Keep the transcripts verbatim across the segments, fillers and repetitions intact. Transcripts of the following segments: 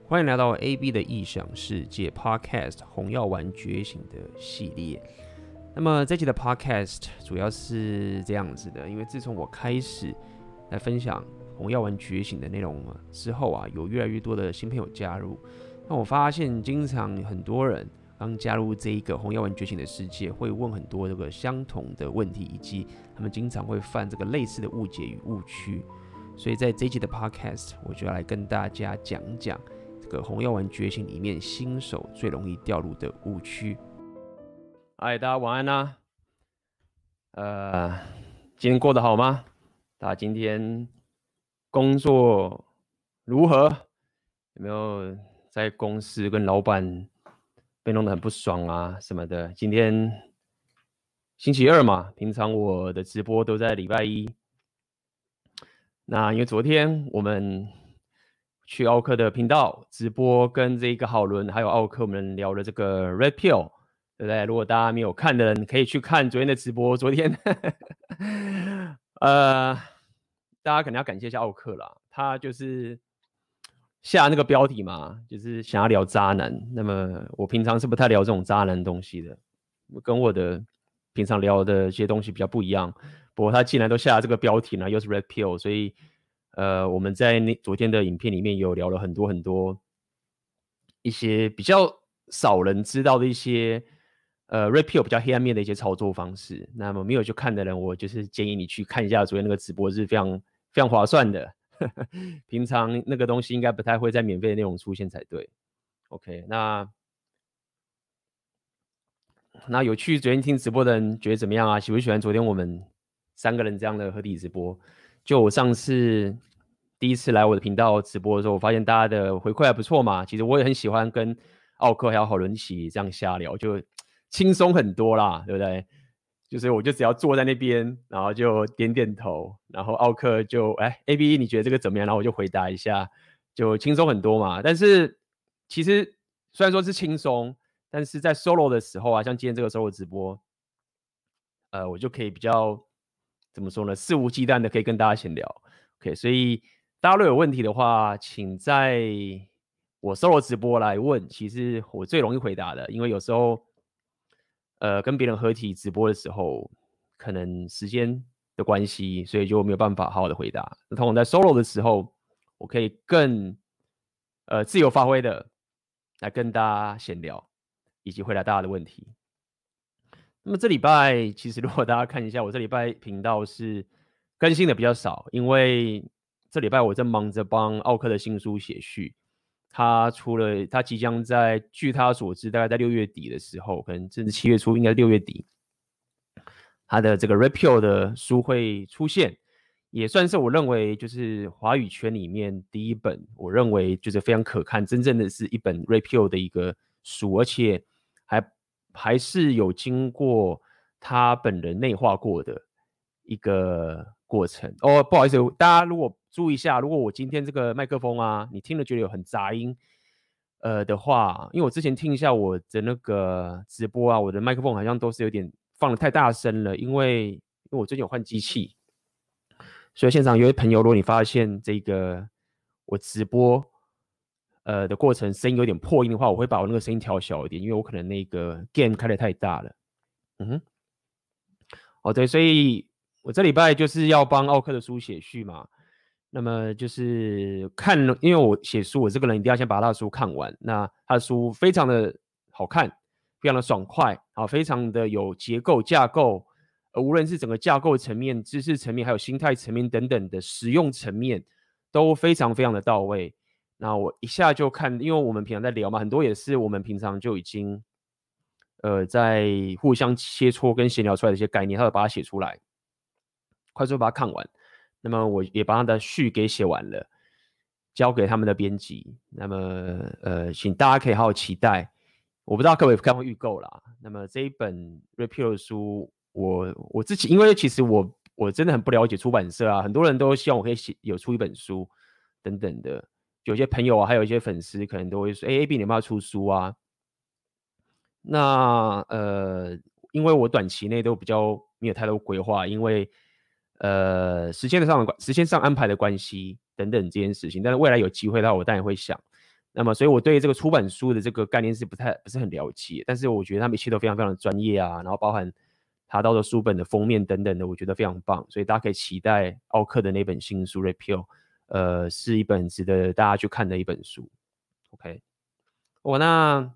欢迎来到 A B 的异想世界 Podcast 红药丸觉醒的系列。那么这期的 Podcast 主要是这样子的，因为自从我开始来分享红药丸觉醒的内容之后啊，有越来越多的新朋友加入。那我发现，经常很多人刚加入这一个红药丸觉醒的世界，会问很多这个相同的问题，以及他们经常会犯这个类似的误解与误区。所以在这一期的 Podcast， 我就要来跟大家讲讲这个红药丸觉醒里面新手最容易掉入的误区。嗨，大家晚安啊！呃，今天过得好吗？大家今天工作如何？有没有在公司跟老板被弄得很不爽啊什么的？今天星期二嘛，平常我的直播都在礼拜一。那因为昨天我们去奥克的频道直播，跟这个郝伦还有奥克我们聊了这个 Red Pill， 对不对？如果大家没有看的人，可以去看昨天的直播。昨天，呃，大家可能要感谢一下奥克啦，他就是下那个标题嘛，就是想要聊渣男。那么我平常是不太聊这种渣男东西的，跟我的平常聊的一些东西比较不一样。不过他既然都下了这个标题呢，又是 Red Pill， 所以呃，我们在那昨天的影片里面有聊了很多很多一些比较少人知道的一些呃 Red Pill 比较黑暗面的一些操作方式。那么没有去看的人，我就是建议你去看一下昨天那个直播，是非常非常划算的。平常那个东西应该不太会在免费的内容出现才对。OK， 那那有去昨天听直播的人觉得怎么样啊？喜不喜欢昨天我们三个人这样的合体直播？就我上次第一次来我的频道直播的时候，我发现大家的回馈还不错嘛。其实我也很喜欢跟奥克还有郝伦一起这样瞎聊，就轻松很多啦，对不对？就是我就只要坐在那边，然后就点点头，然后奥克就哎 A B 你觉得这个怎么样？然后我就回答一下，就轻松很多嘛。但是其实虽然说是轻松，但是在 solo 的时候啊，像今天这个 solo 直播，呃，我就可以比较怎么说呢，肆无忌惮的可以跟大家闲聊。OK， 所以大家如果有问题的话，请在我 solo 直播来问，其实我最容易回答的，因为有时候呃跟别人合体直播的时候，可能时间的关系，所以就没有办法好好的回答。那通常在 solo 的时候，我可以更呃自由发挥的来跟大家闲聊，以及回答大家的问题。那么这礼拜其实如果大家看一下，我这礼拜频道是更新的比较少，因为这礼拜我正忙着帮奥克的新书写序。他出了，他即将在据他所知，大概在六月底的时候，可能甚至七月初，应该六月底，他的这个 Red Pill 的书会出现，也算是我认为就是华语圈里面第一本，我认为就是非常可看，真正的是一本 Red Pill 的一个书，而且还还是有经过他本人内化过的一个过程。哦，不好意思，大家如果注意一下，如果我今天这个麦克风啊，你听了觉得有很杂音，呃的话，因为我之前听一下我的那个直播啊，我的麦克风好像都是有点放得太大声了，因为因为我最近有换机器，所以现场有些朋友，如果你发现这个我直播呃的过程声音有点破音的话，我会把我那个声音调小一点，因为我可能那个 gain 开得太大了。嗯哼，哦对，所以我这礼拜就是要帮奥克的书写序嘛。那么就是看，因为我写书，我这个人一定要先把他的书看完。那他的书非常的好看，非常的爽快，啊，非常的有结构架构，呃，无论是整个架构层面、知识层面，还有心态层面等等的实用层面，都非常非常的到位。那我一下就看，因为我们平常在聊嘛，很多也是我们平常就已经，呃，在互相切磋跟闲聊出来的一些概念，他就把它写出来，快速把它看完。那么我也把他的序给写完了，交给他们的编辑。那么呃，请大家可以好好期待。我不知道各位看过预购啦。那么这一本 Red Pill 的书，我我自己因为其实我我真的很不了解出版社啊，很多人都希望我可以写有出一本书等等的。有些朋友啊，还有一些粉丝可能都会说：“哎 ，A B 你要不要出书啊？”那呃，因为我短期内都比较没有太多规划，因为呃，时间上的时间上安排的关系等等这件事情，但是未来有机会的话，我当然会想。 那么，所以我对这个出版书的这个概念是不太不是很了解，但是我觉得他们一切都非常非常的专业啊，然后包含他到的书本的封面等等的，我觉得非常棒，所以大家可以期待奥克的那本新书《Red Pill》，呃，是一本值得大家去看的一本书。OK， 我、哦、那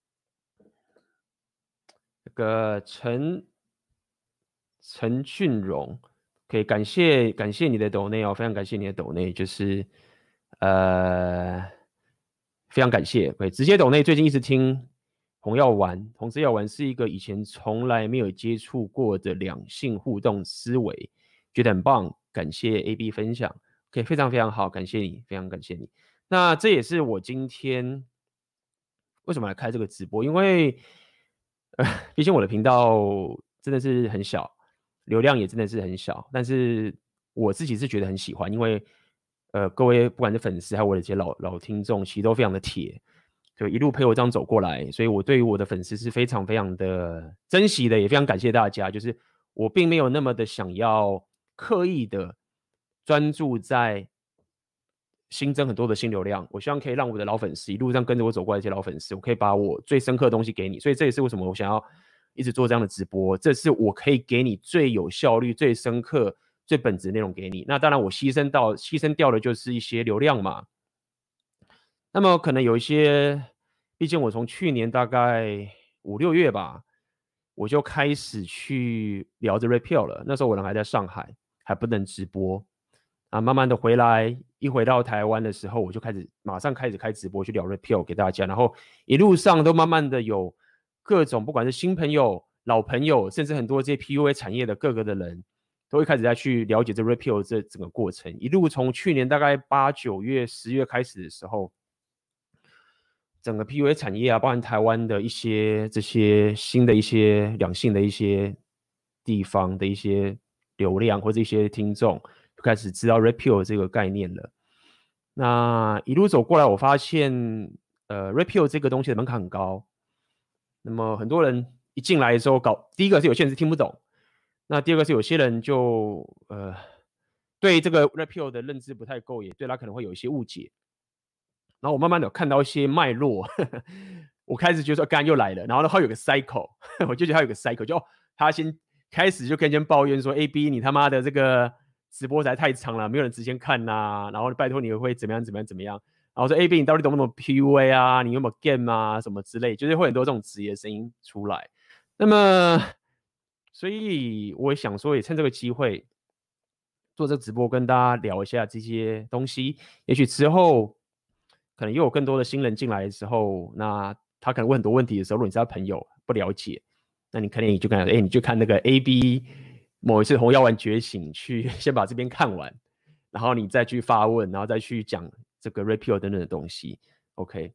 这个陈陈俊荣，可以感谢感谢你的抖内哦，非常感谢你的抖内，就是呃。非常感谢，可以直接抖内。最近一直听红药丸，红之药丸是一个以前从来没有接触过的两性互动思维，觉得很棒。感谢 A B 分享，可以非常非常好，感谢你，非常感谢你。那这也是我今天为什么来开这个直播，因为呃，毕竟我的频道真的是很小，流量也真的是很小，但是我自己是觉得很喜欢，因为。呃，各位不管是粉丝还有我的这些老老听众，其实都非常的铁，就一路陪我这样走过来，所以我对于我的粉丝是非常非常的珍惜的，也非常感谢大家。就是我并没有那么的想要刻意的专注在新增很多的新流量，我希望可以让我的老粉丝一路上跟着我走过来的这些老粉丝，我可以把我最深刻的东西给你。所以这也是为什么我想要一直做这样的直播，这是我可以给你最有效率、最深刻。最本质的内容给你，那当然我牺牲到牺牲掉的就是一些流量嘛。那么可能有一些，毕竟我从去年大概五六月吧，我就开始去聊着 Red Pill 了。那时候我人还在上海，还不能直播啊。慢慢的回来，一回到台湾的时候，我就开始马上开始开直播去聊 Red Pill 给大家，然后一路上都慢慢的有各种，不管是新朋友、老朋友，甚至很多这些 P U A 产业的各个的人。都会开始在去了解这 Red Pill 这整个过程，一路从去年大概八九月、十月开始的时候，整个 P U A 产业啊，包含台湾的一些这些新的一些两性的一些地方的一些流量或者一些听众，就开始知道 Red Pill 这个概念了。那一路走过来，我发现，呃 ，Red Pill 这个东西的门槛很高。那么很多人一进来的时候搞，第一个是有些人是听不懂。那第二个是有些人就呃对这个 Red Pill 的认知不太够，也对他可能会有一些误解。然后我慢慢的看到一些脉络，呵呵我开始觉得说，干又来了。然后呢，他有个 cycle， 我就觉得他有个 cycle， 就他先开始就跟人抱怨说 ，A B 你他妈的这个直播实在太长了，没有人直接看呐、啊。然后拜托你会怎么样怎么样怎么样。然后说 A B 你到底懂不懂 P U A 啊？你有没有 game 啊？什么之类，就是会很多这种职业声音出来。那么。所以我想说，也趁这个机会做这个直播，跟大家聊一下这些东西。也许之后可能又有更多的新人进来的时候，那他可能问很多问题的时候，如果你是他朋友不了解，那你可能你就看，哎、欸，你就看那个 A B 某一次红药丸觉醒，去先把这边看完，然后你再去发问，然后再去讲这个 Red Pill 等等的东西。OK。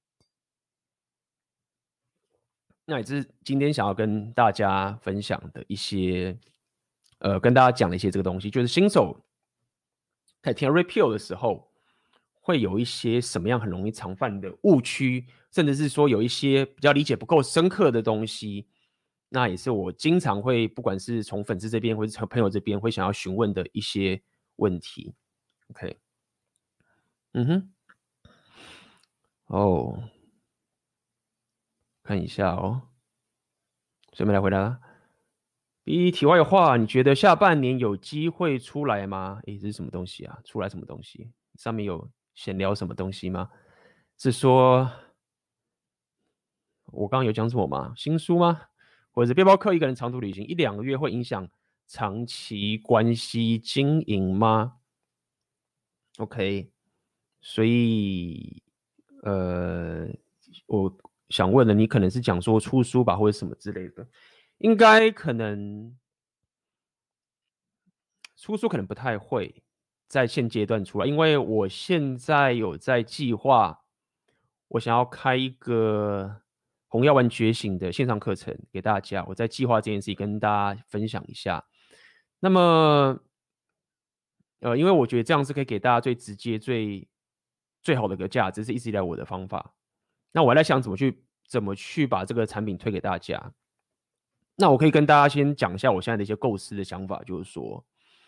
那也是今天想要跟大家分享的一些，呃，跟大家讲的一些这个东西，就是新手在听 Red Pill 的时候，会有一些什么样很容易常犯的误区，甚至是说有一些比较理解不够深刻的东西，那也是我经常会，不管是从粉丝这边或者从朋友这边会想要询问的一些问题。OK， 嗯哼，哦。看一下哦，顺便来回答。B 题外话，你觉得下半年有机会出来吗？诶，这是什么东西啊？出来什么东西？上面有闲聊什么东西吗？是说，我刚刚有讲什么吗？新书吗？或者是背包客一个人长途旅行一两个月会影响长期关系经营吗 ？OK， 所以，呃，我。想问的，你可能是讲说出书吧，或者什么之类的，应该可能出书可能不太会在现阶段出来，因为我现在有在计划，我想要开一个红药丸觉醒的线上课程给大家，我在计划这件事情跟大家分享一下。那么，呃，因为我觉得这样是可以给大家最直接、最最好的一个价值，是一直以来我的方法。那我在想怎么去怎么去把这个产品推给大家。那我可以跟大家先讲一下我现在的一些构思的想法，就是说，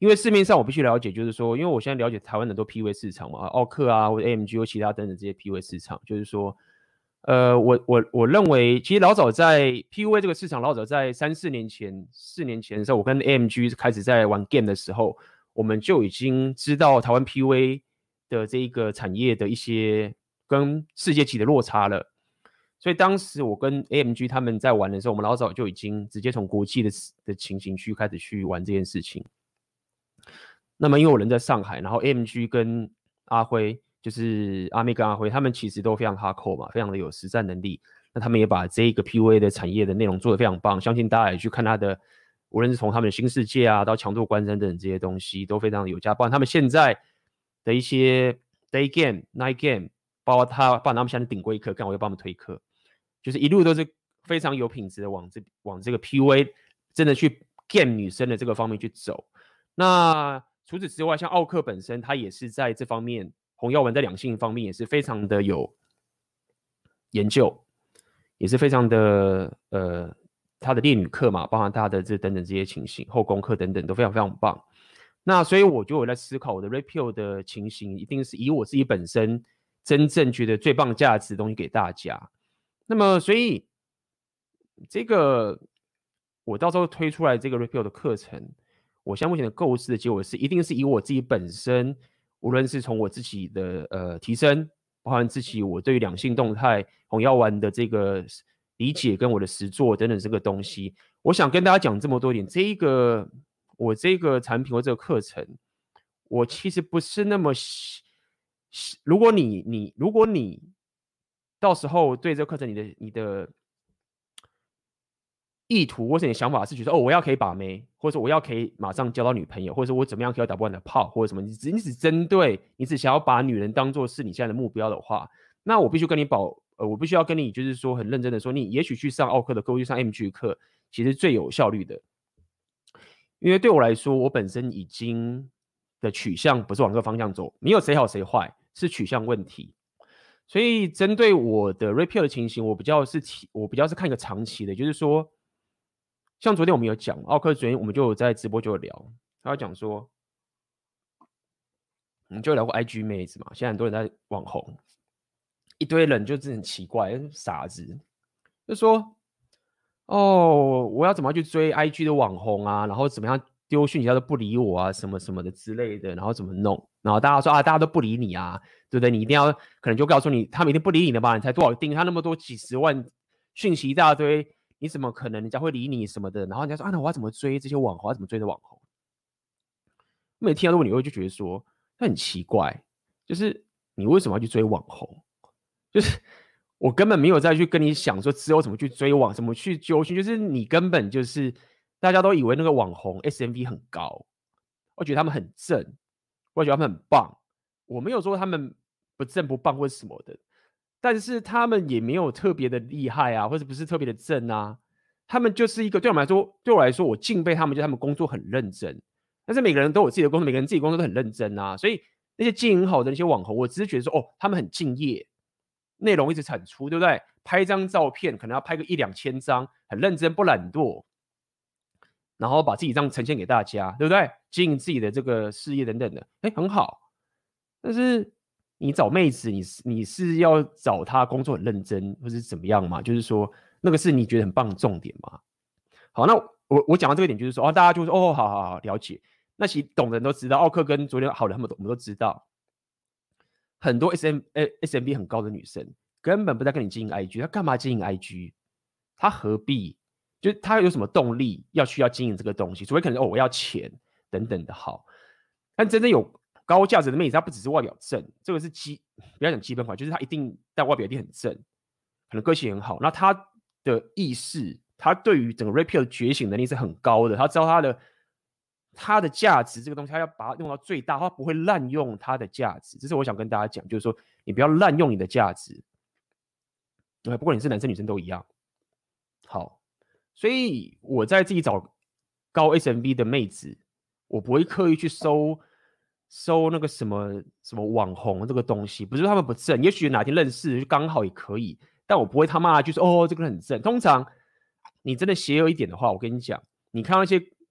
因为市面上我必须了解，就是说，因为我现在了解台湾很多 P U A 市场嘛，奥克啊或者 A M G 或其他等等这些 P U A 市场，就是说，呃，我我我认为，其实老早在 P U A 这个市场，老早在三四年前、四年前的时候，我跟 A M G 开始在玩 game 的时候，我们就已经知道台湾 P U A 的这个产业的一些跟世界级的落差了。所以当时我跟 A M G 他们在玩的时候，我们老早就已经直接从国际的的情形去开始去玩这件事情。那么因为我人在上海，然后 A M G 跟阿辉，就是阿妹跟阿辉，他们其实都非常 hardcore 嘛，非常的有实战能力。那他们也把这个 P U A 的产业的内容做得非常棒，相信大家也去看他的，无论是从他们的新世界啊，到强度关山等等这些东西，都非常的有价。包括他们现在的一些 day game、night game， 包括他，包括他们现在顶规课，刚好又帮我们推课，就是一路都是非常有品质的往这往这个 P U A 真的去 game 女生的这个方面去走。那除此之外，像奥克本身，他也是在这方面，洪耀文在两性方面也是非常的有研究，也是非常的呃，他的烈女课嘛，包含他的这等等这些情形，后宫课等等都非常非常棒。那所以我就有在思考我的 Repeal 的情形，一定是以我自己本身真正觉得最棒价值的东西给大家。那么所以这个我到时候推出来这个 Repeal 的课程。我现在目前的构思的结果是，一定是以我自己本身，无论是从我自己的呃提升，包含自己我对于两性动态、红药丸的这个理解跟我的实作等等这个东西，我想跟大家讲这么多点。这一个我这个产品或这个课程，我其实不是那么，如果你你如果你到时候对这个课程你的你的意图或是你的想法是觉得哦，我要可以把妹，或者说我要可以马上交到女朋友，或者说我怎么样可以打不完的炮，或者什么，你只你只针对你只想要把女人当做是你现在的目标的话，那我必须跟你保，呃，我必须要跟你就是说很认真的说，你也许去上奥克的课，去上 M G 的课，其实最有效率的，因为对我来说，我本身已经的取向不是往这个方向走，没有谁好谁坏，是取向问题。所以针对我的 repeal 的情形，我比较是我比较是看一个长期的，就是说。像昨天我们有讲，奥克昨天我们就有在直播就有聊，他有讲说，我们就聊过 I G 妹子嘛，现在很多人在网红，一堆人就是很奇怪，傻子，就说，哦，我要怎么去追 I G 的网红啊，然后怎么样丢讯息他都不理我啊，什么什么的之类的，然后怎么弄，然后大家说啊，大家都不理你啊，对不对？你一定要可能就告诉你，他们一定不理你的吧？你才多少订，他那么多几十万讯息一大堆。你怎么可能人家会理你什么的？然后人家说啊，那我要怎么追这些网红？要怎么追这网红？每听到这个问题，我就觉得说，那很奇怪，就是你为什么要去追网红？就是我根本没有再去跟你想说之后怎么去追网，怎么去揪寻，就是你根本就是大家都以为那个网红 S M V 很高，我觉得他们很正，我觉得他们很棒。我没有说他们不正不棒或者什么的。但是他们也没有特别的厉害啊，或者不是特别的正啊，他们就是一个对我们来说，对我来说，我敬佩他们，就是他们工作很认真。但是每个人都有自己的工作，每个人自己工作都很认真啊，所以那些经营好的那些网红，我只是觉得说，哦，他们很敬业，内容一直产出，对不对？拍一张照片可能要拍个一两千张，很认真不懒惰，然后把自己这样呈现给大家，对不对？经营自己的这个事业等等的，哎，很好。但是你找妹子，你你是要找她工作很认真，或是怎么样嘛？就是说，那个是你觉得很棒的重点嘛？好，那我我讲到这个点，就是说，哦，大家就说，哦，好好好，了解。那其实懂的人都知道，奥克跟昨天好的他们我们都知道，很多 S M S M B 很高的女生根本不在跟你经营 I G， 她干嘛经营 I G？ 她何必？就是她有什么动力要需要经营这个东西？除非可能哦，我要钱等等的好，但真正有高价值的妹子，她不只是外表正，这个是基，不要讲基本款，就是她一定但外表一定很正，可能个性很好。那她的意识，她对于整个 repeal 的觉醒能力是很高的，她知道她的她的价值这个东西，她要把它用到最大，她不会滥用她的价值。这是我想跟大家讲，就是说你不要滥用你的价值。不管你是男生女生都一样。好，所以我在自己找高 S M V 的妹子，我不会刻意去搜。收那个什么什么网红这个东西，不是他们不正，也许哪天认识刚好也可以，但我不会他妈就说哦这个人很正。通常你真的邪恶一点的话，我跟你讲，你看到一些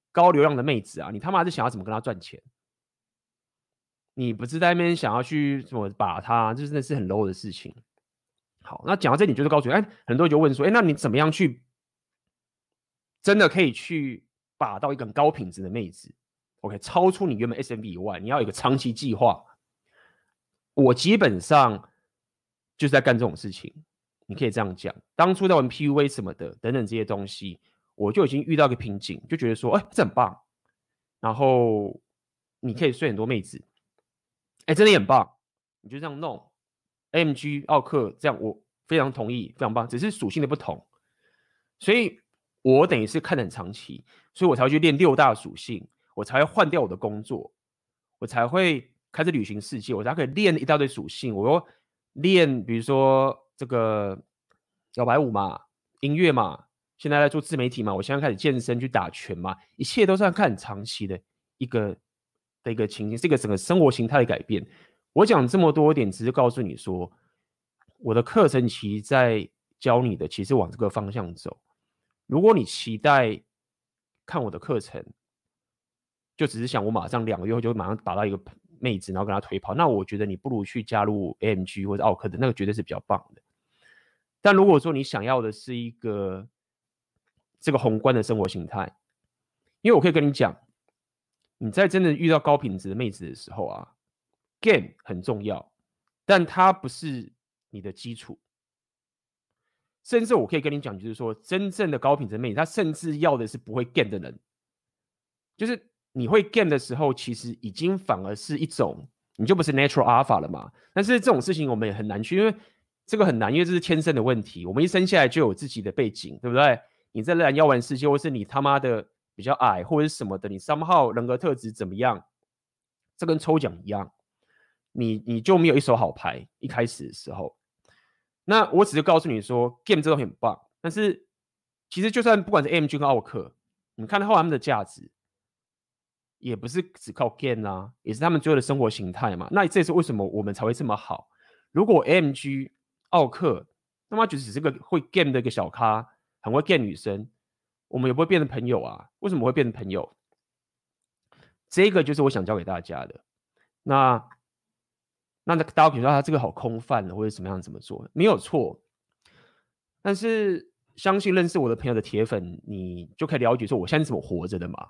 高流量的妹子啊，你他妈是想要怎么跟她赚钱？你不是在那边想要去怎么把她，这真的是很 low 的事情。好，那讲到这里，就是告诉你，哎，很多人就问说，哎，那你怎么样去真的可以去把到一个很高品质的妹子 ？OK， 超出你原本 S M B 以外，你要有一个长期计划。我基本上就是在干这种事情，你可以这样讲。当初在玩 P U A 什么的等等这些东西，我就已经遇到一个瓶颈，就觉得说，哎，这很棒。然后你可以睡很多妹子，哎，真的也很棒。你就这样弄 ，A M G 奥克这样，我非常同意，非常棒。只是属性的不同，所以我等于是看得很长期，所以我才会去练六大属性，我才会换掉我的工作，我才会开始旅行世界，我才可以练一大堆属性。我又练，比如说这个摇摆舞嘛，音乐嘛，现在在做自媒体嘛，我现在开始健身去打拳嘛，一切都是要看很长期的一个的一个情形，是一个整个生活形态的改变。我讲这么多点，只是告诉你说，我的课程其实在教你的，其实往这个方向走。如果你期待看我的课程，就只是想我马上两个月后就马上打到一个妹子，然后跟她推跑，那我觉得你不如去加入 A M G 或者奥克的，那个绝对是比较棒的。但如果说你想要的是一个这个宏观的生活形态，因为我可以跟你讲，你在真的遇到高品质的妹子的时候啊 ，game 很重要，但它不是你的基础。甚至我可以跟你讲，就是说，真正的高品质的妹子，她甚至要的是不会 game 的人。就是你会 game 的时候，其实已经反而是一种，你就不是 natural alpha 了嘛。但是这种事情我们也很难去，因为这个很难，因为这是天生的问题。我们一生下来就有自己的背景，对不对？你在蓝药丸世界，或是你他妈的比较矮，或者是什么的，你 somehow 人格特质怎么样？这跟抽奖一样，你你就没有一手好牌。一开始的时候，那我只是告诉你说 ，game 这东西很棒，但是其实就算不管是 A M G 跟奥克，你看到后来他们的价值，也不是只靠 game 啊，也是他们最后的生活形态嘛。那这也是为什么我们才会这么好。如果 A M G 奥克他妈就只是个会 game 的一个小咖，很会 game 女生，我们也不会变成朋友啊？为什么会变成朋友？这个就是我想教给大家的。那那大家比如说他这个好空泛了，或者怎么样怎么做，没有错。但是相信认识我的朋友的铁粉，你就可以了解说我现在是怎么活着的嘛。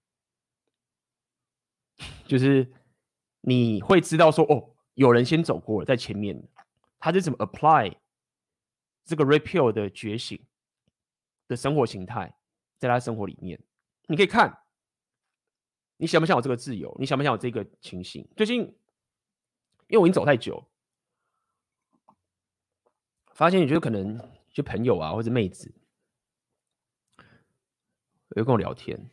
就是你会知道说，哦，有人先走过了，在前面，他是怎么 apply 这个 repeal 的觉醒的生活形态，在他生活里面，你可以看，你想不想有这个自由？你想不想有这个情形？最近，因为我已经走太久，发现你觉得可能就朋友啊，或者妹子，有跟我聊天，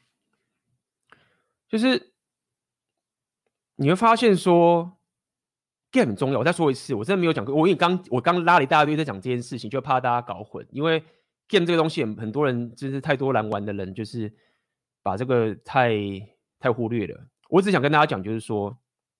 就是你会发现说 game 很重要。我再说一次，我真的没有讲过，我也刚我刚拉了一大堆在讲这件事情，就怕大家搞混，因为 game 这个东西，很多人就是太多难玩的人，就是把这个太太忽略了。我只想跟大家讲，就是说，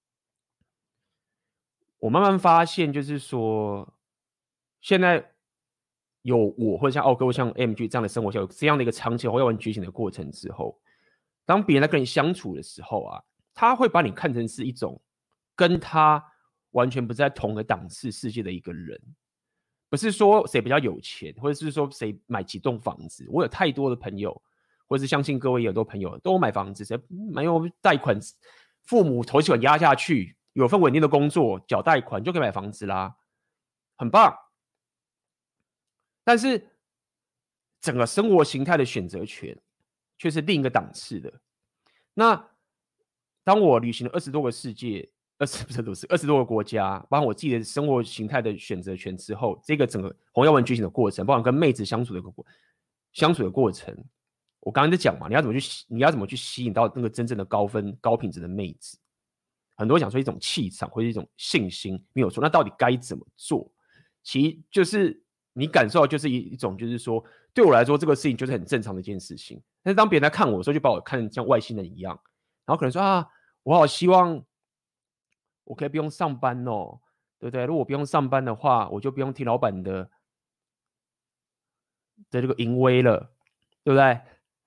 我慢慢发现，就是说，现在有我或者像奥哥或像 M G 这样的生活，有这样的一个长期要玩觉醒的过程之后，当别人在跟你相处的时候啊，他会把你看成是一种跟他完全不在同个档次世界的一个人，不是说谁比较有钱，或者是说谁买几栋房子。我有太多的朋友，或者是相信各位有很多朋友都买房子，谁没有贷款，父母头期款压下去，有份稳定的工作，缴贷款就可以买房子啦，很棒。但是整个生活形态的选择权却是另一个档次的。那当我旅行了二十多个世界，二十不是都是二十多个国家，包括我自己的生活形态的选择权之后，这个整个红药丸觉醒的过程，包括跟妹子相处的过相处的过程，我刚刚在讲嘛，你要怎么去你要怎么去吸引到那个真正的高分高品质的妹子？很多人讲说一种气场或者一种信心，没有错。那到底该怎么做？其实就是你感受到就是一一种，就是说对我来说这个事情就是很正常的一件事情。但是当别人在看我的时候，就把我看成像外星人一样，然后可能说啊，我好希望我可以不用上班哦，对不对？如果我不用上班的话，我就不用听老板的的这个淫威了，对不对？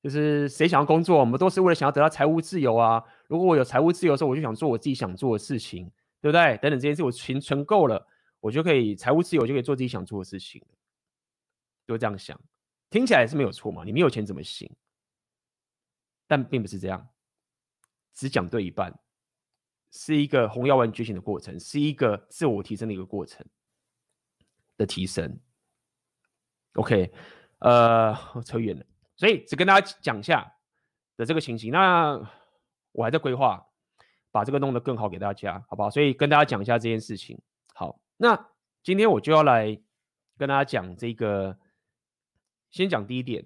就是谁想要工作，我们都是为了想要得到财务自由啊。如果我有财务自由的时候，我就想做我自己想做的事情，对不对？等等这件事我钱存够了，我就可以财务自由，就可以做自己想做的事情，就这样想，听起来是没有错嘛。你没有钱怎么行？但并不是这样，只讲对一半，是一个红药丸觉醒的过程，是一个自我提升的一个过程的提升。OK， 呃，扯远了，所以只跟大家讲一下的这个情形。那我还在规划，把这个弄得更好给大家，好不好？所以跟大家讲一下这件事情。好，那今天我就要来跟大家讲这个，先讲第一点。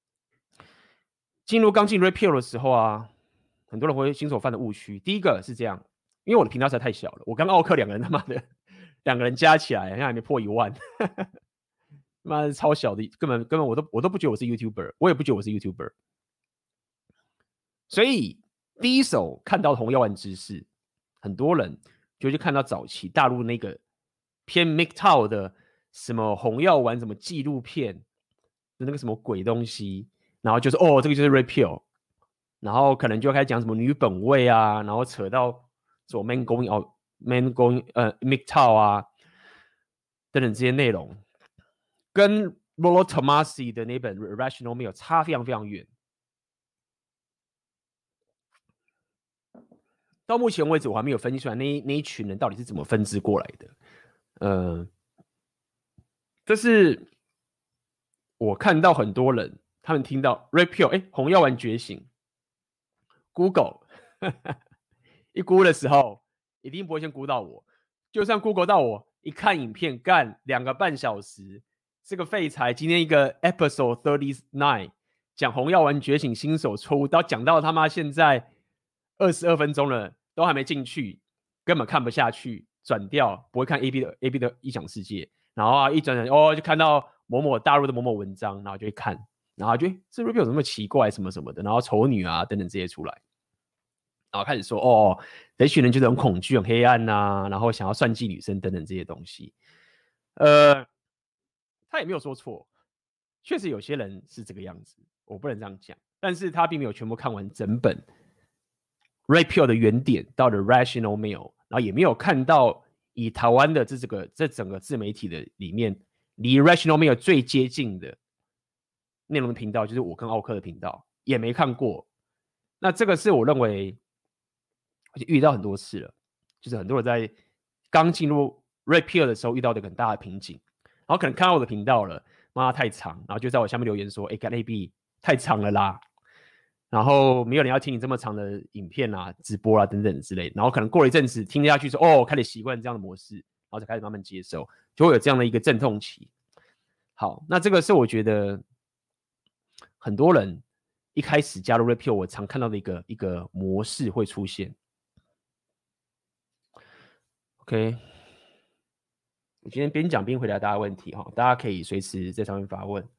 进入刚进 Repeal 的时候啊，很多人会新手犯的误区。第一个是这样，因为我的频道实在太小了，我跟奥克两个人他妈的两个人加起来，好像还没破一万。妈的超小的，根本根本我都我都不觉得我是 YouTuber， 我也不觉得我是 YouTuber。所以第一手看到红药丸知识，很多人就去看到早期大陆那个偏 M G T O W 的什么红药丸什么纪录片，那个什么鬼东西，然后就是哦这个就是 Repeal， 然后可能就开始讲什么女本位啊，然后扯到什么 Man Going Out Man Going 呃 M G T O W 啊等等这些内容。跟 Rollo Tomasi 的那本 Irrational Male 差非常非常远。到目前为止，我还没有分析出来那那一群人到底是怎么分支过来的。呃，这是我看到很多人，他们听到 Repeal， 哎，红药丸觉醒 ，Google 一估的时候，一定不会先估到我。就算 Google 到我，一看影片干两个半小时。这个废材今天一个 episode thirty nine 讲红药丸觉醒新手错误，到讲到他妈现在二十二分钟了，都还没进去，根本看不下去，转掉，不会看 A B 的 A B 的异想世界，然后啊一转转哦就看到某某大陆的某某文章，然后就会看，然后就这 review 怎么那么奇怪什么什么的，然后丑女啊等等这些出来，然后开始说哦，这群人就是很恐惧、很黑暗啊，然后想要算计女生等等这些东西，呃。他也没有说错，确实有些人是这个样子，我不能这样讲。但是他并没有全部看完整本 Repeal 的原点到的 Rational Male， 然后也没有看到以台湾的这这个这整个自媒体的里面，离 Rational Male 最接近的内容的频道，就是我跟奥克的频道，也没看过。那这个是我认为，而且遇到很多次了，就是很多人在刚进入 Repeal 的时候遇到的很大的瓶颈。然后可能看到我的频道了，妈太长，然后就在我下面留言说：“哎，干 A B 太长了啦。”然后没有人要听你这么长的影片啊、直播啊等等之类的。然后可能过了一阵子听下去说：“哦，开始习惯这样的模式，然后才开始慢慢接受，就会有这样的一个阵痛期。”好，那这个是我觉得很多人一开始加入 Repeal 我常看到的一个一个模式会出现。OK。我今天边讲边回答大家问题哈，大家可以随时在上面发问。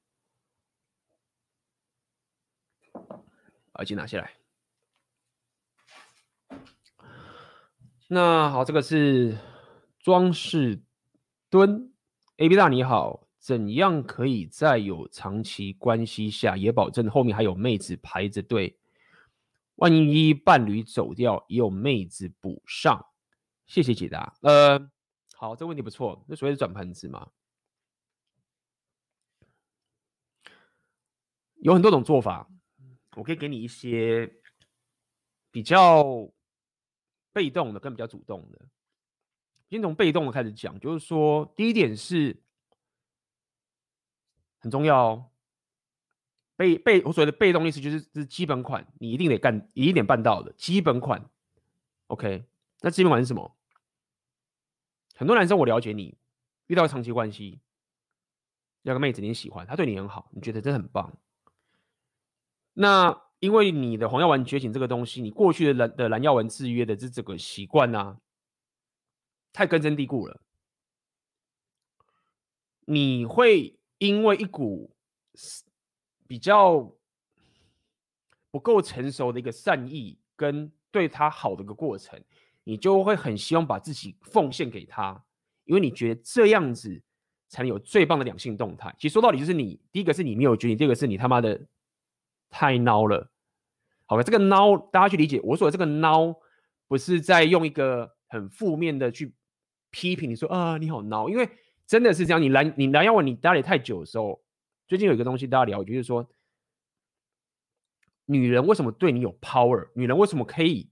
耳机拿下来。那好，这个是装饰墩 A B 大你好，怎样可以在有长期关系下，也保证后面还有妹子排着队？万一伴侣走掉，也有妹子补上。谢谢解答。呃。好，这个问题不错，那所谓的转盘子嘛，有很多种做法，我可以给你一些比较被动的跟比较主动的。先从被动的开始讲，就是说，第一点是很重要哦。被被我所谓的被动意思就是是基本款，你一定得干，一定得办到的基本款。OK， 那基本款是什么？很多男生我了解你，遇到长期关系，那个妹子你喜欢，她对你很好，你觉得这很棒。那因为你的红药丸觉醒这个东西，你过去的蓝的蓝药丸制约的这这个习惯啊，太根深蒂固了。你会因为一股比较不够成熟的一个善意跟对他好的一个过程，你就会很希望把自己奉献给他，因为你觉得这样子才能有最棒的两性动态。其实说到底就是你，第一个是你没有觉醒，第二个是你他妈的太孬了。好，这个孬大家去理解，我说的这个孬不是在用一个很负面的去批评你说啊你好孬，因为真的是这样，你蓝你蓝药丸你搭理太久的时候，最近有一个东西大家聊，就是说女人为什么对你有 power， 女人为什么可以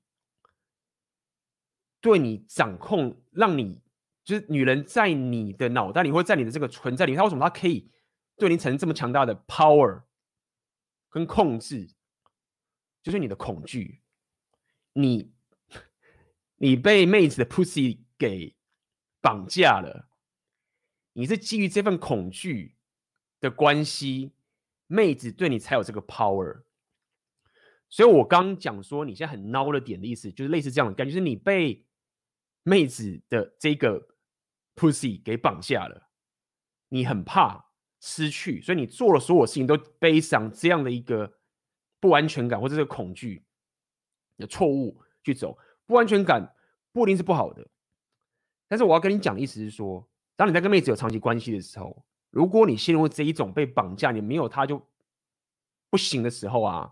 对你掌控，让你就是女人在你的脑袋里或者在你的这个存在里，她为什么她可以对你产生这么强大的 power 跟控制，就是你的恐惧，你你被妹子的 pussy 给绑架了，你是基于这份恐惧的关系，妹子对你才有这个 power。所以我刚讲说你现在很孬的点的意思，就是类似这样的感觉，就是你被妹子的这个 pussy 给绑架了，你很怕失去，所以你做了所有事情都背上这样的一个不安全感或者这个恐惧的错误去走。不安全感不一定是不好的，但是我要跟你讲的意思是说，当你在跟妹子有长期关系的时候，如果你陷入这一种被绑架，你没有她就不行的时候啊，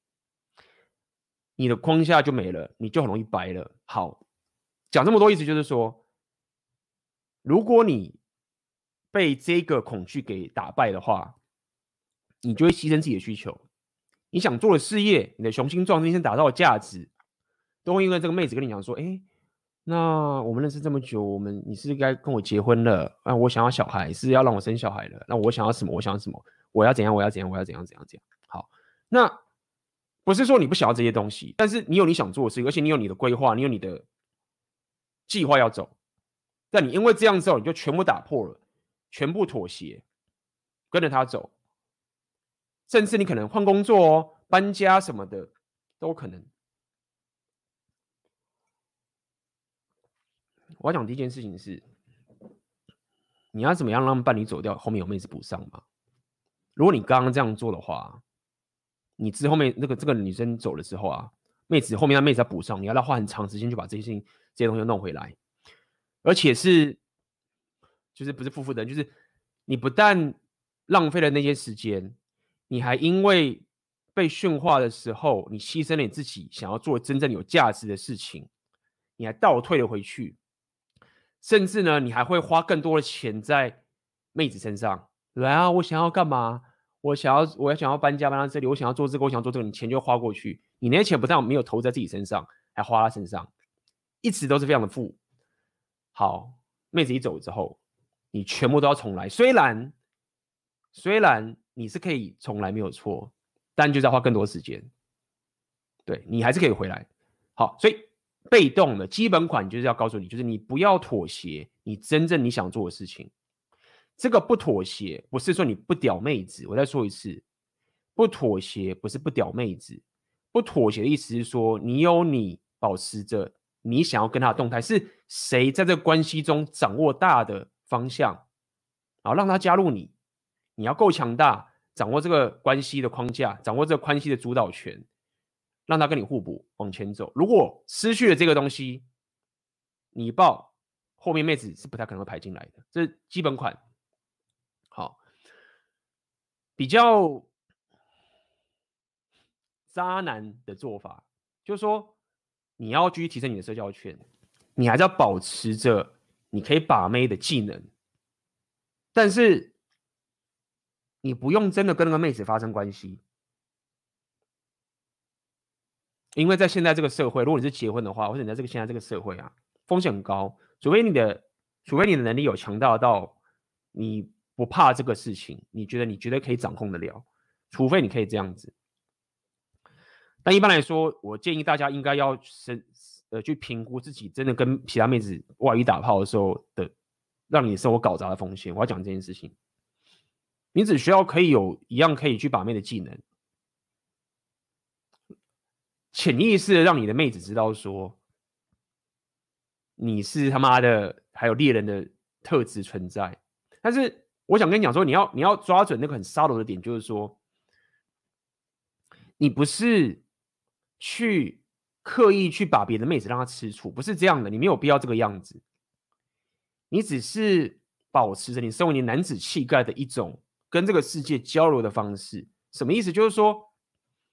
你的框架就没了，你就很容易掰了。好，讲这么多意思就是说，如果你被这个恐惧给打败的话，你就会牺牲自己的需求，你想做的事业，你的雄心壮志先达到的价值，都会因为这个妹子跟你讲说，哎，那我们认识这么久，我们你是该跟我结婚了啊？我想要小孩，是要让我生小孩了。那我想要什么？我想要什么？我要怎样？我要怎样？我要怎样？怎样？怎样？好，那不是说你不想要这些东西，但是你有你想做的事，而且你有你的规划，你有你的计划要走。但你因为这样之后，你就全部打破了，全部妥协，跟着他走，甚至你可能换工作哦，搬家什么的都可能。我要讲第一件事情是，你要怎么样让伴侣走掉，后面有妹子补上嘛？如果你刚刚这样做的话，你之后面那个这个女生走了之后啊，妹子后面那妹子要补上，你要花很长时间去把这些事情、这些东西弄回来，而且是就是不是负负的，就是你不但浪费了那些时间，你还因为被驯化的时候，你牺牲了你自己想要做真正有价值的事情，你还倒退了回去，甚至呢，你还会花更多的钱在妹子身上。来啊，我想要干嘛？我想要，我想要搬家搬到这里，我想要做这个，我想要做这个，你钱就花过去。你那些钱不但没有投在自己身上，还花在身上，一直都是非常的负。好，妹子一走之后，你全部都要重来。虽然虽然你是可以重来没有错，但就是要花更多时间。对，你还是可以回来。好，所以被动的基本款就是要告诉你，就是你不要妥协你真正你想做的事情。这个不妥协不是说你不屌妹子，我再说一次，不妥协不是不屌妹子，不妥协的意思是说你有你保持着你想要跟他的动态，是谁在这个关系中掌握大的方向，然后让他加入你，你要够强大，掌握这个关系的框架，掌握这个关系的主导权，让他跟你互补往前走。如果失去了这个东西，你爆后面妹子是不太可能会排进来的，这是基本款。好，比较渣男的做法，就是说你要继续提升你的社交圈，你还是要保持着你可以把妹的技能，但是你不用真的跟那个妹子发生关系，因为在现在这个社会，如果你是结婚的话，或者你在这个现在这个社会啊，风险很高，除非你的，除非你的能力有强大到你不怕这个事情，你觉得你绝对可以掌控得了，除非你可以这样子。但一般来说，我建议大家应该要呃去评估自己真的跟其他妹子外遇打炮的时候的，让你生活搞砸的风险。我要讲这件事情，你只需要可以有一样可以去把妹的技能，潜意识的让你的妹子知道说，你是他妈的还有猎人的特质存在。但是我想跟你讲说，你要你要抓准那个很杀头的点，就是说，你不是去刻意去把别的妹子让她吃醋，不是这样的，你没有必要这个样子。你只是保持着你身为你男子气概的一种跟这个世界交流的方式。什么意思？就是说，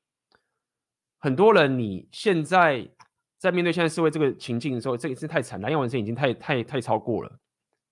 很多人你现在在面对现在社会这个情境的时候，这个是太惨了，因为人生已经太太太超过了。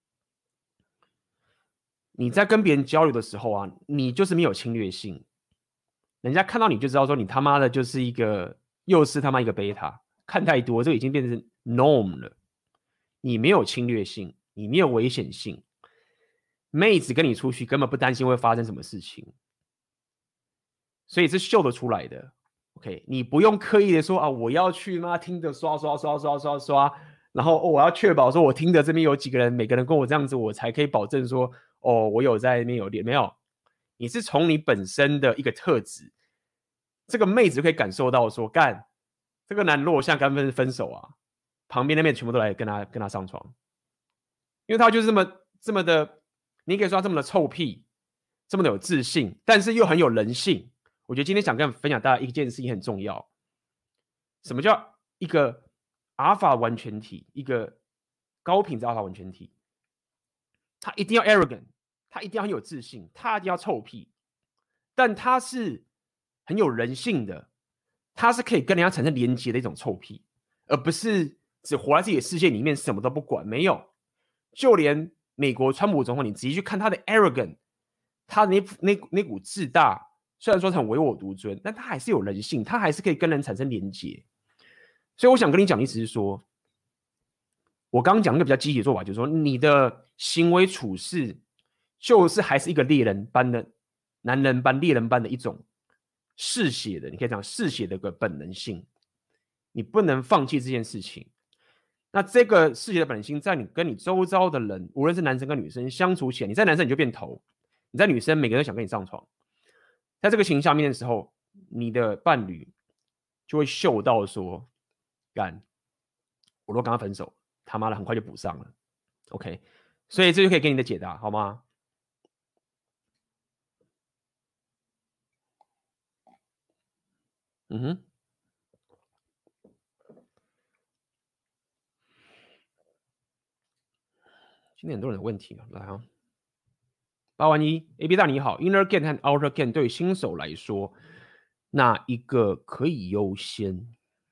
你在跟别人交流的时候啊，你就是没有侵略性，人家看到你就知道说你他妈的就是一个又是他妈一个贝塔，看太多，这个已经变成 norm 了。你没有侵略性，你没有危险性，妹子跟你出去根本不担心会发生什么事情，所以是秀得出来的。OK， 你不用刻意的说啊，我要去妈听着刷刷刷刷刷刷，然后、哦、我要确保说我听着这边有几个人，每个人跟我这样子，我才可以保证说哦，我有在那边有练。没有，你是从你本身的一个特质，这个妹子可以感受到说，干这个男人如果像刚分分手啊，旁边那边全部都来跟他跟他上床，因为他就是这么这么的，你可以说他这么的臭屁，这么的有自信，但是又很有人性。我觉得今天想跟分享大家一件事情很重要，什么叫一个阿尔法完全体，一个高品质阿尔法完全体？他一定要 arrogant， 他一定要很有自信，他一定要臭屁，但他是很有人性的，他是可以跟人家产生连结的一种臭屁，而不是只活在自己的世界里面什么都不管。没有，就连美国川普总统，你仔细去看他的 arrogant， 他的 那, 那, 那股自大，虽然说很唯我独尊，但他还是有人性，他还是可以跟人产生连结。所以我想跟你讲的意思是说，我刚刚讲那个比较积极的做法，就是说你的行为处事就是还是一个猎人般的男人般猎人般的一种嗜血的，你可以讲嗜血的一个本能性，你不能放弃这件事情。那这个嗜血的本能性，在你跟你周遭的人，无论是男生跟女生相处起来，你在男生你就变头，你在女生每个人都想跟你上床，在这个情形下面的时候，你的伴侣就会嗅到说，干，我若跟他分手，他妈的很快就补上了 ，OK， 所以这就可以给你的解答，好吗？嗯哼，今天很多人有问题，来啊，八万一 ，A B 大你好 ，Inner Game 和 Outer Game 对新手来说，哪一个可以优先？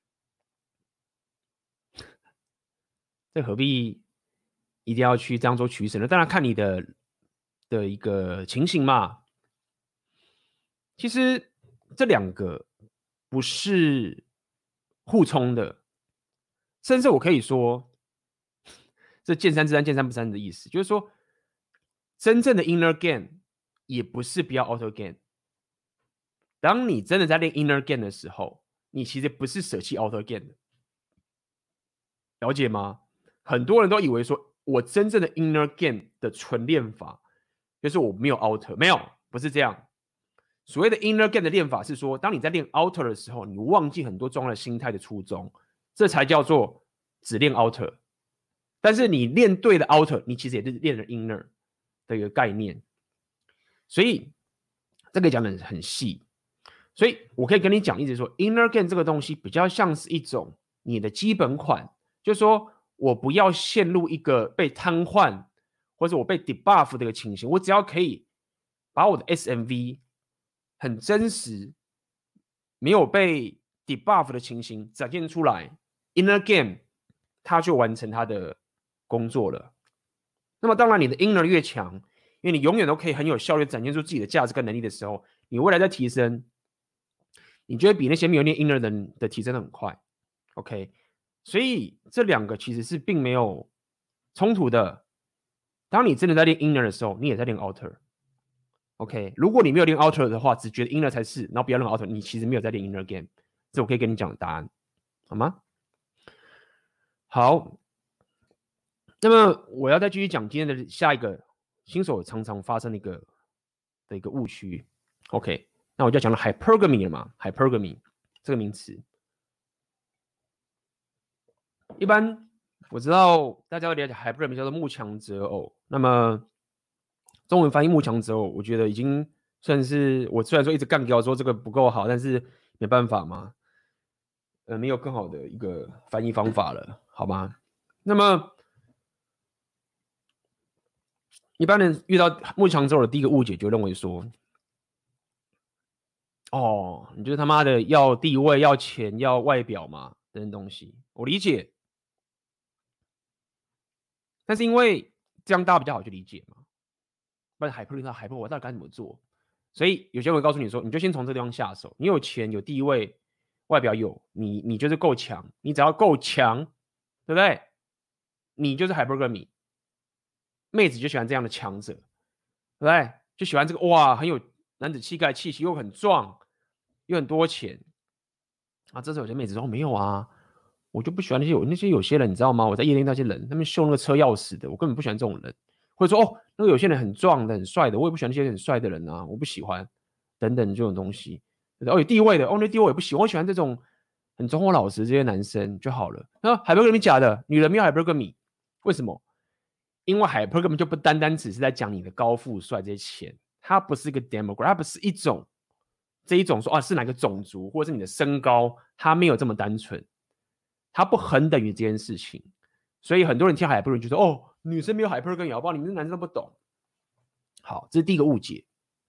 这何必一定要去这样做取舍呢？当然看你的的一个情形嘛。其实这两个不是互冲的，甚至我可以说，这见山之山，见山不山的意思，就是说，真正的 inner game 也不是不要 outer game。当你真的在练 inner game 的时候，你其实不是舍弃 outer game 的，了解吗？很多人都以为说，我真正的 inner game 的纯练法，就是我没有 outer， 没有，不是这样。所谓的 inner game 的练法是说，当你在练 outer 的时候，你忘记很多重要的心态的初衷，这才叫做只练 outer。但是你练对的 outer， 你其实也是练了 inner 的一个概念。所以这个讲的很细。所以我可以跟你讲，一直说 inner game 这个东西比较像是一种你的基本款，就是说我不要陷入一个被瘫痪或者我被 debuff 的一个情形，我只要可以把我的 S M V 很真实没有被 debuff 的情形展现出来， inner game 它就完成它的工作了。那么当然你的 inner 越强，因为你永远都可以很有效率展现出自己的价值跟能力的时候，你未来在提升，你就会比那些没有练 inner 的人的提升的很快。 OK， 所以这两个其实是并没有冲突的。当你真的在练 inner 的时候，你也在练 outer。 OK， 如果你没有练 outer 的话，只觉得 inner 才是，然后不要练 outer， 你其实没有在练 inner game。 这我可以跟你讲的答案，好吗？好，那么我要再继续讲今天的下一个新手常常发生的一个的一个误区。 OK， 那我就讲了 hypergamy 了嘛。 hypergamy 这个名词，一般我知道大家了解 hypergamy 叫做慕强择偶，那么中文翻译慕强择偶，我觉得已经算是，我虽然说一直干掉说这个不够好，但是没办法嘛，呃，没有更好的一个翻译方法了，好吗？那么一般人遇到慕强择偶的第一个误解，就认为说， 哦，你就是他妈的要地位、要钱、要外表嘛，等等东西，我理解。但是因为这样大家比较好去理解嘛，不然海破他海破我到底该怎么做？所以有些人会告诉你说，你就先从这个地方下手。你有钱、有地位、外表有，你你就是够强，你只要够强，对不对？你就是 hypergamy， 妹子就喜欢这样的强者，对不对？就喜欢这个哇，很有男子气概、气息，又很壮，又很多钱啊。这时候有些妹子说、哦、没有啊，我就不喜欢那些有那些有些人，你知道吗？我在夜店那些人，他们秀那个车钥匙的，我根本不喜欢这种人。或者说哦，那个有些人很壮的、很帅的，我也不喜欢那些很帅的人啊，我不喜欢，等等这种东西。哦，有地位的，哦，那地位我也不喜欢，我喜欢这种很忠厚老实这些男生就好了。那海伯格米假的，女人没有海伯格米，为什么？因为海伯格米就不单单只是在讲你的高富帅这些钱，它不是一个 demographic， 它不是一种这一种说啊是哪个种族或者是你的身高，它没有这么单纯，它不恒等于这件事情。所以很多人听海伯格米就说哦，女生没有海伯格米好不好？你们这男生都不懂。好，这是第一个误解。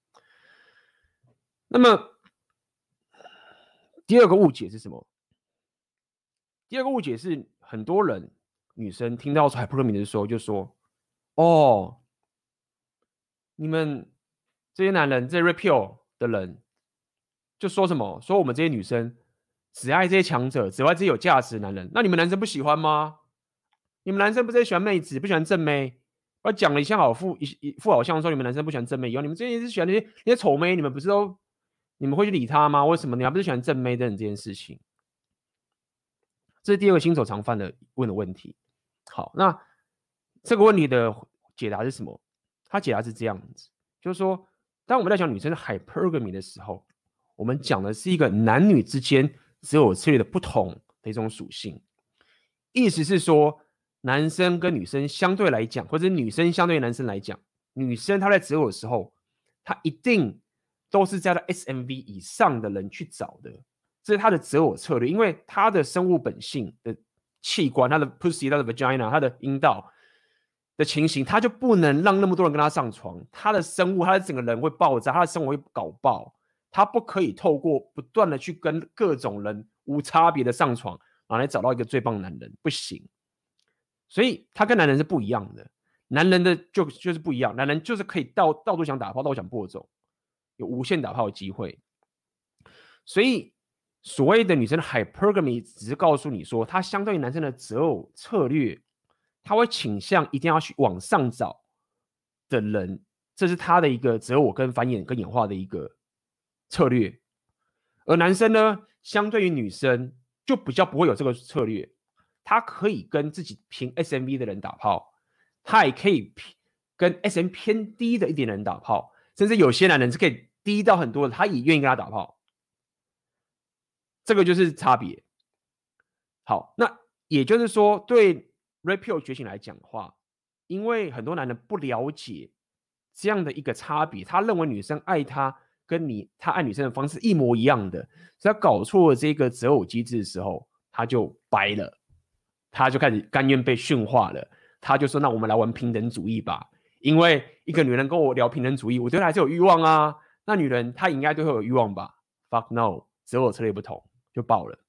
那么第二个误解是什么？第二个误解是很多人女生听到海伯格米的时候就说哦，你们这些男人这些 repeal 的人就说什么说我们这些女生只爱这些强者，只爱这些有价值的男人，那你们男生不喜欢吗？你们男生不是喜欢妹子，不喜欢正妹？我讲了一下好富一副好像说你们男生不喜欢正妹以后，你们这些是喜欢那些那些丑妹，你们不是都你们会去理他吗？为什么你还不是喜欢正妹的这件事情？这是第二个新手常犯的问的问题。好，那这个问题的解答是什么？他解答是这样子，就是说，当我们在讲女生的 hypergamy 的时候，我们讲的是一个男女之间择偶策略的不同的一种属性。意思是说，男生跟女生相对来讲，或者女生相对男生来讲，女生她在择偶的时候，她一定都是在 S M V 以上的人去找的。这是他的择偶策略，因为他的生物本性的器官，他的 pussy、他的 vagina、他的阴道的情形，他就不能让那么多人跟他上床。他的生物，他的整个人会爆炸，他的生活会搞爆。他不可以透过不断的去跟各种人无差别的上床，然后来找到一个最棒的男人，不行。所以他跟男人是不一样的，男人的就就是不一样，男人就是可以到到处想打炮，到处想播种，有无限打炮的机会。所以所谓的女生的 hypergamy 只是告诉你说，她相对于男生的择偶策略，他会倾向一定要去往上找的人，这是他的一个择偶跟繁衍跟演化的一个策略。而男生呢，相对于女生就比较不会有这个策略，他可以跟自己凭 S M V 的人打炮，他也可以跟 S M 偏低的一点的人打炮，甚至有些男人是可以低到很多的，他也愿意跟他打炮。这个就是差别。好，那也就是说，对 Repeal 觉醒来讲的话，因为很多男人不了解这样的一个差别，他认为女生爱他跟你他爱女生的方式一模一样的，所以他搞错了这个择偶机制的时候，他就掰了，他就开始甘愿被驯化了。他就说：“那我们来玩平等主义吧，因为一个女人跟我聊平等主义，我对她还是有欲望啊。那女人她应该对我有欲望吧 ？Fuck no， 择偶策略不同。”就爆了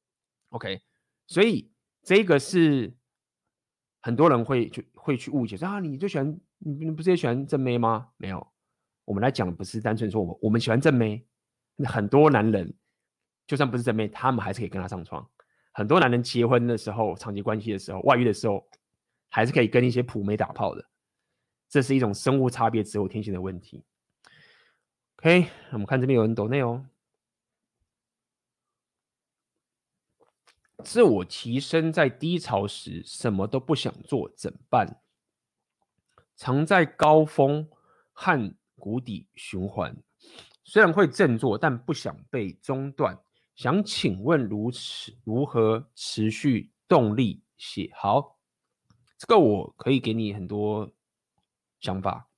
，OK， 所以这个是很多人会去会去误解说啊，你就喜欢你不是也喜欢正妹吗？没有，我们来讲的不是单纯说我们我们喜欢正妹，很多男人就算不是正妹，他们还是可以跟她上床。很多男人结婚的时候、长期关系的时候、外遇的时候，还是可以跟一些普妹打炮的。这是一种生物差别择偶天性的问题。OK， 我们看这边有人抖内哦。自我提升在低潮时，什么都不想做，怎办？常在高峰和谷底循环，虽然会振作，但不想被中断。想请问如此如何持续动力写好？这个我可以给你很多想法。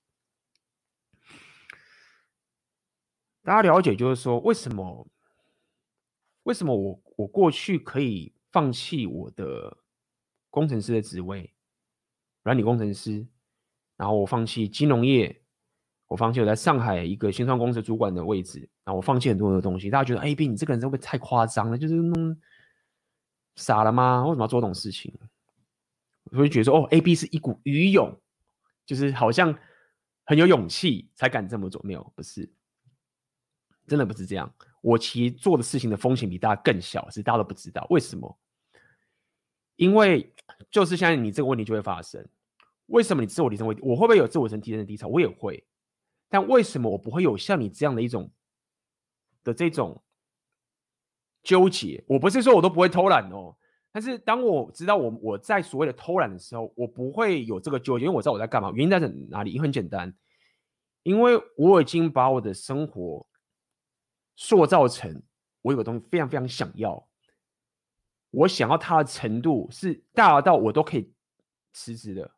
大家了解，就是说为什么？为什么我我过去可以放弃我的工程师的职位，软体工程师，然后我放弃金融业，我放弃我在上海一个新创公司主管的位置，然啊，我放弃很多的东西。大家觉得 A B 你这个人会不会太夸张了？就是弄傻了吗？为什么要做这种事情？我会觉得说，哦 ，A B 是一股愚勇，就是好像很有勇气才敢这么做。没有，不是，真的不是这样。我其实做的事情的风险比大家更小，只是大家都不知道为什么。因为就是现在你这个问题就会发生。为什么你自我提升会？我会不会有自我提升的低潮？我也会。但为什么我不会有像你这样的一种的这种纠结？我不是说我都不会偷懒哦，但是当我知道我我在所谓的偷懒的时候，我不会有这个纠结，因为我知道我在干嘛。原因在哪里？很简单，因为我已经把我的生活塑造成我有个东西非常非常想要，我想要它的程度是大到我都可以辞职的。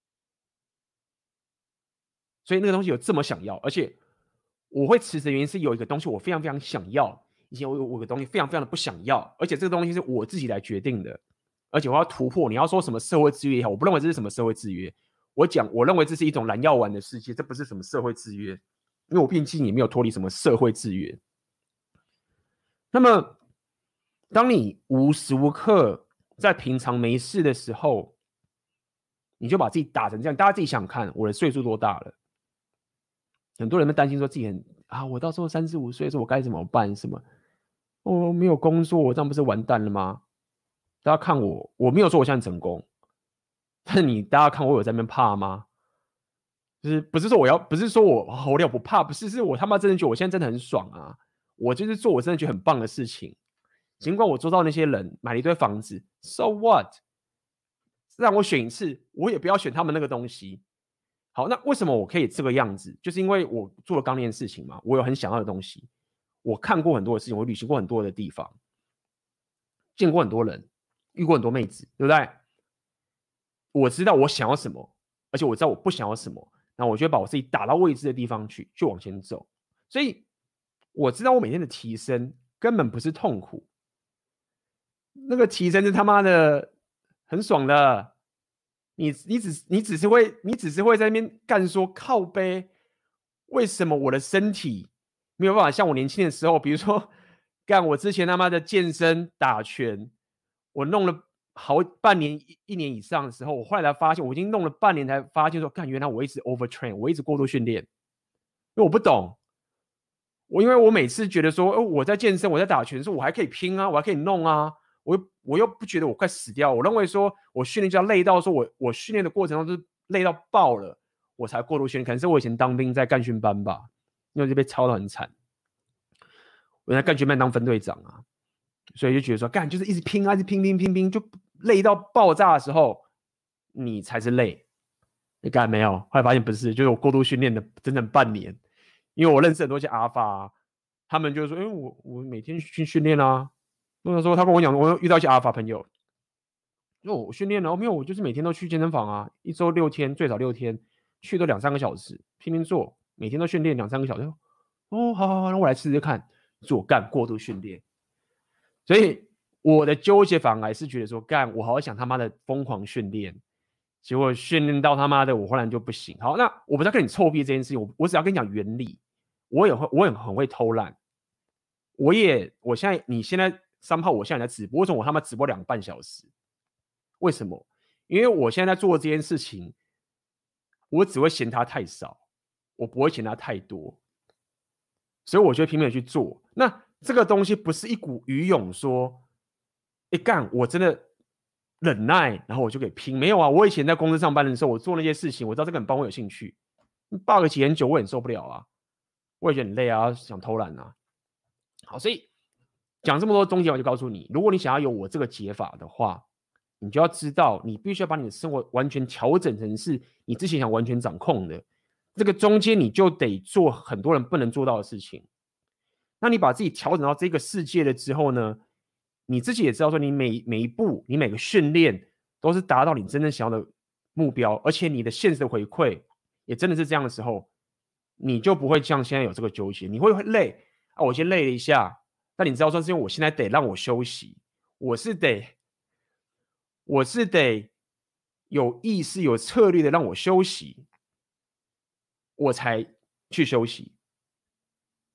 所以那个东西有这么想要，而且我会辞职的原因是有一个东西我非常非常想要，以前我有我有个东西非常非常的不想要，而且这个东西是我自己来决定的，而且我要突破。你要说什么社会制约也好，我不认为这是什么社会制约。我讲，我认为这是一种蓝药丸的世界，这不是什么社会制约，因为我毕竟也没有脱离什么社会制约。那么，当你无时无刻在平常没事的时候，你就把自己打成这样，大家自己想想看，我的岁数多大了？很多人们担心说自己很啊，我到时候三十五岁的时候我该怎么办？什么？我、哦、没有工作，我这样不是完蛋了吗？大家看我，我没有说我现在成功，但是你大家看我有在那边怕吗？就是不是说我要，不是说我好了不怕，不是，是我他妈真的觉得我现在真的很爽啊！我就是做我真的觉得很棒的事情，尽管我做到那些人买了一堆房子 ，so what？ 让我选一次，我也不要选他们那个东西。好，那为什么我可以这个样子？就是因为我做了刚练的事情嘛，我有很想要的东西，我看过很多的事情，我旅行过很多的地方，见过很多人，遇过很多妹子，对不对？我知道我想要什么，而且我知道我不想要什么，那我就会把我自己打到未知的地方去，就往前走。所以我知道我每天的提升根本不是痛苦，那个提升是他妈的很爽的。你你只你只是会你只是会在那边干说靠背，为什么我的身体没有办法像我年轻的时候？比如说，干我之前他妈的健身打拳，我弄了好半年一一年以上的时候，我后来才发现，我已经弄了半年才发现说，干原来我一直 overtrain， 我一直过度训练，因为我不懂。我因为我每次觉得说，哦，我在健身，我在打拳的时候，我还可以拼啊，我还可以弄啊。我我又不觉得我快死掉，我认为说我训练就要累到说我我训练的过程中就是累到爆了，我才过度训练。可能是我以前当兵在干训班吧，因为就被操到很惨，我在干训班当分队长啊，所以就觉得说干就是一直拼啊，一直拼拼拼拼，就累到爆炸的时候，你才是累。你干没有？后来发现不是，就是我过度训练的整整半年，因为我认识很多些阿法、啊，他们就说，哎、欸，我我每天去训练啊。那时候他跟我讲，我遇到一些阿法朋友，因为我训练了，没有，我就是每天都去健身房啊，一周六天，最少六天，去都两三个小时，拼命做，每天都训练两三个小时。哦，好好好，那我来试试看，做干过度训练。所以我的纠结反而是觉得说，干，我好想他妈的疯狂训练，结果训练到他妈的我忽然就不行。好，那我不是要跟你臭屁这件事情，我我只要跟你讲原理，我也会，我也很会偷懒，我也，我现在，你现在。三号，我现在在直播，为什么我他妈直播两个半小时？为什么？因为我现在在做这件事情，我只会嫌它太少，我不会嫌它太多，所以我就拼命的去做。那这个东西不是一股愚勇说，哎干，我真的忍耐，然后我就给拼。没有啊，我以前在公司上班的时候，我做那些事情，我知道这个很帮我有兴趣，抱个几很久，我也受不了啊，我也觉得很累啊，想偷懒啊。好，所以。讲这么多东西，我就告诉你，如果你想要有我这个解法的话，你就要知道，你必须要把你的生活完全调整成是你之前想完全掌控的。这个中间你就得做很多人不能做到的事情。那你把自己调整到这个世界了之后呢，你自己也知道说，你每每一步，你每个训练都是达到你真正想要的目标，而且你的现实的回馈也真的是这样的时候，你就不会像现在有这个纠结，你会累啊，我先累了一下。那你知道说，是因为我现在得让我休息，我是得，我是得有意识、有策略的让我休息，我才去休息。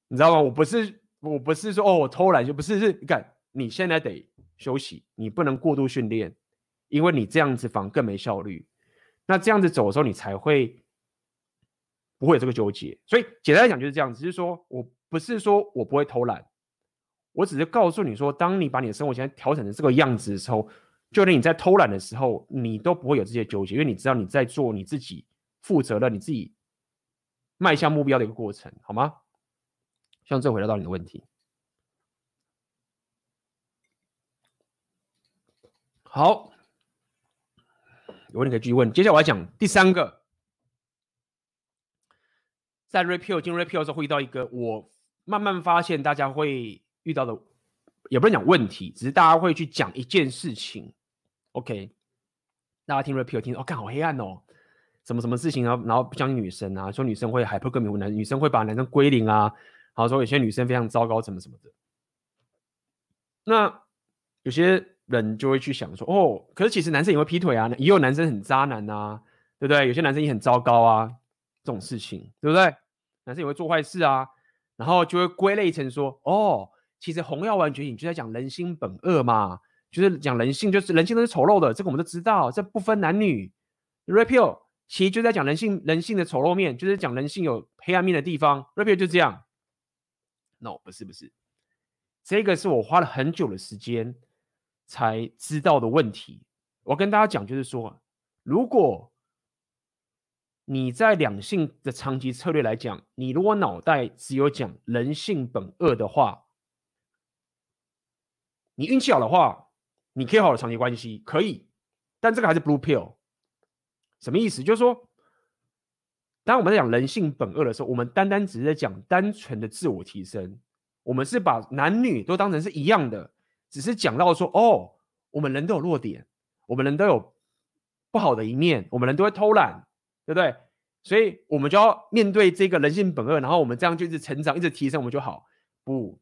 你知道吗？我不是我不是说哦我偷懒就不是，是你看你现在得休息，你不能过度训练，因为你这样子反而更没效率。那这样子走的时候，你才会不会有这个纠结。所以简单来讲就是这样子，就是说我不是说我不会偷懒，我只是告诉你说，当你把你的生活现在调整成这个样子的时候，就连你在偷懒的时候，你都不会有这些纠结，因为你知道你在做你自己负责任、你自己迈向目标的一个过程，好吗？希望这回答到你的问题。好，有问题可以继续问。接下来我要讲第三个，在 repeal 进入 repeal 的时候会遇到一个我慢慢发现大家会遇到的，也不能讲问题，只是大家会去讲一件事情。OK， 大家听 repeal 听哦，干好黑暗哦，什么什么事情啊，然后不相信女生啊，说女生会 hypergamy， 男女生会把男生归零啊，然后说有些女生非常糟糕，什么什么的。那有些人就会去想说，哦，可是其实男生也会劈腿啊，也有男生很渣男啊，对不对？有些男生也很糟糕啊，这种事情，对不对？男生也会做坏事啊，然后就会归类成说，哦，其实红药丸觉醒就在讲人性本恶嘛，就是讲人性，就是人性都是丑陋的，这个我们都知道，这不分男女。repeal 其实就在讲人性，人性的丑陋面，就是讲人性有黑暗面的地方。repeal 就这样 ，no， 不是不是。这个是我花了很久的时间才知道的问题。我跟大家讲，就是说，如果你在两性的长期策略来讲，你如果脑袋只有讲人性本恶的话，你运气好的话，你可以好的长期关系，可以，但这个还是 blue pill。什么意思？就是说，当我们在讲人性本恶的时候，我们单单只是在讲单纯的自我提升。我们是把男女都当成是一样的，只是讲到说，哦，我们人都有弱点，我们人都有不好的一面，我们人都会偷懒，对不对？所以我们就要面对这个人性本恶，然后我们这样就一直成长，一直提升，我们就好。不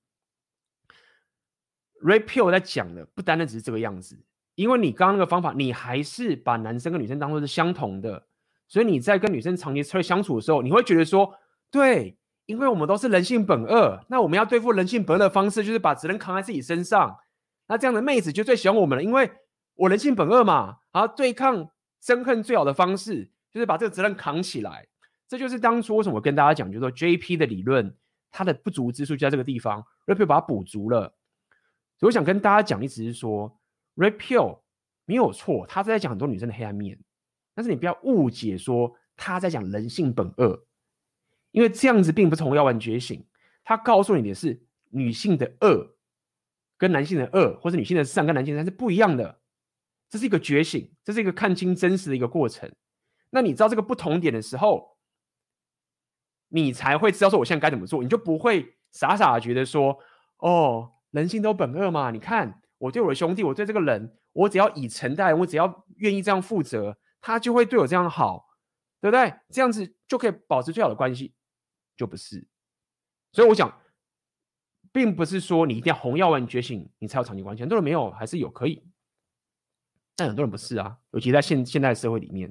，repeal 在讲的不单单只是这个样子，因为你刚刚那个方法，你还是把男生跟女生当作是相同的，所以你在跟女生长期策略相处的时候，你会觉得说，对。因为我们都是人性本恶，那我们要对付人性本恶的方式就是把责任扛在自己身上。那这样的妹子就最喜欢我们了，因为我人性本恶嘛。然后对抗憎恨最好的方式就是把这个责任扛起来。这就是当初为什么我跟大家讲，就是说 J P 的理论它的不足之处就在这个地方 ，repeal 把它补足了。所以我想跟大家讲，意思是说 repeal 没有错，他在讲很多女生的黑暗面，但是你不要误解说他在讲人性本恶。因为这样子并不是红药丸觉醒，他告诉你的是女性的恶跟男性的恶，或者女性的善跟男性的善是不一样的。这是一个觉醒，这是一个看清真实的一个过程。那你知道这个不同点的时候，你才会知道说我现在该怎么做，你就不会傻傻的觉得说，哦，人性都本恶嘛。你看我对我的兄弟，我对这个人，我只要以诚待人，我只要愿意这样负责，他就会对我这样好，对不对？这样子就可以保持最好的关系。就不是，所以我讲，并不是说你一定要红药丸觉醒，你才有长期关系。很多人没有，还是有可以，但很多人不是啊，尤其在现现代社会里面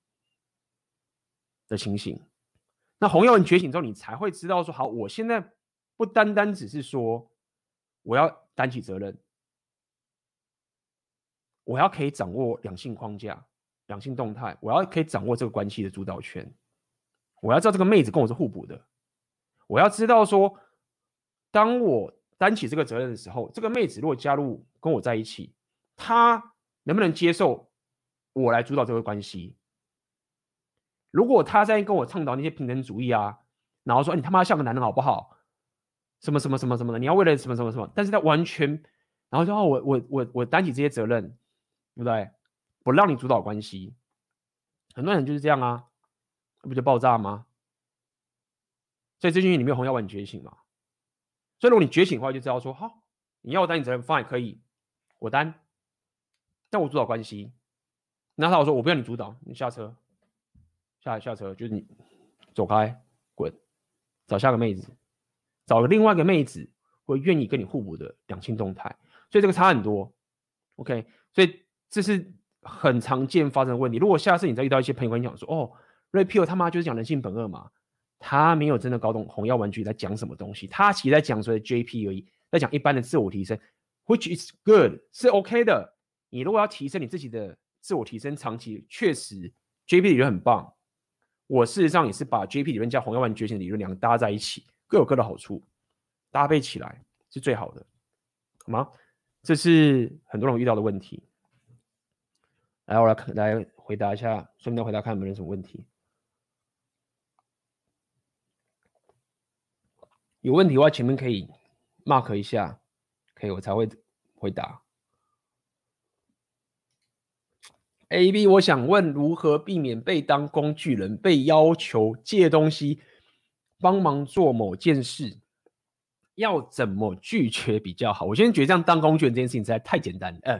的情形。那红药丸觉醒之后，你才会知道说，好，我现在不单单只是说我要担起责任，我要可以掌握两性框架、两性动态，我要可以掌握这个关系的主导权。我要知道这个妹子跟我是互补的，我要知道说，当我担起这个责任的时候，这个妹子如果加入跟我在一起，她能不能接受我来主导这个关系？如果她在跟我倡导那些平等主义啊，然后说、欸、你他妈像个男人好不好？什么什么什么什么的，你要为了什么什么什么，但是她完全，然后说、哦、我我我我担起这些责任，对不对？不让你主导关系，很多人就是这样啊。不就爆炸吗？所以这就是你没有红药丸觉醒嘛。所以如果你觉醒的话，就知道说，好，你要我担你责任，放也可以，我担，但我主导关系。那他我说我不要你主导，你下车，下下车就是你走开，滚，找下个妹子，找另外一个妹子会愿意跟你互补的两性动态。所以这个差很多。OK， 所以这是很常见发生的问题。如果下次你再遇到一些朋友跟你讲说，哦。repeal 他妈就是讲人性本恶嘛， 他没有真的搞懂红药丸具在讲什么东西，他其实在讲所谓的 J P 而已，在讲一般的自我提升 ，which is good 是 OK 的。你如果要提升你自己的自我提升，长期确实 J P 理论很棒。我事实上也是把 J P 理论加红药丸觉醒理论两个搭在一起，各有各的好处，搭配起来是最好的，好吗？这是很多人遇到的问题。来，我来来回答一下，顺便回答看有没有什么问题。有问题的话，前面可以 mark 一下，可以我才会回答。A B， 我想问如何避免被当工具人，被要求借東西，帮忙做某件事，要怎麼拒絕比較好？我先覺得這樣當工具人這件事情實在太簡單，呃，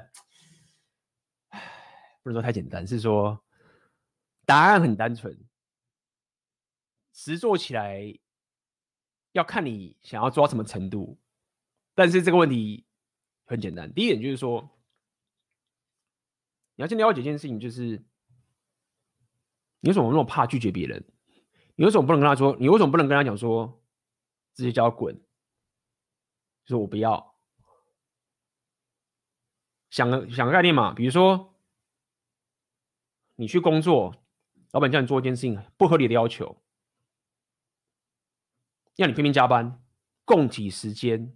不是說太簡單，是說答案很單純，實做起來要看你想要做到什麼程度，但是這個問題很簡單。第一點就是說，你要先了解一件事情，就是你為什麼那麼怕拒絕別人？你為什麼不能跟他說？你為什麼不能跟他講說，直接叫他滾？就是我不要。想個想個概念嘛，比如說你去工作，老闆叫你做一件事情不合理的要求，要你拼命加班，供給時間，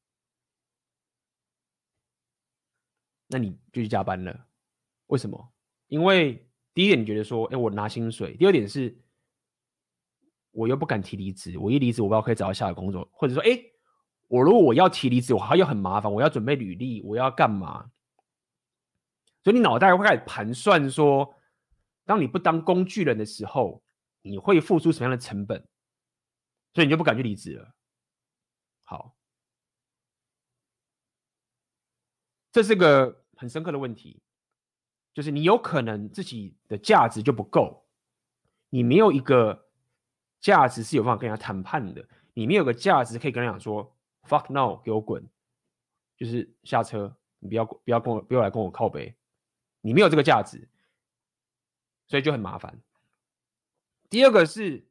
那你就去加班了。為什麼？因為第一點你覺得說，哎，我拿薪水；第二點是，我又不敢提離職，我一離職我不知道可以找到下個工作，或者說，哎，我如果我要提離職，我還要很麻煩，我要準備履歷，我要幹嘛？所以你腦袋會開始盤算說，當你不當工具人的時候，你會付出什麼樣的成本？所以你就不敢去離職了。好，這是個很深刻的問題。就是你有可能自己的價值就不夠，你沒有一個價值是有辦法跟人家談判的，你沒有個價值可以跟人講說 fuck no 給我滾，就是下車，你不要不要跟我不要來跟我靠北，你沒有這個價值，所以就很麻煩。第二個是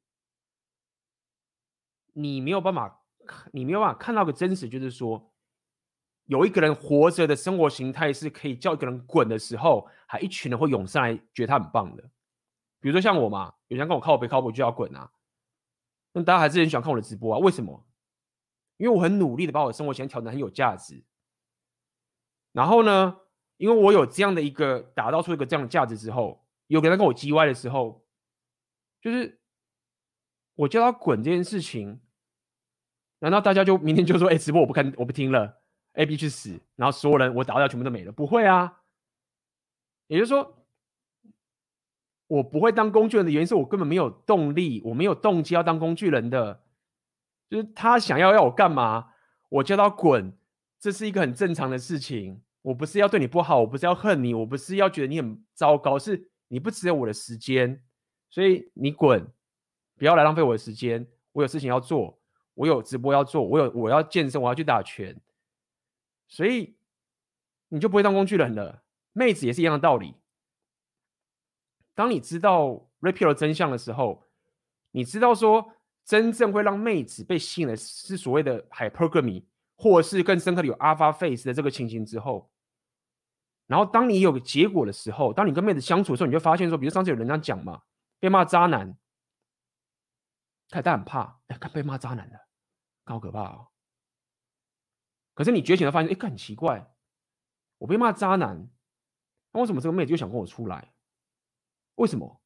你沒有辦法你沒有辦法看到個真實，就是說有一個人活着的生活形態是可以叫一個人滾的時候，還一群人會湧上來覺得他很棒的。比如說像我嘛，有人跟我靠北靠北就要滾啊，那大家還是很喜歡看我的直播啊。為什麼？因為我很努力的把我的生活形態調得很有價值。然後呢，因為我有這樣的一個打造出一個這樣的價值之後，有個人跟我嘰歪的時候，就是我叫他滾這件事情，難道大家就明天就說，哎，直播我不看我不聽了？A B 去死，然後所有人我打掉全部都沒了，不會啊。也就是說，我不會當工具人的原因是我根本沒有動力，我沒有動機要當工具人的。就是他想要要我幹嘛，我叫他滾，這是一個很正常的事情。我不是要對你不好，我不是要恨你，我不是要覺得你很糟糕，是你不值得我的時間，所以你滾，不要來浪費我的時間。我有事情要做，我有直播要做，我有我要健身，我要去打拳。所以你就不會當工具人了。妹子也是一樣的道理。當你知道 Red Pill 的真相的時候，你知道說真正會讓妹子被吸引的是所謂的 hypergamy， 或是更深刻的有 alpha face 的這個情形之後，然後當你有個結果的時候，當你跟妹子相處的時候，你就發現說，比如上次有人這樣講嘛，被罵渣男，大家很怕，哎，看被罵渣男了，好可怕哦。可是你覺醒了發現，哎，很奇怪，我被罵渣男，那為什麼這個妹子又想跟我出來？為什麼？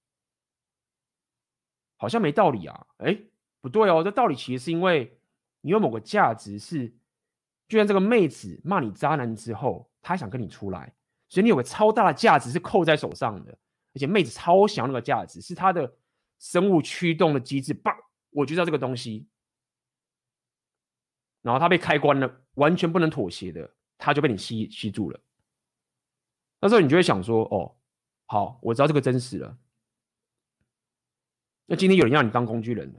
好像沒道理啊。哎，不對哦，這道理其實是因為你有某個價值是，就算這個妹子罵你渣男之後，她想跟你出來，所以你有個超大的價值是扣在手上的，而且妹子超想要那個價值，是她的生物驅動的機制，棒，我就知道這個東西。然後他被開關了，完全不能妥協的，他就被你吸吸住了。那時候你就會想說，哦，好，我知道這個真實了。那今天有人讓你當工具人的，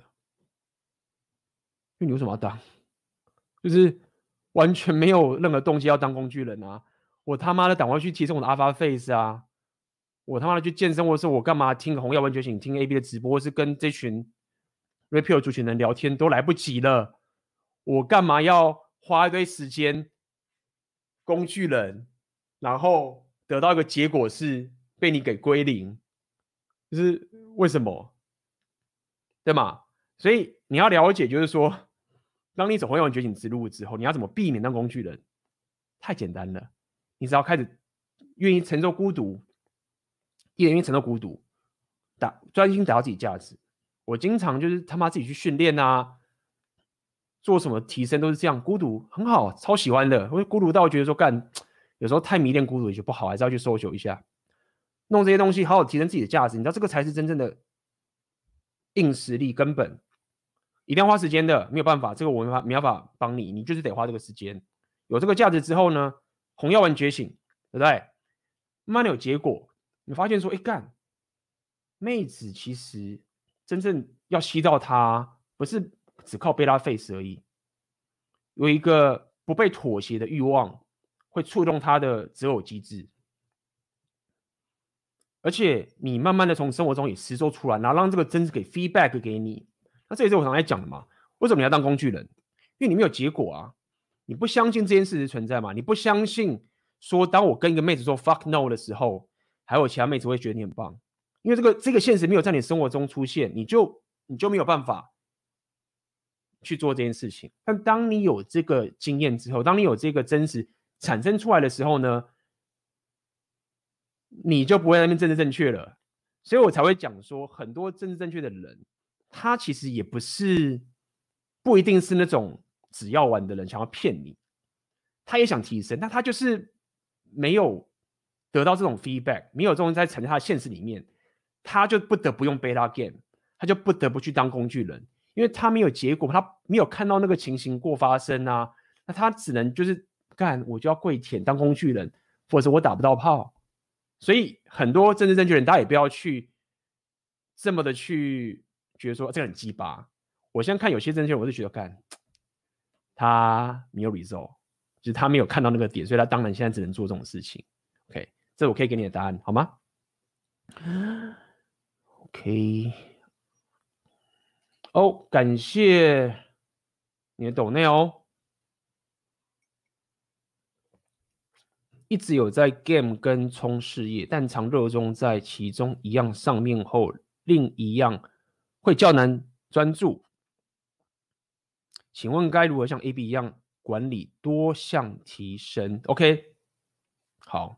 因為你為什麼要當？就是完全沒有任何動機要當工具人啊！我他媽的趕快去提升我的 Alpha Face 啊！我他媽的去健身，或是我幹嘛聽紅藥丸覺醒，聽 A B 的直播，是跟這群 repeal 族群人聊天都来不及了，我干嘛要花一堆时间工具人，然后得到一个结果是被你给归零，就是为什么？对吗？所以你要了解，就是说，当你走会用觉醒之路之后，你要怎么避免当工具人？太简单了，你只要开始愿意承受孤独，一人愿意承受孤独，打专心打到自己价值。我经常就是他妈自己去训练啊，做什么提升都是这样，孤独很好，超喜欢的。我孤独到我觉得说干，有时候太迷恋孤独也就不好，还是要去搜求一下，弄这些东西，好好提升自己的价值。你知道这个才是真正的硬实力根本，一定要花时间的，没有办法，这个我没办法帮你，你就是得花这个时间。有这个价值之后呢，红药丸觉醒，对不对？慢慢有结果，你发现说，哎干，妹子其实真正要吸到她，不是只靠贝拉 face 而已，有一个不被妥协的欲望，会触动她的择偶机制。而且你慢慢的从生活中也实做出来，然后让这个真实给 feedback 给你。那这也是我常在讲的嘛。为什么你要当工具人？因为你没有结果啊，你不相信这件事实存在嘛？你不相信说，当我跟一个妹子说 fuck no 的时候，还有其他妹子会觉得你很棒，因为这个这个现实没有在你生活中出现，你就你就没有办法去做这件事情。但当你有这个经验之后，当你有这个真实产生出来的时候呢？你就不会在那边政治正确了，所以我才会讲说，很多政治正确的人，他其实也不是不一定是那种只要玩的人，想要骗你，他也想提升，但他就是没有得到这种 feedback， 没有这种在呈现他的现实里面，他就不得不用 beta game， 他就不得不去当工具人，因为他没有结果，他没有看到那个情形过发生啊，那他只能就是干，我就要跪舔当工具人，或者我打不到炮。所以很多政治正确人，大家也不要去这么的去觉得说这个很鸡巴。我现在看有些政治正确人，我就觉得干他没有 result， 就是他没有看到那个点，所以他当然现在只能做这种事情。OK， 这我可以给你的答案，好吗 ？OK， 哦，感谢你的抖内哦。一直有在 game 跟冲事业，但常热衷在其中一样上面后，另一样会较难专注。请问该如何像 A B 一样管理多项提升 ？OK， 好，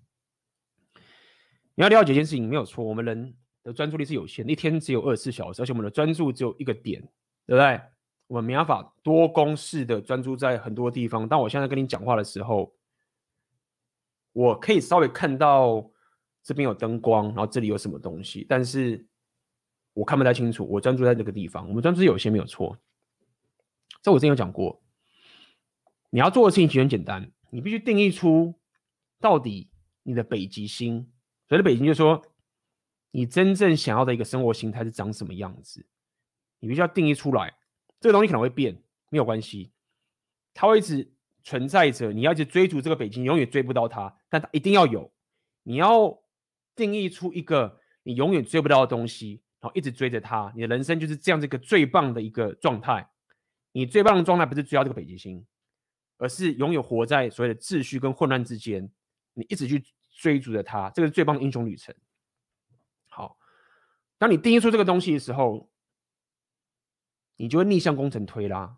你要了解一件事情没有错，我们人的专注力是有限，一天只有二十四小时，而且我们的专注只有一个点，对不对？我们没办法多工式的专注在很多地方。当我现在跟你讲话的时候，我可以稍微看到这边有灯光，然后这里有什么东西，但是我看不太清楚。我专注在这个地方，我们专注有些没有错。这我之前有讲过，你要做的事情其实很简单，你必须定义出到底你的北极星，所谓的北极星就是说你真正想要的一个生活形态是长什么样子，你必须要定义出来。这个东西可能会变，没有关系，它会一直存在着，你要一直追逐这个北极，永远追不到它，但它一定要有。你要定义出一个你永远追不到的东西，然后一直追着它，你的人生就是这样子一个最棒的一个状态。你最棒的状态不是追到这个北极星，而是永远活在所谓的秩序跟混乱之间，你一直去追逐着它，这个是最棒的英雄旅程。好，当你定义出这个东西的时候，你就会逆向工程推拉，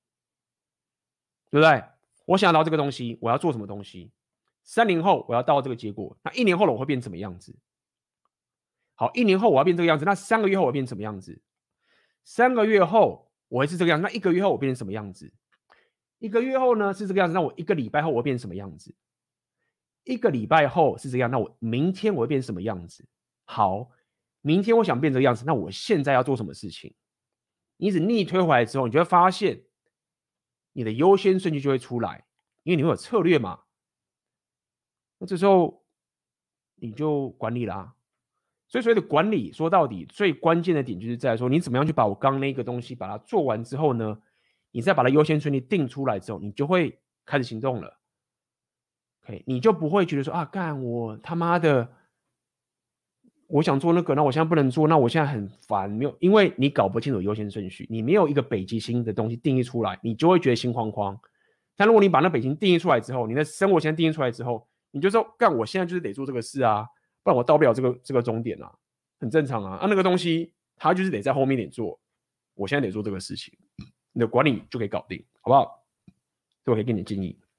对不对？我想要到这个东西，我要做什么东西？三年后我要到这个结果，那一年后了我会变什么样子？好，一年后我要变这个样子，那三个月后我变什么样子？三个月后我会是这个样子，那一个月后我变成什么样子？一个月后呢是这个样子，那我一个礼拜后我会变成什么样子？一个礼拜后是这样，那我明天我会变成什么样子？好，明天我想变这个样子，那我现在要做什么事情？你一直逆推回来之后，你就会发现你的优先顺序就会出来，因为你会有策略嘛。那这时候你就管理啦、啊。所以所谓的管理，说到底最关键的点就是在说，你怎么样去把我刚那个东西把它做完之后呢，你再把它优先顺序定出来之后，你就会开始行动了。OK， 你就不会觉得说啊，干我他妈的我想做那个，那我现在不能做，那我现在很烦，没有，因为你搞不清楚优先顺序，你没有一个北极星的东西定义出来，你就会觉得心慌慌。但如果你把那北极星定义出来之后，你的生活先定义出来之后，你就说干，我现在就是得做这个事啊，不然我到不了这个这个终点啊，很正常啊。啊，那个东西它就是得在后面点做，我现在得做这个事情，你的管理就可以搞定，好不好？这我可以给你建议。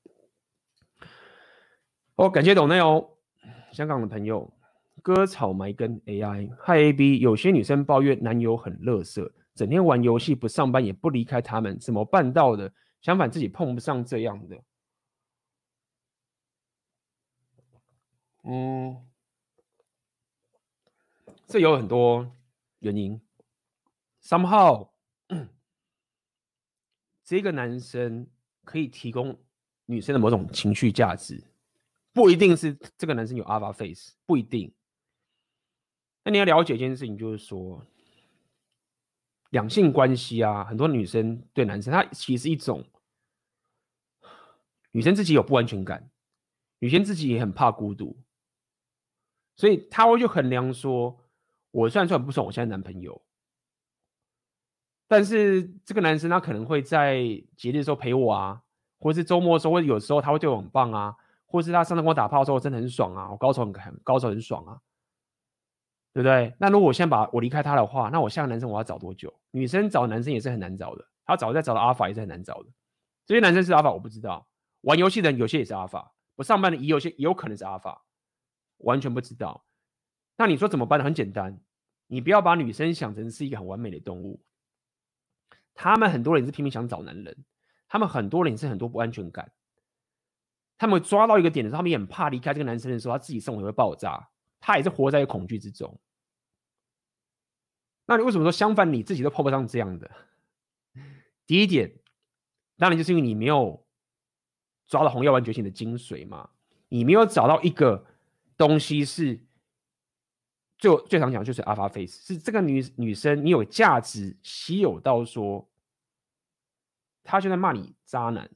哦，感谢抖内哦，香港的朋友。割草埋根 A I， 嗨 A B， 有些女生抱怨男友很垃圾，整天玩游戏不上班也不离开他们，怎么办到的？相反自己碰不上这样的。嗯，这有很多原因。somehow，这个男生可以提供女生的某种情绪价值，不一定是这个男生有 alpha face， 不一定。那你要了解一件事情，就是说，两性关系啊，很多女生对男生，她其实是一种女生自己有不安全感，女生自己也很怕孤独，所以她会去衡量说，我虽然说很不爽我现在男朋友，但是这个男生他可能会在节日的时候陪我啊，或是周末的时候，或者有时候他会对我很棒啊，或是他上次跟我打炮的时候真的很爽啊，我高潮很高潮很爽啊。对不对？那如果我现在把我离开他的话，那我下个男生我要找多久？女生找男生也是很难找的，他找再找到阿法也是很难找的。这些男生是阿法我不知道，玩游戏的人有些也是阿法，不上班的也有些也有可能是阿法，完全不知道。那你说怎么办呢？很简单，你不要把女生想成是一个很完美的动物。他们很多人是拼命想找男人，他们很多人是很多不安全感，他们抓到一个点的时候，他们也很怕离开这个男生的时候，他自己生活会爆炸。他也是活在恐惧之中。那你为什么说相反你自己都碰不上这样的？第一点，当然就是因为你没有抓到红药丸觉醒的精髓嘛，你没有找到一个东西是最最常讲就是 alpha face， 是这个女女生你有价值稀有到说，她就在骂你渣男，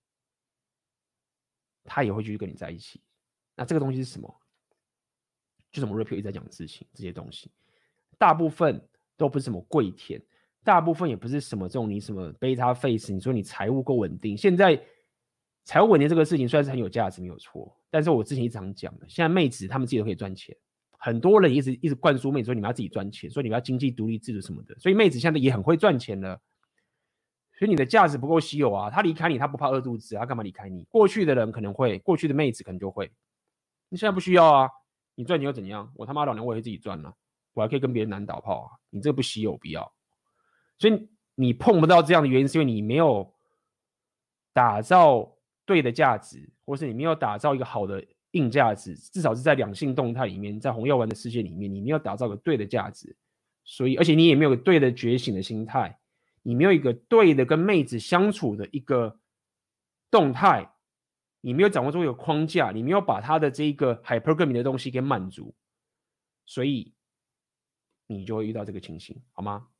她也会继续跟你在一起。那这个东西是什么？就是我们 Rapio 一直在讲的事情，这些东西大部分都不是什么跪舔，大部分也不是什么这种你什么 beta face， 你说你财务够稳定，现在财务稳定这个事情虽然是很有价值没有错，但是我之前一直常讲的，现在妹子她们自己都可以赚钱，很多人一直一直灌输妹子说你们要自己赚钱，说你们要经济独立自主什么的，所以妹子现在也很会赚钱了。所以你的价值不够稀有啊，她离开你，她不怕饿肚子，她干嘛离开你？过去的人可能会，过去的妹子可能就会，你现在不需要啊。你赚钱又怎样？我他妈老娘我也会自己赚啊，我还可以跟别人男打炮啊！你这个不稀有，不要。所以你碰不到这样的原因，是因为你没有打造对的价值，或是你没有打造一个好的硬价值，至少是在两性动态里面，在红药丸的世界里面，你没有打造个对的价值，所以而且你也没有个对的觉醒的心态，你没有一个对的跟妹子相处的一个动态。你没有掌握住一个框架，你没有把他的这个 hypergamy 的东西给满足，所以你就会遇到这个情形，好吗？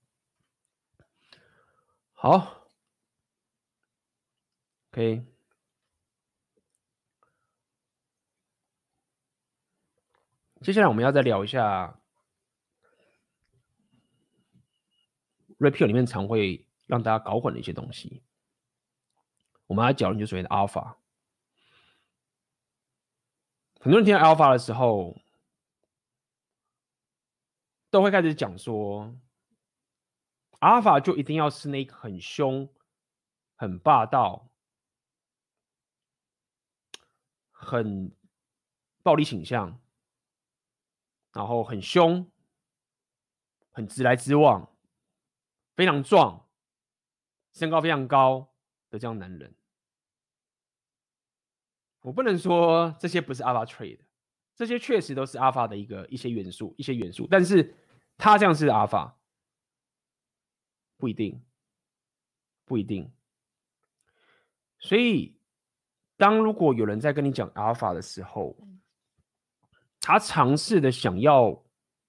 好 ，OK， 接下来我们要再聊一下 Rapio 里面常会让大家搞混的一些东西。我们要讲的就是所谓的 alpha。很多人听到 alpha 的时候，都会开始讲说 ，alpha 就一定要是那个很凶、很霸道、很暴力倾向，然后很凶、很直来直往、非常壮、身高非常高的这样男人。我不能说这些不是 alpha trait， 这些确实都是 alpha 的一个一些元素，一些元素，但是他这样是 alpha， 不一定，不一定。所以，当如果有人在跟你讲 alpha 的时候，他尝试的想要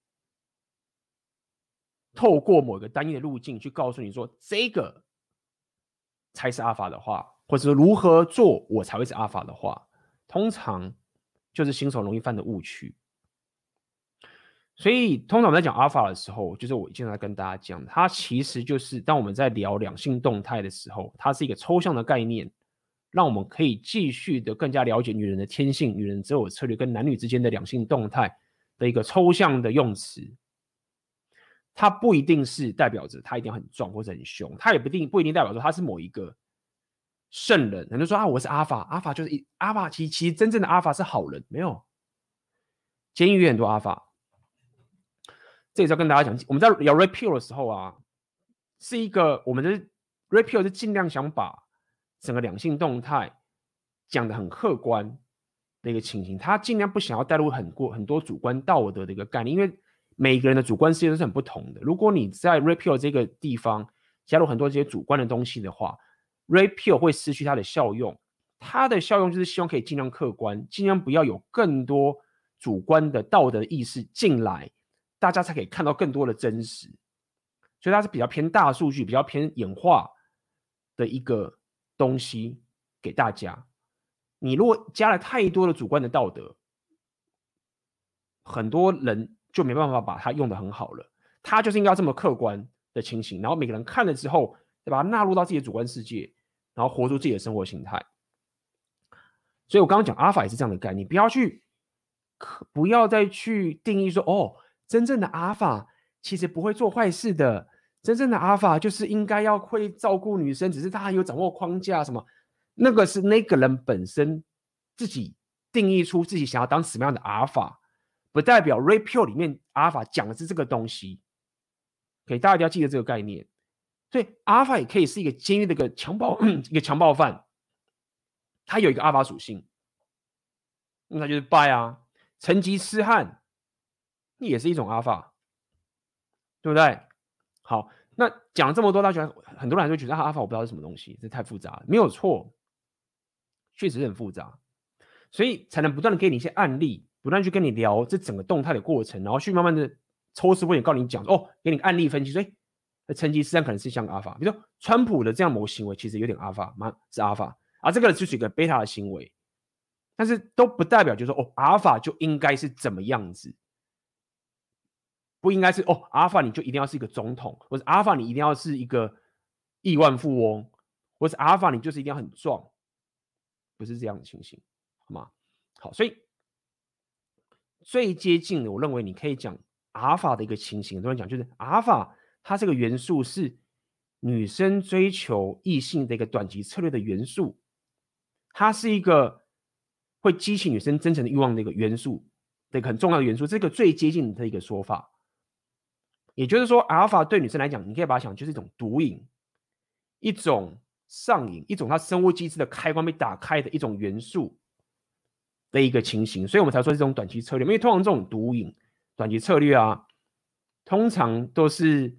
透过某个单一的路径去告诉你说这个才是 alpha 的话，或者说如何做我才会是 alpha 的话，通常就是新手容易犯的误区。 所以通常我们在讲 alpha 的时候，就是我经常跟大家讲，它其实就是当我们在聊两性动态的时候，它是一个抽象的概念，让我们可以继续的更加了解女人的天性、女人择偶策略跟男女之间的两性动态的一个抽象的用词。它不一定是代表着他一定要很壮或者很凶，它也不一定不一定代表说他是某一个圣人。人就说啊，我是阿法，阿法就是阿法，其其实真正的阿法是好人，没有。监狱有很多阿法。这也是要跟大家讲，我们在聊 repeal 的时候啊，是一个我们的 repeal 是尽量想把整个两性动态讲得很客观的一个情形，他尽量不想要带入很过很多主观道德的一个概念，因为每个人的主观世界都是很不同的。如果你在 repeal 这个地方加入很多这些主观的东西的话 ，repeal 会失去它的效用。它的效用就是希望可以尽量客观，尽量不要有更多主观的道德意识进来。大家才可以看到更多的真实，所以它是比较偏大数据、比较偏演化的一个东西给大家。你如果加了太多的主观的道德，很多人就没办法把它用得很好了。它就是应该这么客观的情形，然后每个人看了之后，再把它纳入到自己的主观世界，然后活出自己的生活形态。所以我刚刚讲阿法也是这样的概念，不要去，不要再去定义说哦。真正的阿法其实不会做坏事的，真正的阿法就是应该要会照顾女生，只是他有掌握框架什么，那个是那个人本身自己定义出自己想要当什么样的阿法，不代表 repeal 里面阿法讲的是这个东西。OK， 大家一定要记得这个概念。所以阿法也可以是一个监狱的一个强暴一个强暴犯，他有一个阿法属性，那他就是拜啊，成吉思汗。也是一种阿法，对不对？好，那讲了这么多，大家很多人就觉得阿法我不知道是什么东西，这太复杂了。没有错，确实很复杂，所以才能不断的给你一些案例，不断去跟你聊这整个动态的过程，然后去慢慢的抽丝剥茧，告诉你讲哦，给你案例分析，所以成吉思汗可能是像阿法，比如说川普的这样某行为其实有点阿法吗？是阿法啊，这个就是一个贝塔的行为，但是都不代表就是说哦，阿法就应该是怎么样子。不应该是哦，阿法你就一定要是一个总统，或者阿法你一定要是一个亿万富翁，或者阿法你就是一定要很壮，不是这样的情形，好吗？好，所以最接近的，我认为你可以讲阿法的一个情形，很多人讲就是阿法它这个元素是女生追求异性的一个短期策略的元素，它是一个会激起女生真诚的欲望的一个元素的一个很重要的元素，这个最接近的一个说法。也就是说，阿尔法对女生来讲，你可以把它想就是一种毒瘾，一种上瘾，一种它生物机制的开关被打开的一种元素的一个情形，所以我们才说这种短期策略。因为通常这种毒瘾、短期策略啊，通常都是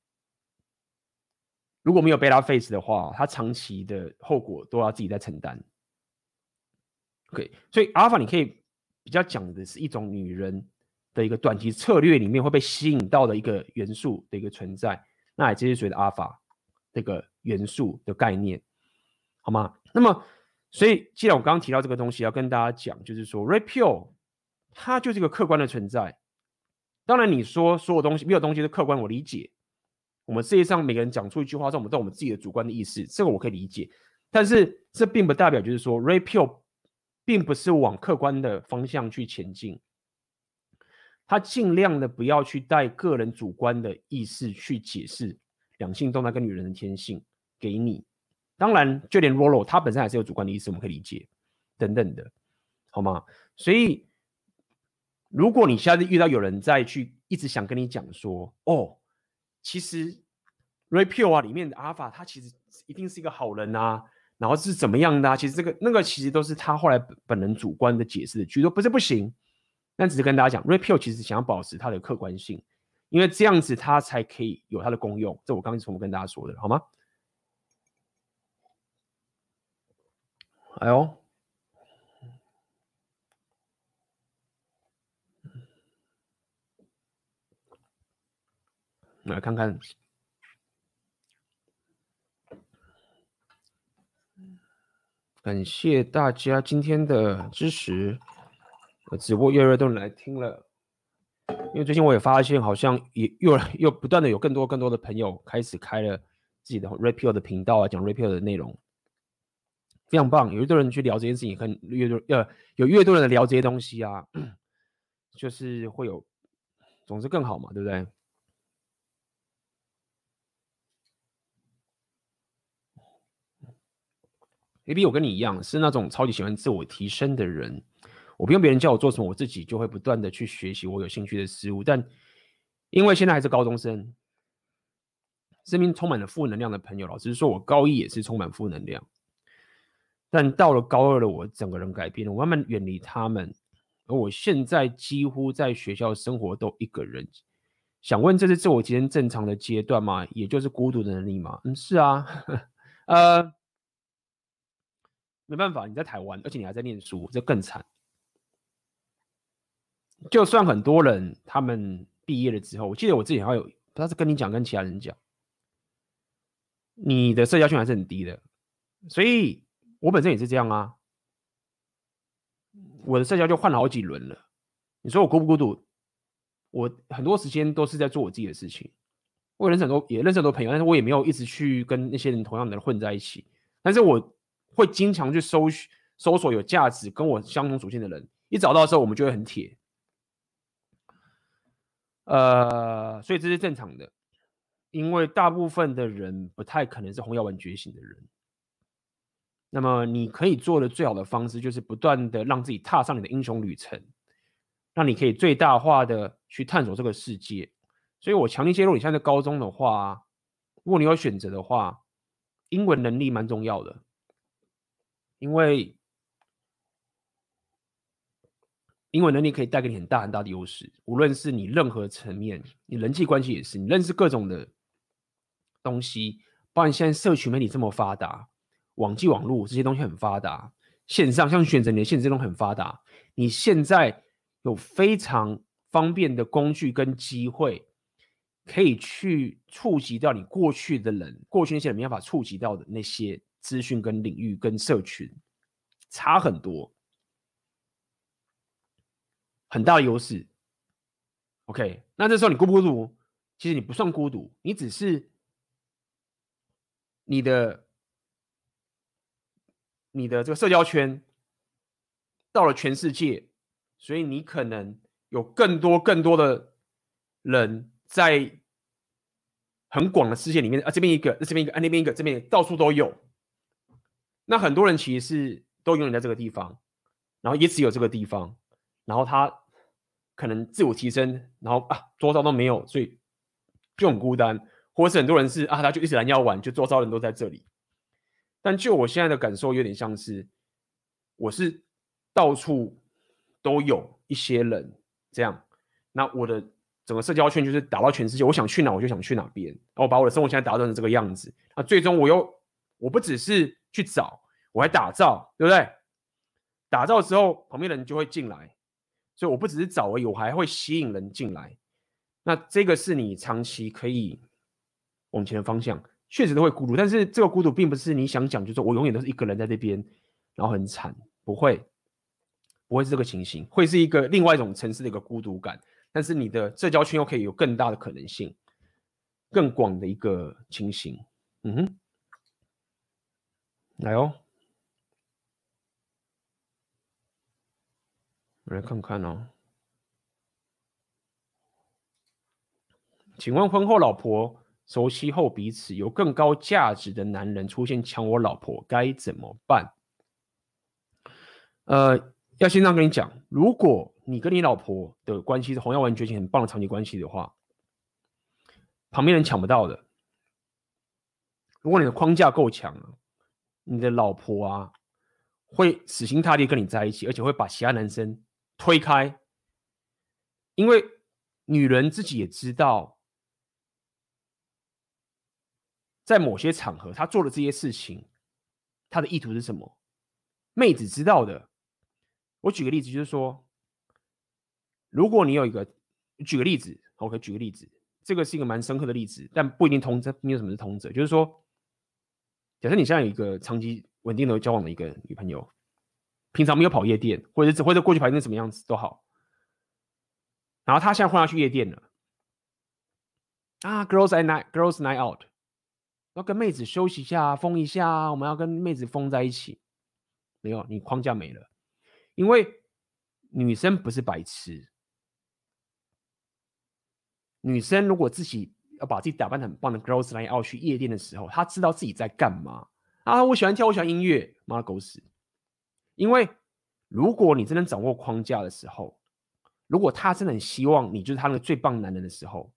如果没有贝拉 face 的话，它长期的后果都要自己在承担。OK， 所以阿尔法你可以比较讲的是一种女人的一个短期策略里面会被吸引到的一个元素的一个存在，那也就是所谓的阿尔法这个元素的概念，好吗？那么，所以既然我刚刚提到这个东西，要跟大家讲，就是说 repeal 它就是一个客观的存在。当然，你说所有东西没有东西是客观，我理解。我们世界上每个人讲出一句话，是我们都有我们自己的主观的意识，这个我可以理解。但是这并不代表就是说 repeal 并不是往客观的方向去前进。他尽量的不要去带个人主观的意识去解释两性动态跟女人的天性给你。当然，就连 Rollo 他本身还是有主观的意识，我们可以理解等等的，好吗？所以，如果你下次遇到有人再去一直想跟你讲说，哦，其实 repeal 啊里面的阿法他其实一定是一个好人啊，然后是怎么样的啊？其实这个那个其实都是他后来本人主观的解释的居多，不是不行。但只是跟大家讲 repeal 其实想要保持它的客观性，因为这样子它才可以有它的功用，这我刚刚重复跟大家说的，好吗？哎呦，来看看，感谢大家今天的支持，直播越来越多人来听了。 因为最近我也发现，好像也又又不断的有更多更多的朋友开始开了自己的 Repeal 的频道啊，讲 Repeal 的内容，非常棒。有越多人去聊这件事情，很越多呃有越多人聊这些东西啊，就是会有，总之更好嘛，对不对？A B 我跟你一样，是那种超级喜欢自我提升的人。我不用别人叫我做什么，我自己就会不断的去学习我有兴趣的事物。但因为现在还是高中生，身边充满了负能量的朋友，老实说，我高一也是充满负能量。但到了高二的我，整个人改变了，我慢慢远离他们。而我现在几乎在学校生活都一个人。想问，这是自我提升正常的阶段吗？也就是孤独的能力吗？嗯，是啊，呃，没办法，你在台湾，而且你还在念书，这更惨。就算很多人他们毕业了之后，我记得我自己还有，不知道是跟你讲，跟其他人讲，你的社交圈还是很低的，所以我本身也是这样啊，我的社交就换了好几轮了。你说我孤不孤独？我很多时间都是在做我自己的事情。我认识很多，也认识很多朋友，但是我也没有一直去跟那些人同样的人混在一起。但是我会经常去搜搜索有价值、跟我相同属性的人，一找到的时候，我们就会很铁。呃，所以这是正常的，因为大部分的人不太可能是红药丸觉醒的人。那么你可以做的最好的方式，就是不断的让自己踏上你的英雄旅程，让你可以最大化的去探索这个世界。所以我强烈揭露，你现在在高中的话，如果你有选择的话，英文能力蛮重要的，因为英文能力可以带给你很大很大的优势，无论是你任何层面，你人际关系也是，你认识各种的东西，包括现在社群媒体这么发达，网际网络这些东西很发达，线上像选择你的线这种很发达，你现在有非常方便的工具跟机会，可以去触及到你过去的人，过去那些人没办法触及到的那些资讯跟领域跟社群，差很多。很大的优势。OK， 那这时候你孤不孤独？其实你不算孤独，你只是你的你的这个社交圈到了全世界，所以你可能有更多更多的人在很广的世界里面啊，这边一个，这边一个，啊那边一个，这边一个到处都有。那很多人其实是都永远在这个地方，然后也只有这个地方，然后他可能自我提升，然后啊周遭都没有，所以就很孤单，或者是很多人是啊他就一直拦腰玩，就周遭人都在这里。但就我现在的感受，有点像是我是到处都有一些人这样，那我的整个社交圈就是打到全世界，我想去哪我就想去哪边，然后把我的生活现在打造成这个样子。那最终我又我不只是去找，我还打造，对不对？打造之后，旁边的人就会进来，所以我不只是找而已，我还会吸引人进来。那这个是你长期可以往前的方向，确实都会孤独，但是这个孤独并不是你想讲，就是说我永远都是一个人在这边，然后很惨，不会，不会是这个情形，会是一个另外一种层次的一个孤独感。但是你的社交圈又可以有更大的可能性，更广的一个情形。嗯哼，来哦。来看看哦，请问婚后老婆熟悉后彼此有更高价值的男人出现抢我老婆该怎么办？呃，要先这样跟你讲，如果你跟你老婆的关系是红药丸觉醒很棒的长期关系的话，旁边人抢不到的。如果你的框架够强啊，你的老婆啊会死心塌地跟你在一起，而且会把其他男生推开，因为女人自己也知道，在某些场合她做的这些事情，她的意图是什么，妹子知道的。我举个例子，就是说，如果你有一个，举个例子 ，OK， 举个例子，这个是一个蛮深刻的例子，但不一定通则，没有什么是通则，就是说，假设你现在有一个长期稳定的交往的一个女朋友，平常没有跑夜店，或者或者过去跑夜店什么样子都好， 然后他现在换要去夜店了啊 ，girls night girls night out， 要跟妹子休息一下，疯一下，我们要跟妹子疯在一起。没有，你框架没了，因为女生不是白痴，女生如果自己要把自己打扮得很棒的 girls night out 去夜店的时候，她知道自己在干嘛啊，我喜欢跳，我喜欢音乐，妈的狗屎！因为如果你真的掌握框架的时候，如果他真的很希望你就是他那个最棒男人的时候，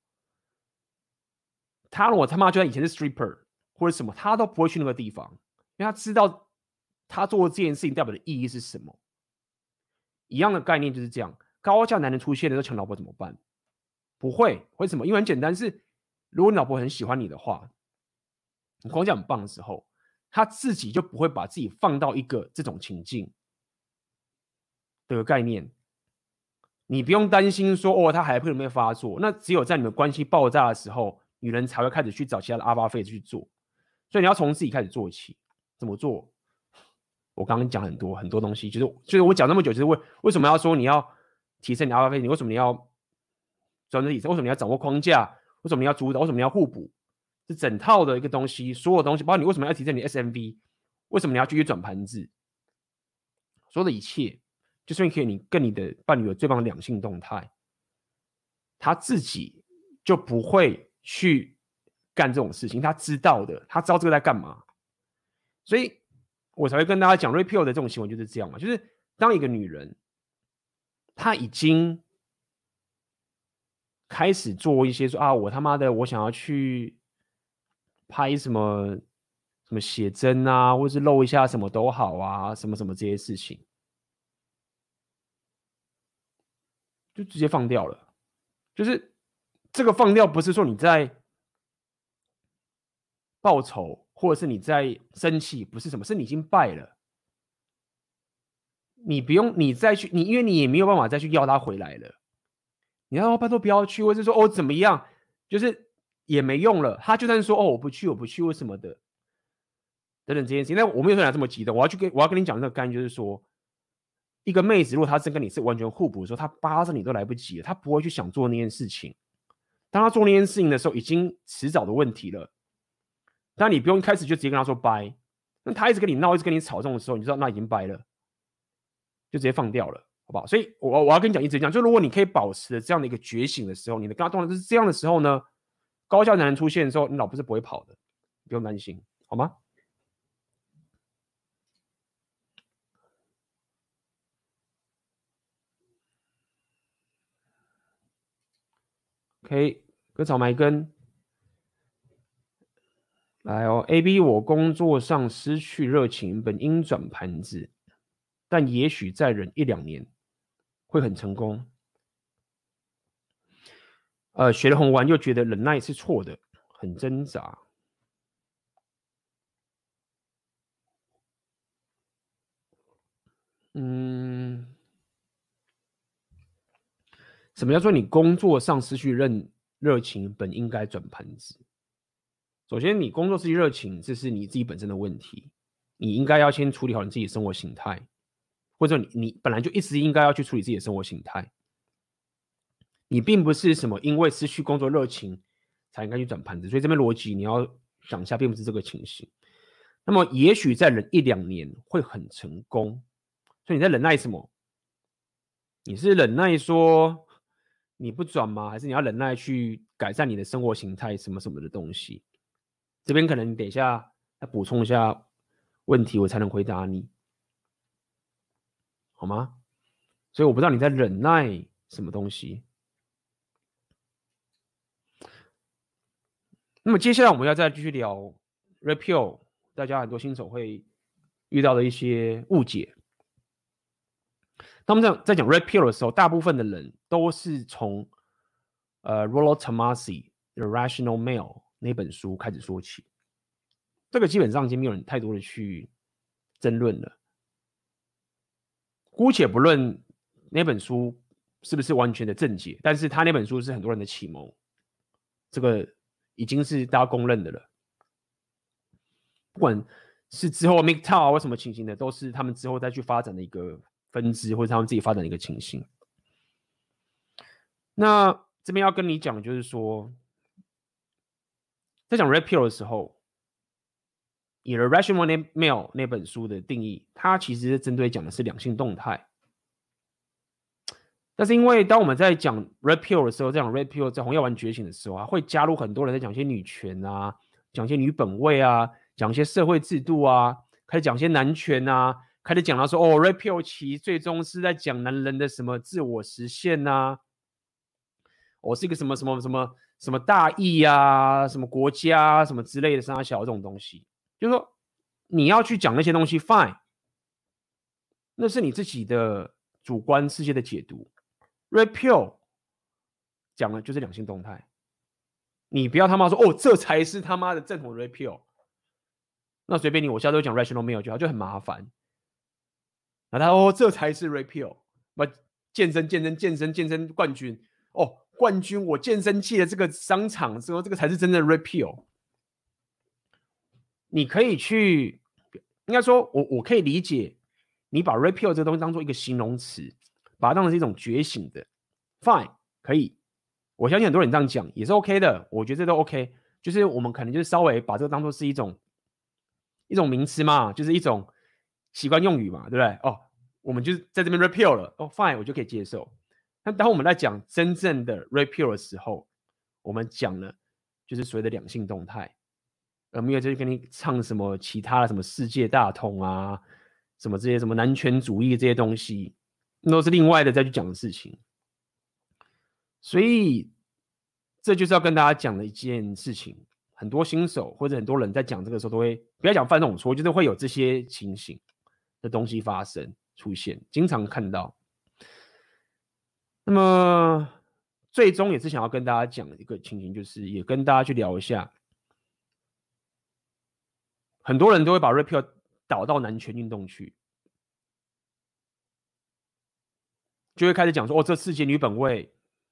他如果他妈就算以前是 stripper 或者什么，他都不会去那个地方，因为他知道他做这件事情代表的意义是什么。一样的概念就是这样，高价男人出现的时候抢老婆怎么办？不会，为什么？因为很简单，是如果你老婆很喜欢你的话，你框架很棒的时候，他自己就不会把自己放到一个这种情境的概念。你不用担心说哦，他还会有没有发作？那只有在你们关系爆炸的时候，女人才会开始去找其他的阿巴费去做。所以你要从自己开始做起。怎么做？我刚刚讲很多很多东西，就是就是我讲那么久，就是为为什么要说你要提升你的阿巴费？你为什么你要专注提升？为什么你要掌握框架？为什么你要主导？为什么你要互补？是整套的一个东西，所有东西，包括你为什么要提升你的 S M V？ 为什么你要继续转盘子？所有的一切。就是你可以你跟你的伴侣有最棒的两性动态，他自己就不会去干这种事情，他知道的，他知道这个在干嘛，所以我才会跟大家讲 repeal 的这种行为就是这样嘛，就是当一个女人她已经开始做一些说啊，我他妈的我想要去拍什么什么写真啊，或是露一下什么都好啊，什么什么这些事情。就直接放掉了，就是这个放掉不是说你在报仇，或者是你在生气，不是什么，是你已经败了，你不用你再去，你因为你也没有办法再去要他回来了，你要拜托不要去，或是说哦怎么样，就是也没用了，他就算说哦我不去我不去为什么的，等等这件事情，那我没有讲这么急的，我要去跟我要跟你讲这个概念，就是说。一个妹子，如果她真跟你是完全互补的时候，她扒着你都来不及了，她不会去想做那件事情。当她做那件事情的时候，已经迟早的问题了。但你不用一开始就直接跟她说掰，那她一直跟你闹，一直跟你吵这种时候，你就知道那已经掰了，就直接放掉了，好不好？所以我我要跟你讲，一直讲，就如果你可以保持这样的一个觉醒的时候，你的跟她动的是这样的时候呢，高效男人出现的时候，你老婆是不会跑的，不用担心，好吗？OK， 割草埋根，来哦 ，A B， 我工作上失去热情，本应转盘子，但也许再忍一两年会很成功。呃，学了红丸又觉得忍耐是错的，很挣扎。嗯。什么叫做你工作上失去热热情，本应该转盘子？首先，你工作失去热情，这是你自己本身的问题，你应该要先处理好你自己的生活形态，或者你你本来就一直应该要去处理自己的生活形态。你并不是什么因为失去工作热情才应该去转盘子，所以这边逻辑你要想一下，并不是这个情形。那么，也许再忍一两年会很成功，所以你在忍耐什么？你是忍耐说你不转吗？还是你要忍耐去改善你的生活形态什么什么的东西？这边可能你等一下再补充一下问题，我才能回答你，好吗？所以我不知道你在忍耐什么东西。那么接下来我们要再继续聊 repeal， 大家很多新手会遇到的一些误解。当我们在讲 repeal 的时候，大部分的人都是从呃 Rollo Tomassi 的 Rational Male 那本书开始说起。这个基本上已经没有人太多的去争论了。姑且不论那本书是不是完全的正解，但是他那本书是很多人的启蒙，这个已经是大家公认的了。不管是之后 M G T O W 或什么情形的，都是他们之后再去发展的一个分支，或者他们自己发展的一个情形。 那这边要跟你讲，就是说，在讲 Red Pill 的时候，以 The Rational Male 那本书的定义，它其实针对讲的是两性动态。但是因为当我们在讲 Red Pill 的时候，在讲 Red Pill 在红药丸觉醒的时候啊，会加入很多人在讲一些女权啊，讲一些女本位啊，讲一些社会制度啊，开始讲一些男权啊，开始讲到说哦 Red Pill 其实最终是在讲男人的什么自我实现啊，我、哦、是一个什么什么什么什么大义啊，什么国家什么之类的三小这种东西，就是说你要去讲那些东西 fine， 那是你自己的主观世界的解读。Red Pill 讲的就是两性动态，你不要他妈说哦，这才是他妈的正统 Red Pill， 那随便你，我下周讲 Rational Male 就好，就很麻烦。然后他哦，这才是 Red Pill， 那健身健身健身健身冠军哦，冠军我健身界的这个商场之后，这个才是真正的 Red Pill。你可以去，应该说我我可以理解，你把 Red Pill 这个东西当做一个形容词。把它当成是一种觉醒的 ，fine 可以，我相信很多人这样讲也是 OK 的，我觉得这都 OK， 就是我们可能就是稍微把这个当做是一种一种名词嘛，就是一种习惯用语嘛，对不对？哦，我们就是在这边 repeal 了，哦 fine 我就可以接受。但当我们在讲真正的 repeal 的时候，我们讲了就是所谓的两性动态，而没有就是跟你唱什么其他的什么世界大同啊，什么这些什么男权主义这些东西。那都是另外的再去讲的事情，所以这就是要跟大家讲的一件事情。很多新手或者很多人在讲这个时候，都会不要讲犯这种错，就是会有这些情形的东西发生出现，经常看到。那么最终也是想要跟大家讲的一个情形，就是也跟大家去聊一下，很多人都会把 Red Pill 导到男权运动去。就会开始讲说，哦，这世界女本位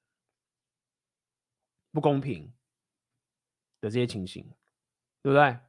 不公平的这些情形，对不对？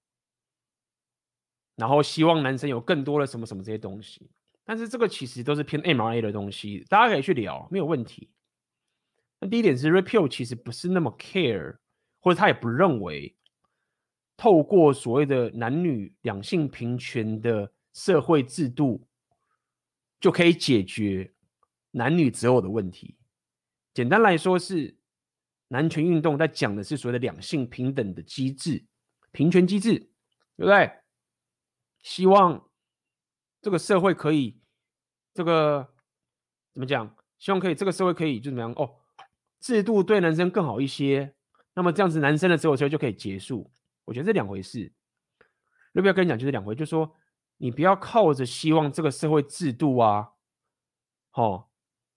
然后希望男生有更多的什么什么这些东西，但是这个其实都是偏 M R A 的东西，大家可以去聊，没有问题。那第一点是 Red Pill 其实不是那么 care， 或者他也不认为透过所谓的男女两性平权的社会制度就可以解决男女择偶的问题。简单来说是男权运动在讲的是所谓的两性平等的机制、平权机制，对不对？希望这个社会可以这个怎么讲？希望可以这个社会可以就怎么样哦？制度对男生更好一些，那么这样子男生的择偶权就可以结束。我觉得这两回事。要不要跟你讲？就是两回，就是说你不要靠着希望这个社会制度啊，哦，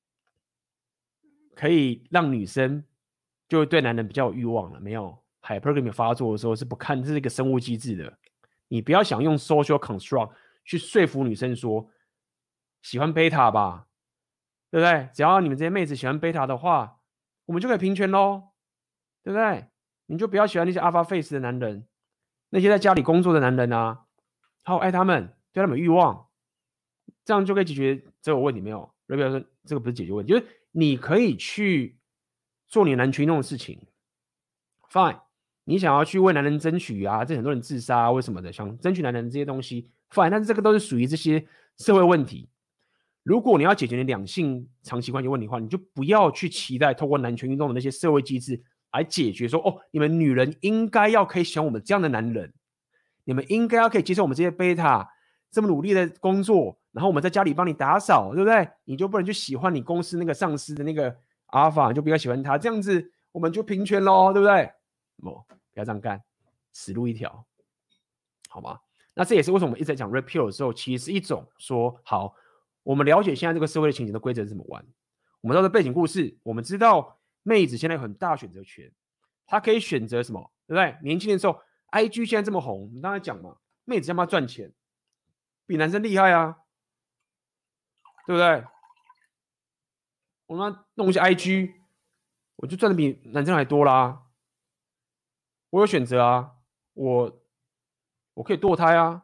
可以让女生就对男人比较有欲望了。没有 hypergamy 发作的时候是不看，这是一个生物机制的。你不要想用 social construct 去说服女生说喜欢贝塔吧，对不对？只要你们这些妹子喜欢贝塔的话，我们就可以平权咯，对不对？你就不要喜欢那些 alpha face 的男人，那些在家里工作的男人啊，好爱他们，对他们有欲望，这样就可以解决择偶问题没有？不要说这个不是解决问题，就是你可以去做你男权运动的事情 ，fine。你想要去为男人争取啊，这很多人自杀啊，为什么的？想争取男人这些东西 ，fine。但是这个都是属于这些社会问题。如果你要解决你两性长期关系问题的话，你就不要去期待透过男权运动的那些社会机制来解决说，哦，你们女人应该要可以喜欢我们这样的男人，你们应该要可以接受我们这些贝塔这么努力的工作，然后我们在家里帮你打扫，对不对？你就不能去喜欢你公司那个上司的那个阿尔法，你就不要喜欢他，这样子我们就平权咯，对不对？哦，不要这样干，死路一条，好吗？那这也是为什么我们一直在讲 Red Pill 的时候，其实是一种说，好，我们了解现在这个社会的情形的规则是怎么玩，我们知道的背景故事，我们知道妹子现在有很大选择权，她可以选择什么，对不对？年轻的时候 ，I G 现在这么红，我们刚才讲嘛，妹子要不要赚钱，比男生厉害啊，对不对？我那弄一些 I G， 我就赚的比男生还多啦。我有选择啊，我我可以堕胎啊，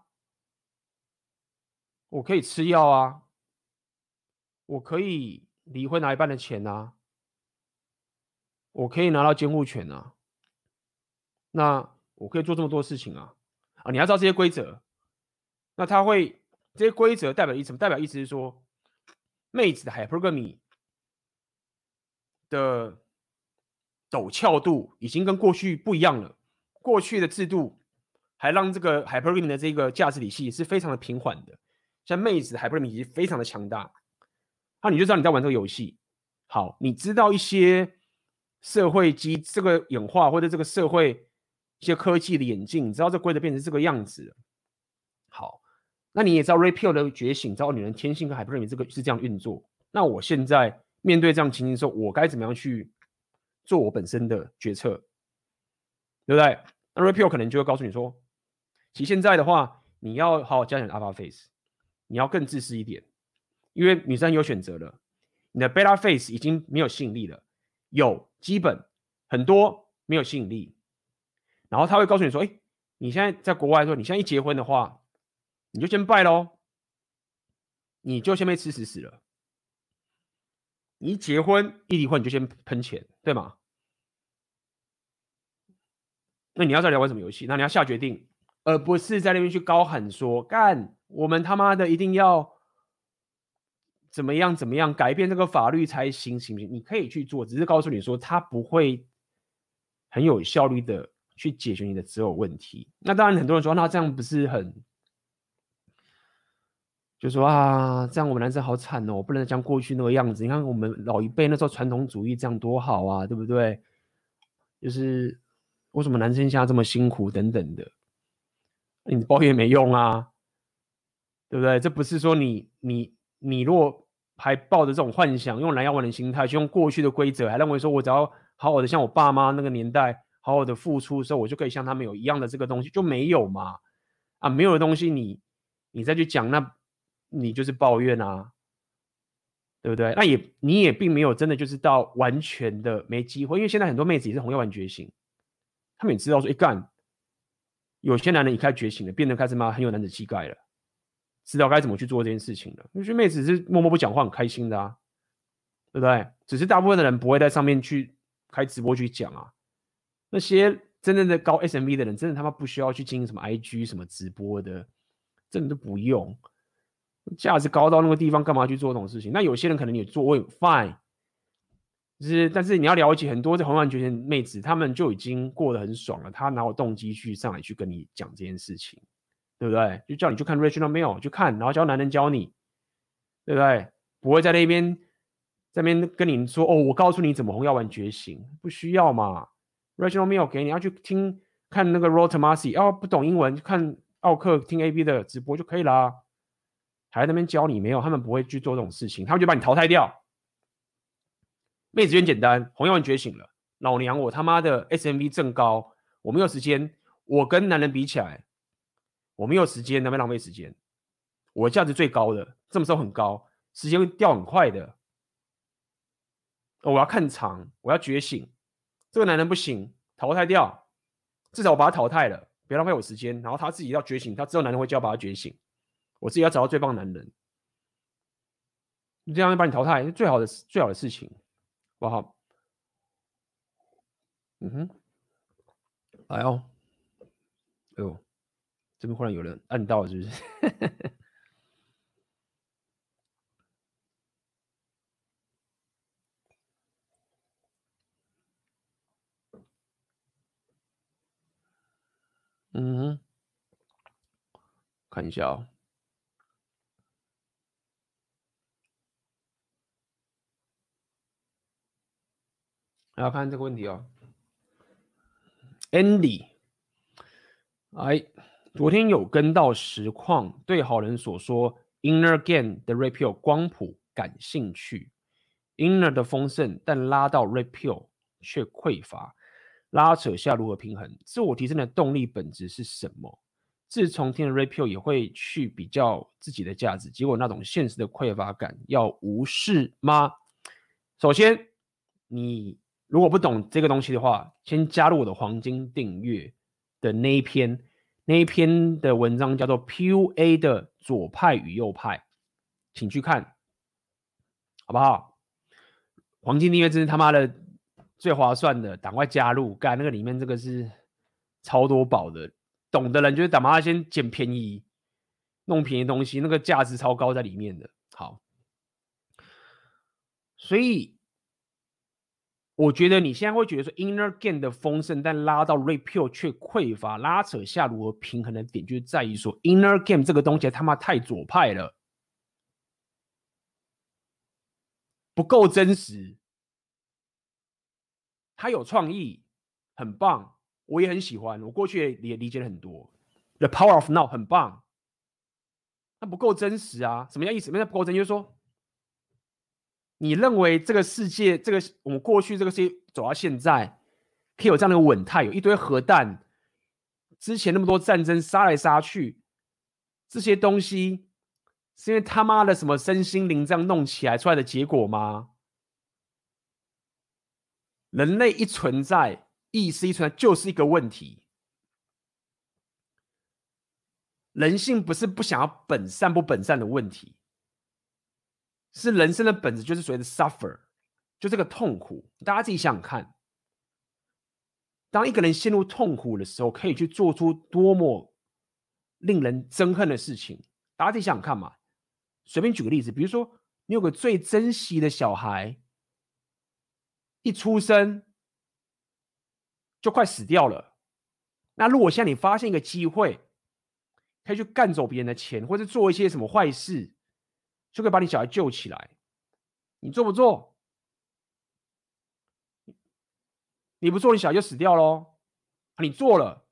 我可以吃药啊，我可以离婚拿一半的钱啊， 我可以拿到监护权啊，那我可以做这么多事情啊，啊，你要知道这些规则，那它会这些规则代表意思什么？代表意思是说，妹子的 hypergamy 的陡峭度已经跟过去不一样了，过去的制度还让这个 hypergamy 的这个价值体系是非常的平缓的，像妹子的 hypergamy 体系非常的强大，那你就知道你在玩这个游戏。好，你知道一些社会机这个演化或者这个社会一些科技的演进，你知道这规则变成这个样子了。好，那你也知道 Repeal 的觉醒，知道女人天性跟 hypergamy 这个是这样运作。那我现在面对这样情形的时候，我该怎么样去做我本身的决策，对不对？那 Repeal 可能就会告诉你说，其实现在的话，你要好好加强 Alpha Face， 你要更自私一点，因为女生有选择了，你的 Beta Face 已经没有吸引力了，有基本很多没有吸引力，然后他会告诉你说，哎，你现在在国外说，你现在一结婚的话，你就先拜咯，你就先被吃死死了。你一结婚一离婚你就先喷钱，对吗？那你要在聊玩什么游戏？那你要下决定，而不是在那边去高喊说干我们他妈的一定要怎么样怎么样改变这个法律才行，行不行？你可以去做，只是告诉你说它不会很有效率的去解决你的择偶问题。那当然很多人说那这样不是很就说啊，这样我们男生好惨哦，不能像过去那个样子。你看我们老一辈那时候传统主义这样多好啊，对不对？就是为什么男生现在这么辛苦等等的，你抱怨没用啊，对不对？这不是说你你你若还抱着这种幻想，用蓝药丸的心态，去用过去的规则，还认为说我只要好好的像我爸妈那个年代好好的付出的时候，我就可以像他们有一样的这个东西，就没有嘛？啊，没有的东西你你再去讲，那你就是抱怨啊，对不对？那也你也并没有真的就是到完全的没机会，因为现在很多妹子也是红药丸觉醒，他们也知道说，一干有些男人一开始觉醒了，变得开始嘛很有男子气概了，知道该怎么去做这件事情了。有些妹子是默默不讲话，很开心的啊，对不对？只是大部分的人不会在上面去开直播去讲啊。那些真正的高 S M V 的人，真的他妈不需要去经营什么 I G 什么直播的，真的都不用。价值高到那个地方，干嘛去做这种事情？那有些人可能也做，我也 fine， 就是但是你要了解很多这红丸觉醒妹子，他们就已经过得很爽了，他哪有动机去上来去跟你讲这件事情，对不对？就叫你去看 Rational Male， 去看，然后教男人教你，对不对？不会在那边在那边跟你说哦，我告诉你怎么红药丸觉醒，不需要嘛。Rational Male 给你要去听看那个 Roll Tomasi， 哦，不懂英文看奥克听 A B 的直播就可以啦。还在那边教你没有？他们不会去做这种事情，他们就把你淘汰掉。妹子很简单，红药丸觉醒了，老娘我他妈的 S M V 正高，我没有时间，我跟男人比起来，我没有时间，那边浪费时间。我价值最高的，这么时候很高，时间会掉很快的。我要看场，我要觉醒，这个男人不行，淘汰掉，至少我把他淘汰了，别浪费我时间。然后他自己要觉醒，他知道男人会教把他觉醒，我自己要找到最棒的男人，这样把你淘汰是最好的最好的事情，好不好？嗯哼，来哦，哎呦，这边忽然有人按到，是不是？嗯哼，看一下哦。来看这个问题哦 ，Andy， 哎，昨天有跟到实况，对好人所说 Inner Gain 的 Repeal 光谱感兴趣 ，Inner 的丰盛，但拉到 Repeal 却匮乏，拉扯下如何平衡？自我提升的动力本质是什么？自从听了 Repeal 也会去比较自己的价值，结果那种现实的匮乏感要无视吗？首先，你如果不懂这个东西的话，先加入我的黄金订阅的那一篇，那一篇的文章叫做 P U A 的左派与右派，请去看，好不好？黄金订阅真是他妈的最划算的，赶快加入，干那个里面这个是超多宝的，懂的人就是打麻先捡便宜，弄便宜东西，那个价值超高在里面的。好，所以我觉得你现在会觉得说 inner gain 的丰盛，但拉到 repeal 却匮乏，拉扯下如何平衡的点，就是在于说 inner gain 这个东西他妈太左派了，不够真实。他有创意，很棒，我也很喜欢，我过去也理解了很多。The Power of Now 很棒，那不够真实啊？什么叫意思？什么叫不够真实？就是说，你认为这个世界，这个我们过去这个世界走到现在，可以有这样的稳态，有一堆核弹，之前那么多战争杀来杀去，这些东西是因为他妈的什么身心灵这样弄起来出来的结果吗？人类一存在，意识一存在，就是一个问题。人性不是不想要本善不本善的问题，是人生的本质就是所谓的 suffer， 就这个痛苦。大家自己想想看，当一个人陷入痛苦的时候，可以去做出多么令人憎恨的事情。大家自己想想看嘛。随便举个例子，比如说你有个最珍惜的小孩，一出生就快死掉了。那如果现在你发现一个机会，可以去干走别人的钱，或者做一些什么坏事，就可以把你小孩救起来，你做不做？你不做，你小孩就死掉咯。你做了，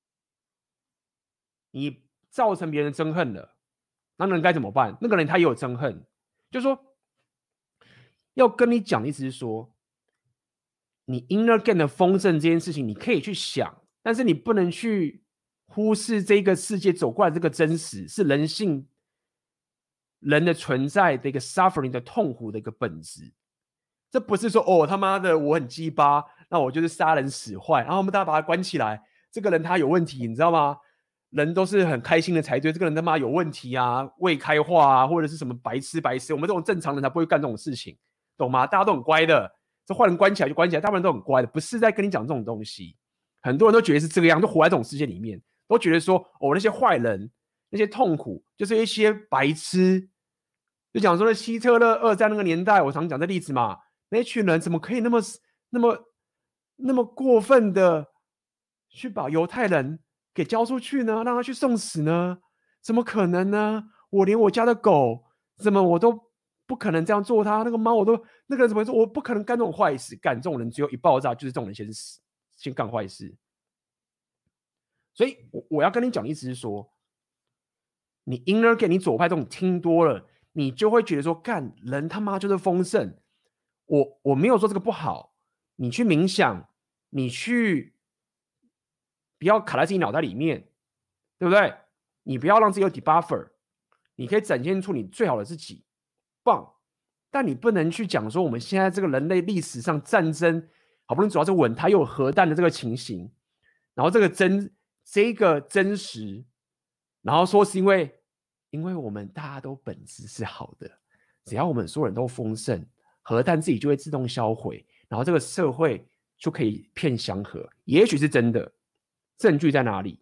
你造成别人憎恨了，那人该怎么办？那个人他也有憎恨，就是说要跟你讲的意思是说，你 inner gain 的丰盛这件事情，你可以去想，但是你不能去忽视这个世界走过来这个真实，是人性人的存在的一个 suffering 的痛苦的一个本质。这不是说哦他妈的我很鸡巴，那我就是杀人使坏，然后我们大家把他关起来，这个人他有问题，你知道吗？人都是很开心的才对，这个人他妈有问题啊，未开化啊，或者是什么白痴白痴，我们这种正常人才不会干这种事情，懂吗？大家都很乖的，这坏人关起来就关起来，大部分人都很乖的，不是在跟你讲这种东西。很多人都觉得是这个样，都活在这种世界里面，都觉得说哦那些坏人那些痛苦就是一些白痴，就讲说希特勒二战那个年代，我常讲这例子嘛。那群人怎么可以那么、那么、那么过分的去把犹太人给交出去呢？让他去送死呢？怎么可能呢？我连我家的狗，怎么我都不可能这样做他？那个猫我都那个人怎么说？我不可能干这种坏事。干这种人只有一爆炸，就是这种人先死，先干坏事。所以我，我要跟你讲的意思是说，你 inner gain 你左派这种听多了，你就会觉得说，干人他妈就是丰盛。我我没有说这个不好，你去冥想，你去不要卡在自己脑袋里面，对不对？你不要让自己有 debuffer， 你可以展现出你最好的自己，棒。但你不能去讲说我们现在这个人类历史上战争好不容易走到这个稳，它又有核弹的这个情形，然后这个真这个真实，然后说是因为因为我们大家都本质是好的，只要我们所有人都丰盛。核弹自己就会自动销毁，然后这个社会就可以变祥和，也许是真的，证据在哪里？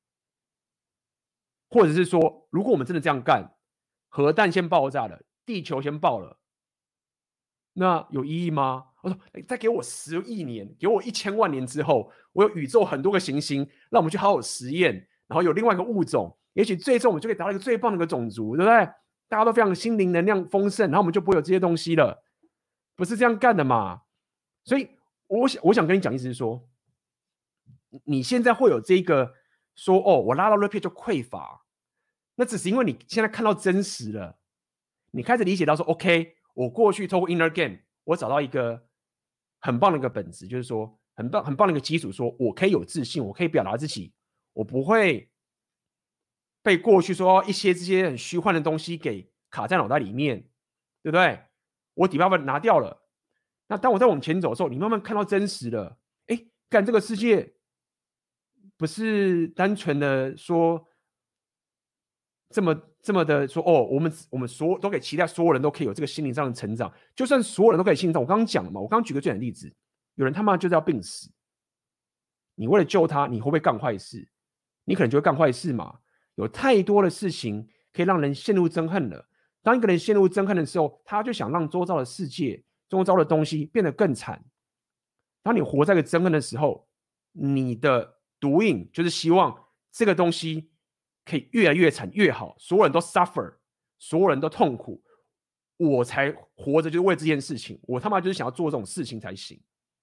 或者是说，如果我们真的这样干，核弹先爆炸了，地球先爆了，那有意义吗？我说，再给我十亿年，给我一千万年之后，我有宇宙很多个行星，让我们去好好实验，然后有另外一个物种，也许最终我们就可以达到一个最棒的一个种族，对不对？大家都非常心灵能量丰盛，然后我们就不会有这些东西了。不是这样干的嘛？所以我想，我想跟你讲，意思是说，你现在会有这个说，哦，我拉到 repeat 就匮乏，那只是因为你现在看到真实了，你开始理解到说 ，OK， 我过去透过 inner gain， 我找到一个很棒的一个本质，就是说，很棒很棒的一个基础，说我可以有自信，我可以表达自己，我不会被过去说一些这些很虚幻的东西给卡在脑袋里面，对不对？我底部拿掉了，那当我在往前走的时候，你慢慢看到真实了。哎，干这个世界不是单纯的说这么这么的说哦，我们我们所有都可以期待所有人都可以有这个心灵上的成长，就算所有人都可以心灵上，我刚刚讲了嘛，我刚刚举个最简单的例子， 有人他妈就是要病死，你为了救他，你会不会干坏事？你可能就会干坏事嘛。有太多的事情可以让人陷入憎恨了。当一个人陷入憎恨的时候，他就想让周遭的世界、周遭的东西变得更惨。当你活在一个憎恨的时候，你的毒瘾就是希望这个东西可以越来越惨越好，所有人都 suffer， 所有人都痛苦，我才活着就是为这件事情，我他妈就是想要做这种事情才行。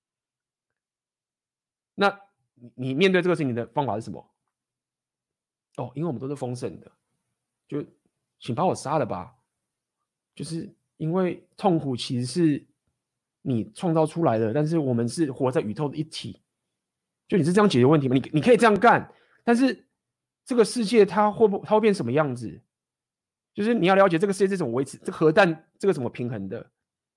那你面对这个事情的方法是什么？哦，因为我们都是丰盛的，就请把我杀了吧。就是因为痛苦其实是你创造出来的，但是我们是活在宇宙的一体。就你是这样解决问题吗？你你可以这样干，但是这个世界它会不它会变什么样子？就是你要了解这个世界是怎么维持，这核弹这个怎么平衡的。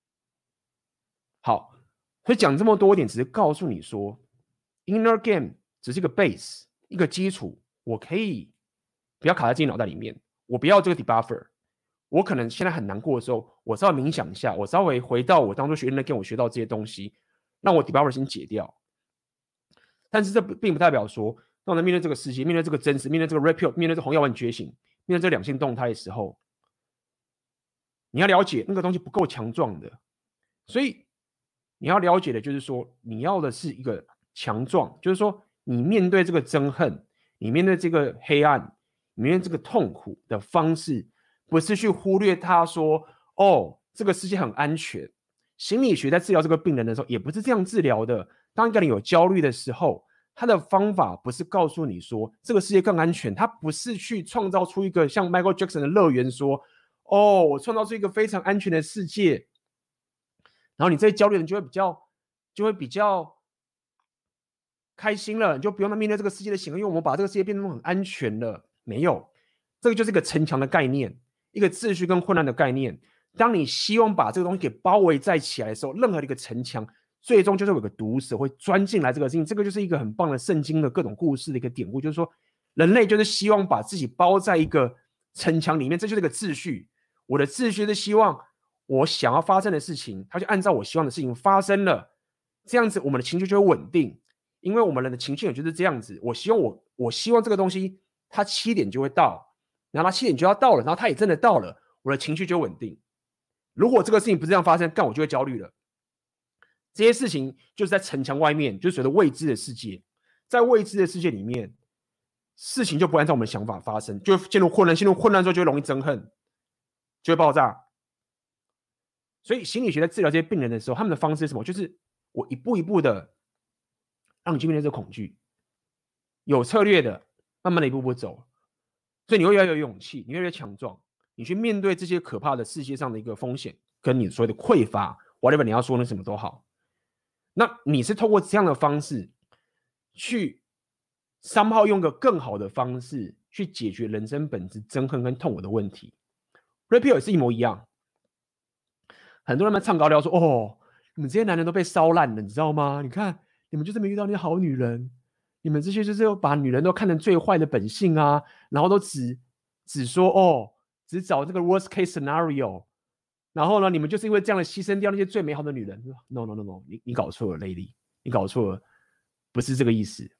好，所以讲这么多一点，只是告诉你说 ，inner game 只是一个 base， 一个基础，我可以不要卡在自己脑袋里面，我不要这个 debuffer。我可能现在很难过的时候，我稍微冥想一下，我稍微回到我当初学 inner game 我学到这些东西，让我 debuffer 先解掉。但是这并不代表说，当我们面对这个世界，面对这个真实，面对这个 repute， 面对这红药丸觉醒，面对这两性动态的时候，你要了解那个东西不够强壮的，所以你要了解的就是说，你要的是一个强壮，就是说你面对这个憎恨，你面对这个黑暗，你面对这个痛苦的方式，不是去忽略它说，哦，这个世界很安全。心理学在治疗这个病人的时候，也不是这样治疗的。当一个人有焦虑的时候，他的方法不是告诉你说这个世界更安全，他不是去创造出一个像 Michael Jackson 的乐园，说哦，我创造出一个非常安全的世界，然后你这些焦虑人就会比较就会比较开心了，你就不用面对这个世界的险恶，因为我们把这个世界变得很安全了。没有，这个就是一个城墙的概念，一个秩序跟混乱的概念。当你希望把这个东西给包围在起来的时候，任何的一个城墙最终就是有个毒蛇会钻进来这个事情。这个就是一个很棒的圣经的各种故事的一个典故，就是说人类就是希望把自己包在一个城墙里面，这就是一个秩序。我的秩序是希望我想要发生的事情，它就按照我希望的事情发生了，这样子我们的情绪就会稳定。因为我们人的情绪也就是这样子，我希望我我希望这个东西它七点就会到，然后它七点就要到了，然后它也真的到了，我的情绪就稳定。如果这个事情不是这样发生，干我就会焦虑了。这些事情就是在城墙外面，就是所谓的未知的世界。在未知的世界里面，事情就不按照我们的想法发生，就会陷入混乱，陷入混乱之后就会容易憎恨，就会爆炸。所以心理学在治疗这些病人的时候，他们的方式是什么？就是我一步一步的让你去面对这个恐惧，有策略的，慢慢的一步步走。所以你会越来越有勇气，你越来越强壮，你去面对这些可怕的世界上的一个风险，跟你所谓的匮乏 ，whatever 你要说那什么都好。那你是透过这样的方式去somehow用个更好的方式去解决人生本质憎恨跟痛苦的问题。Repeal 也是一模一样。很多人们唱高调说：“哦，你们这些男人都被烧烂了，你知道吗？你看你们就是没遇到那些好女人，你们这些就是把女人都看成最坏的本性啊，然后都只只说哦，只找这个 worst case scenario。”然后呢，你们就是因为这样的牺牲掉那些最美好的女人。No no no no， 你你搞错了 ，Lady， 你搞错了，不是这个意思。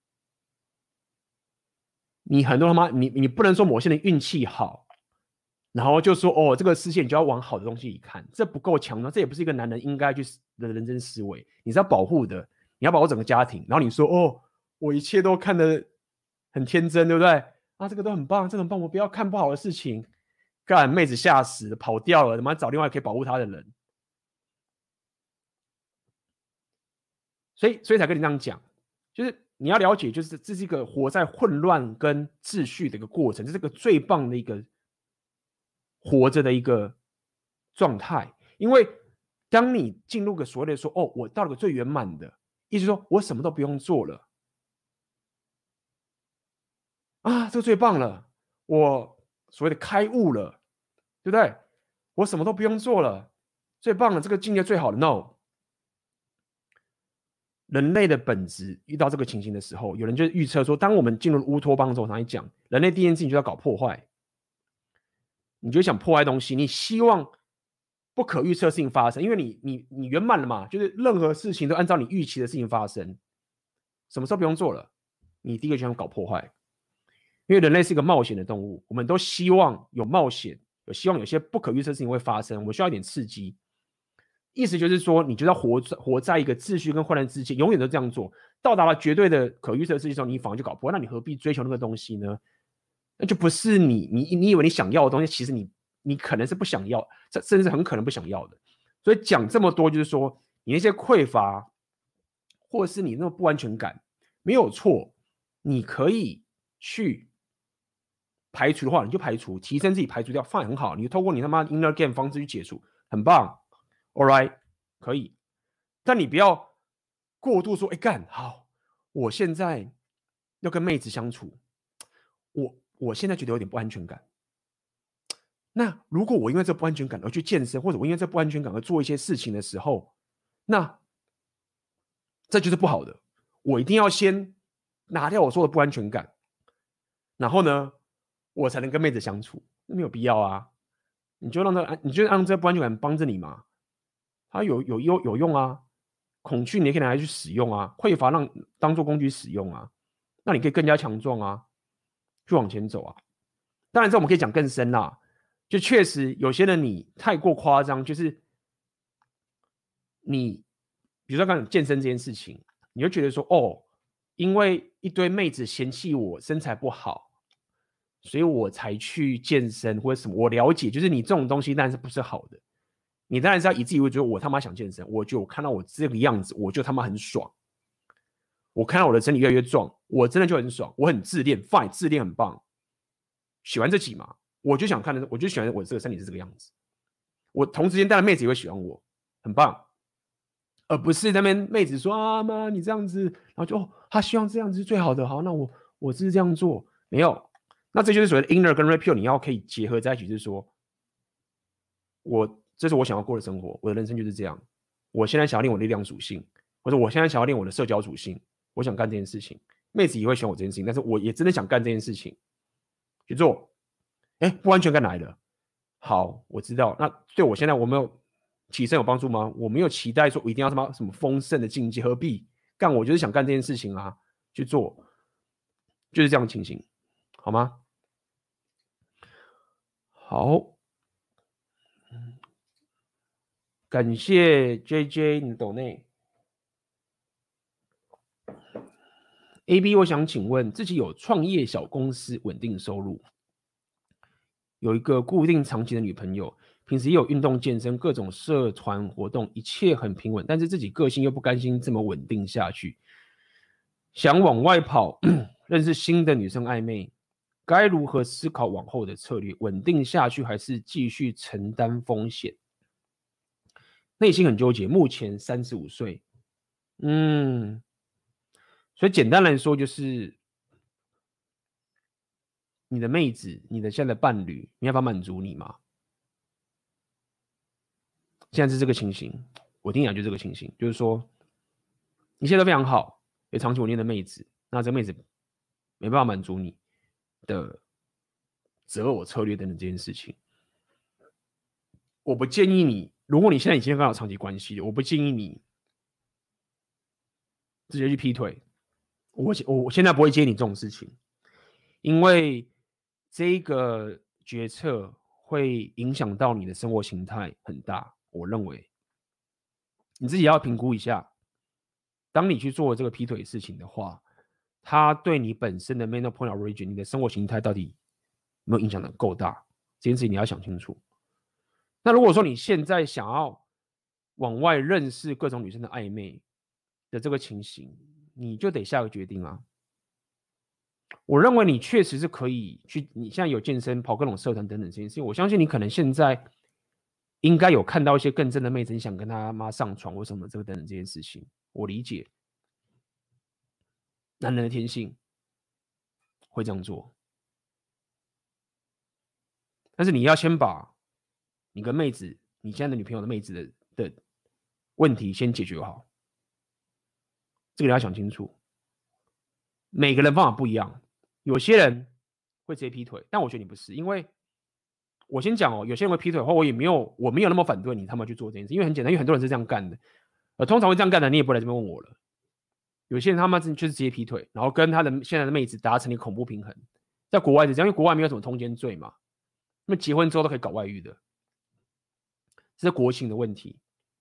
你很多他妈，你你不能说某些人运气好，然后就说哦，这个世界你就要往好的东西里看，这不够强的，这也不是一个男人应该去的人生思维。你是要保护的，你要保护整个家庭。然后你说哦，我一切都看得很天真，对不对？啊，这个都很棒，这个很棒，我不要看不好的事情。干妹子吓死了，跑掉了，他妈找另外可以保护她的人，所以所以才跟你这样讲，就是你要了解，就是这是一个活在混乱跟秩序的一个过程，这是个最棒的一个活着的一个状态。因为当你进入个所谓的说，哦，我到了个最圆满的，意思说我什么都不用做了，啊，这个最棒了，我所谓的开悟了，对不对？我什么都不用做了，最棒了，这个境界最好的。No， 人类的本质遇到这个情形的时候，有人就预测说，当我们进入乌托邦的时候，常常讲，人类第一件事情就要搞破坏，你就想破坏东西，你希望不可预测事情发生，因为你你你圆满了嘛，就是任何事情都按照你预期的事情发生，什么时候不用做了？你第一个就想搞破坏，因为人类是一个冒险的动物，我们都希望有冒险，有希望有些不可预测的事情会发生，我们需要一点刺激。意思就是说，你就要活在活在一个秩序跟混乱之间，永远都这样做，到达了绝对的可预测的世界中，你反而就搞破坏，那你何必追求那个东西呢？那就不是你你你以为你想要的东西，其实你你可能是不想要，甚至很可能不想要的。所以讲这么多，就是说你那些匮乏，或者是你那种不安全感，没有错，你可以去排除的话，你就排除，提升自己排除掉，放很好，你透过你他妈 inner game 方式去解除，很棒。All right， 可以，但你不要过度说，哎干好，我现在要跟妹子相处，我我现在觉得有点不安全感。那如果我因为这不安全感而去健身，或者我因为这不安全感而做一些事情的时候，那这就是不好的。我一定要先拿掉我说的不安全感，然后呢，我才能跟妹子相处。没有必要啊，你就让他，你就让这不安全感帮着你嘛。它有有有有用啊，恐惧你也可以拿来去使用啊，匮乏让当做工具使用啊，那你可以更加强壮啊，去往前走啊。当然，这我们可以讲更深啦，就确实有些人你太过夸张，就是你比如说刚刚健身这件事情，你就觉得说哦，因为一堆妹子嫌弃我身材不好，所以我才去健身或者什么。我了解，就是你这种东西当然是不是好的。你当然是要以自己为主，我他妈想健身，我就我看到我这个样子，我就他妈很爽。我看到我的身体越来越壮，我真的就很爽，我很自恋 ，fine， 自恋很棒，喜欢自己嘛，我就想看的，我就喜欢我这个身体是这个样子。我同时间当然妹子也会喜欢我，很棒，而不是那边妹子说啊妈你这样子，然后就哦他希望这样子是最好的，好，那我我是这样做，没有，那这就是所谓的 inner 跟 rapure， 你要可以结合在一起，就是说我。这是我想要过的生活，我的人生就是这样。我现在想要练我的力量属性，或者我现在想要练我的社交属性，我想干这件事情。妹子也会喜欢我这件事情，但是我也真的想干这件事情，去做。哎，不安全感来了。好，我知道。那对我现在我没有提升有帮助吗？我没有期待说我一定要什么什么丰盛的境界，何必干？我就是想干这件事情啊，去做，就是这样的情形，好吗？好。感谢 J J 你抖内 A B， 我想请问自己有创业小公司稳定收入，有一个固定长期的女朋友，平时也有运动健身各种社团活动，一切很平稳，但是自己个性又不甘心这么稳定下去，想往外跑认识新的女生暧昧，该如何思考往后的策略？稳定下去还是继续承担风险？内心很纠结，目前三十五岁，嗯，所以简单来说就是，你的妹子，你的现在的伴侣，没办法满足你吗？现在是这个情形，我听起来就这个情形，就是说，你现在都非常好，有长期稳定的妹子，那这个妹子没办法满足你的择偶策略等等这件事情，我不建议你。如果你现在已经跟他有长期关系了，我不建议你直接去劈腿。我我现在不会建议你这种事情，因为这个决策会影响到你的生活形态很大。我认为你自己要评估一下，当你去做这个劈腿的事情的话，它对你本身的 mental point of origin， 你的生活形态到底有没有影响的够大？这件事情你要想清楚。那如果说你现在想要往外认识各种女生的暧昧的这个情形，你就得下个决定啊。我认为你确实是可以去，你现在有健身、跑各种社团等等这件事情，我相信你可能现在应该有看到一些更正的妹子，你想跟他妈上床或什么这个等等这件事情，我理解男人的天性会这样做，但是你要先把你跟妹子，你现在的女朋友的妹子 的, 的问题先解决好，这个你要想清楚。每个人方法不一样，有些人会直接劈腿，但我觉得你不是，因为我先讲哦，有些人会劈腿的话，我也没有，我没有那么反对你他们去做这件事，因为很简单，因为很多人是这样干的。呃，通常会这样干的，你也不会来这边问我了。有些人他妈就是直接劈腿，然后跟他的现在的妹子达成一个恐怖平衡，在国外是这样，因为国外没有什么通奸罪嘛，那么结婚之后都可以搞外遇的，这是国情的问题。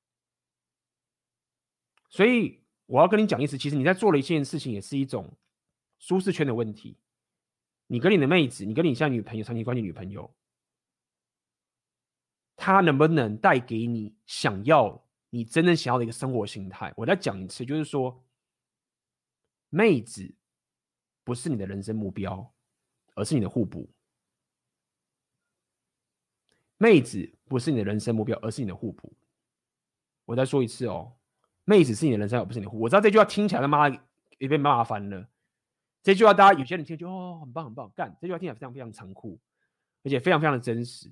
所以我要跟你讲意思，其实你在做了一件事情，也是一种舒适圈的问题。你跟你的妹子，你跟你现在女朋友长期关系女朋友，她能不能带给你想要你真正想要的一个生活形态？我再讲一次，就是说，妹子不是你的人生目标，而是你的互补。妹子不是你的人生目标，而是你的互补。我再说一次哦，妹子是你的人生，而不是你的互补。我知道这句话听起来他妈也被骂翻了。这句话大家有些人听就哦很棒很棒，干这句话听起来非常非常残酷，而且非常非常的真实。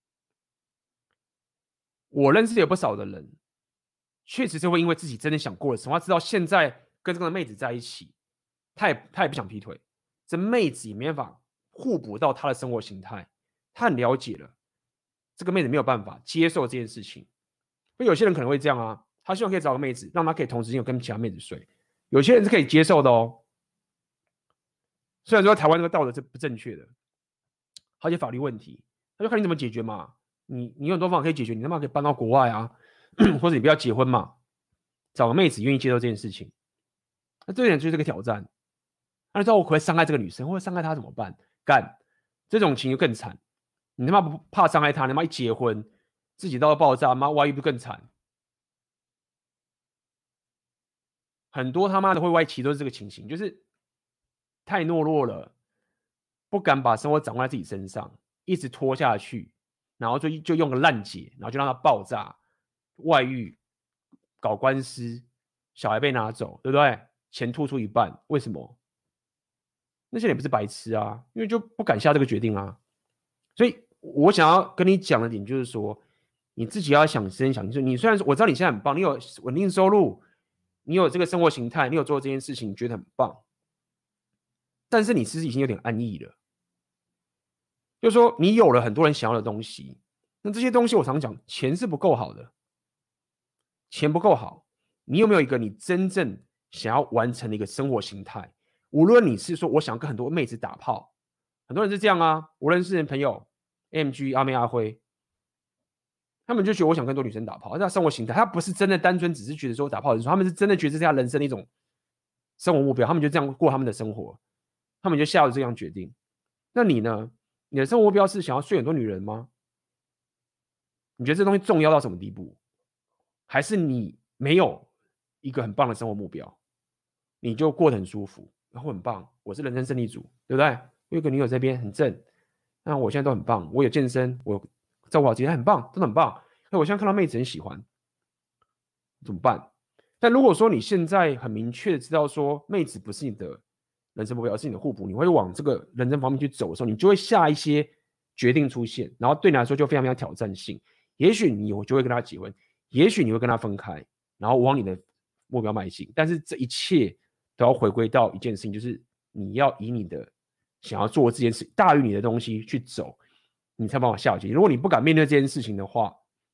我认识有不少的人，确实是会因为自己真的想过的生活，他知道现在跟这个妹子在一起，他也他也不想劈腿，这妹子也没办法互补到他的生活形态，他很了解了，这个妹子没有办法接受这件事情。所以有些人可能会这样啊，他希望可以找个妹子，让他可以同时间有跟其他妹子睡。有些人是可以接受的哦，虽然说台湾这个道德是不正确的，还有些法律问题，那就看你怎么解决嘛。你你有很多方法可以解决，你他妈可以搬到国外啊，或者你不要结婚嘛，找个妹子愿意接受这件事情。那这点就是这个挑战。那你知道我可能会伤害这个女生，或者伤害她怎么办？干，这种情就更惨。你他妈不怕伤害她，你他妈一结婚自己到爆炸，妈外遇不更惨？很多他妈的会外妻都是这个情形，就是太懦弱了，不敢把生活掌握在自己身上，一直拖下去，然后就就用个烂结，然后就让它爆炸，外遇，搞官司，小孩被拿走，对不对？钱吐出一半，为什么？那些人不是白痴啊，因为就不敢下这个决定啊。所以我想要跟你讲的点就是说，你自己要想深想清楚。你虽然说我知道你现在很棒，你有稳定收入，你有这个生活形态，你有做这件事情，你觉得很棒，但是你其实已经有点安逸了。就是说，你有了很多人想要的东西，那这些东西我常讲，钱是不够好的，钱不够好，你有没有一个你真正想要完成的一个生活形态？无论你是说我想跟很多妹子打炮，很多人是这样啊，我认识的朋友 M G 阿妹阿辉，他们就觉得我想跟很多女生打炮，这生活形态，他不是真的单纯只是觉得说打炮的时候，他们是真的觉得这是他人生的一种生活目标，他们就这样过他们的生活，他们就下了这样决定。那你呢？你的生活目标是想要睡很多女人吗？你觉得这东西重要到什么地步？还是你没有一个很棒的生活目标，你就过得很舒服，然后很棒，我是人生胜利组，对不对？我有个女友这边很正，那我现在都很棒，我有健身，我照顾好自己，很棒，真的很棒。那我现在看到妹子很喜欢，怎么办？但如果说你现在很明确的知道说妹子不是你的人生目标，而是你的互补，你会往这个人生方面去走的时候，你就会下一些决定出现，然后对你来说就非常非常挑战性。也许你就会跟他结婚，也许你会跟他分开，然后往你的目标迈进。但是这一切都要回归到一件事情，就是你要以你的想要做这件事大于你的东西去走，你才办法下决定。如果你不敢面对这件事情的话，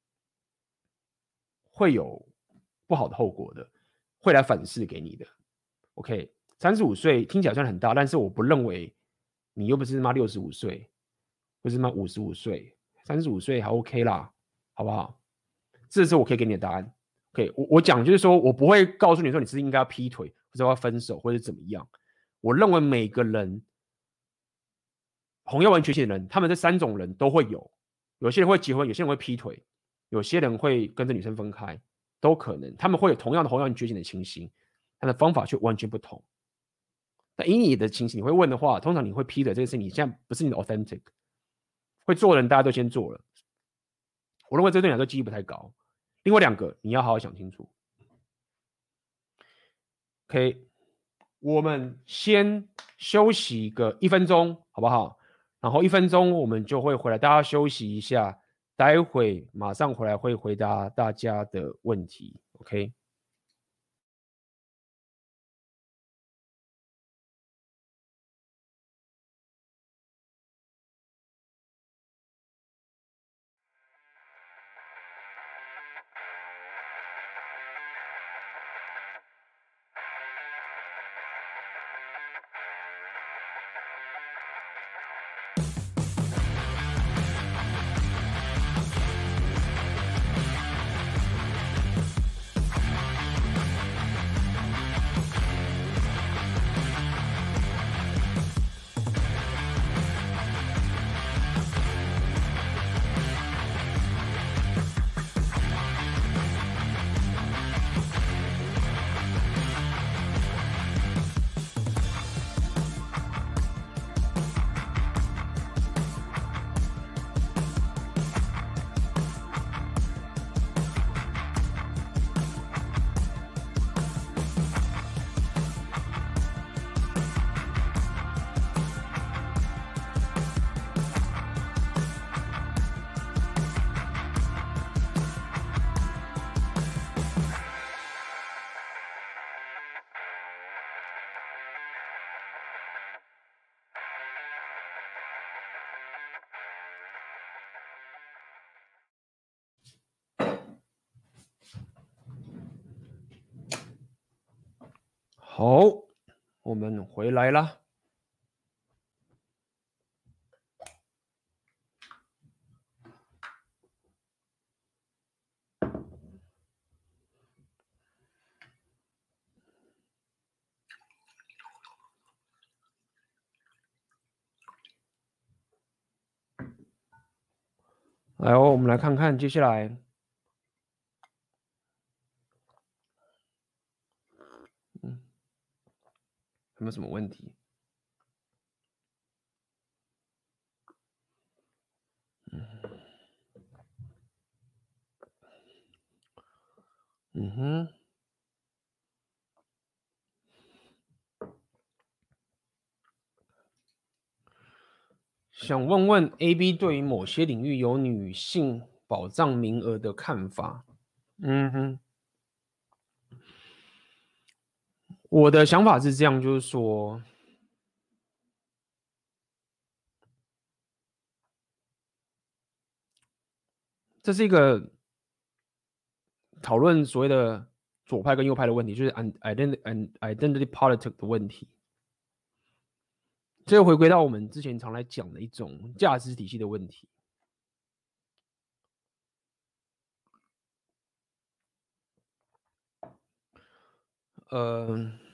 会有不好的后果的，会来反噬给你的。OK， 三十五岁听起来算很大，但是我不认为你又不是妈六十五岁，不是妈五十五岁，三十五岁还 OK 啦，好不好？这是我可以给你的答案。OK， 我我讲就是说我不会告诉你说你是应该要劈腿，或者要分手，或者怎么样。我认为每个人红药丸缺陷的人，他们这三种人都会有。有些人会结婚，有些人会劈腿，有些人会跟这女生分开，都可能。他们会有同样的红药丸觉醒的情形，他的方法却完全不同。那以你的情形，你会问的话，通常你会劈腿这个事情，你现在不是你的 authentic， 会做的人大家都先做了。我认为这对你来说几率不太高。另外两个你要好好想清楚。OK， 我们先休息个一分钟，好不好？然后一分钟我们就会回来，大家休息一下，待会马上回来会回答大家的问题。OK。 好，我们回来啦。来哦，我们来看看接下来，嗯，有没有什么问题？嗯，嗯哼，想问问 A B 对于某些领域有女性保障名额的看法。嗯哼。我的想法是这样，就是说，这是一个讨论所谓的左派跟右派的问题，就是 identity identity politics 的问题。这又回归到我们之前常来讲的一种价值体系的问题。呃，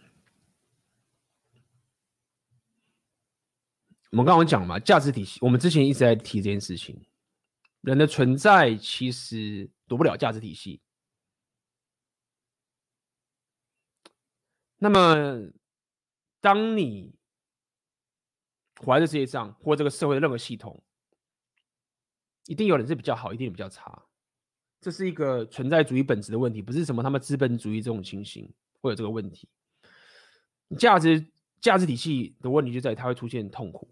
我们刚刚讲嘛，价值体系，我们之前一直在提这件事情。人的存在其实躲不了价值体系。那么，当你活在这世界上，或这个社会的任何系统，一定有人是比较好，一定比较差。这是一个存在主义本质的问题，不是什么他们资本主义这种情形会有这个问题。价值价值体系的问题就在于它会出现痛苦，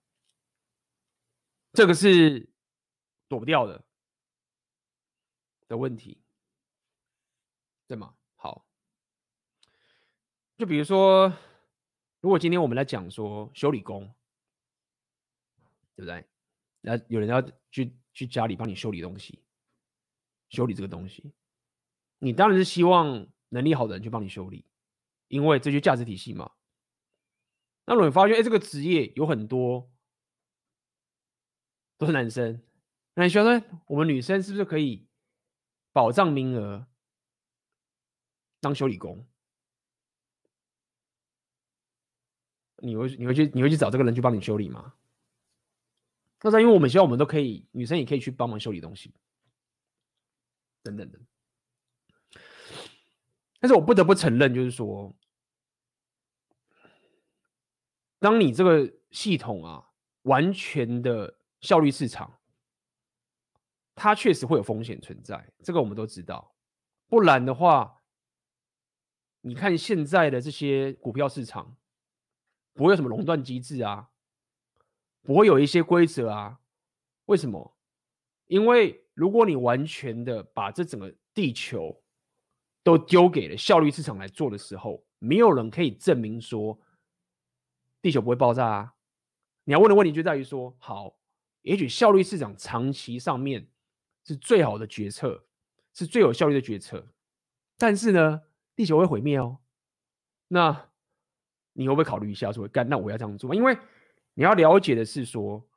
这个是躲不掉的的问题，对吗？好，就比如说，如果今天我们来讲说修理工，对不对？那有人要去去家里帮你修理东西，修理这个东西，你当然是希望能力好的人去帮你修理，因为这就是价值体系嘛。那如果你发现，哎，这个职业有很多都是男生，那你需要说，我们女生是不是可以保障名额当修理工？你会你会去你会去找这个人去帮你修理吗？那是因为我们希望我们都可以，女生也可以去帮忙修理东西，等等的。但是我不得不承认，就是说，当你这个系统啊，完全的效率市场，它确实会有风险存在，这个我们都知道。不然的话，你看现在的这些股票市场，不会有什么垄断机制啊，不会有一些规则啊。为什么？因为如果你完全的把这整个地球都丢给了效率市场来做的时候，没有人可以证明说地球不会爆炸啊。你要问的问题就在于说，好，也许效率市场长期上面是最好的决策，是最有效率的决策，但是呢，地球会毁灭哦。那你会不会考虑一下说，干，那我要这样做？因为你要了解的是说，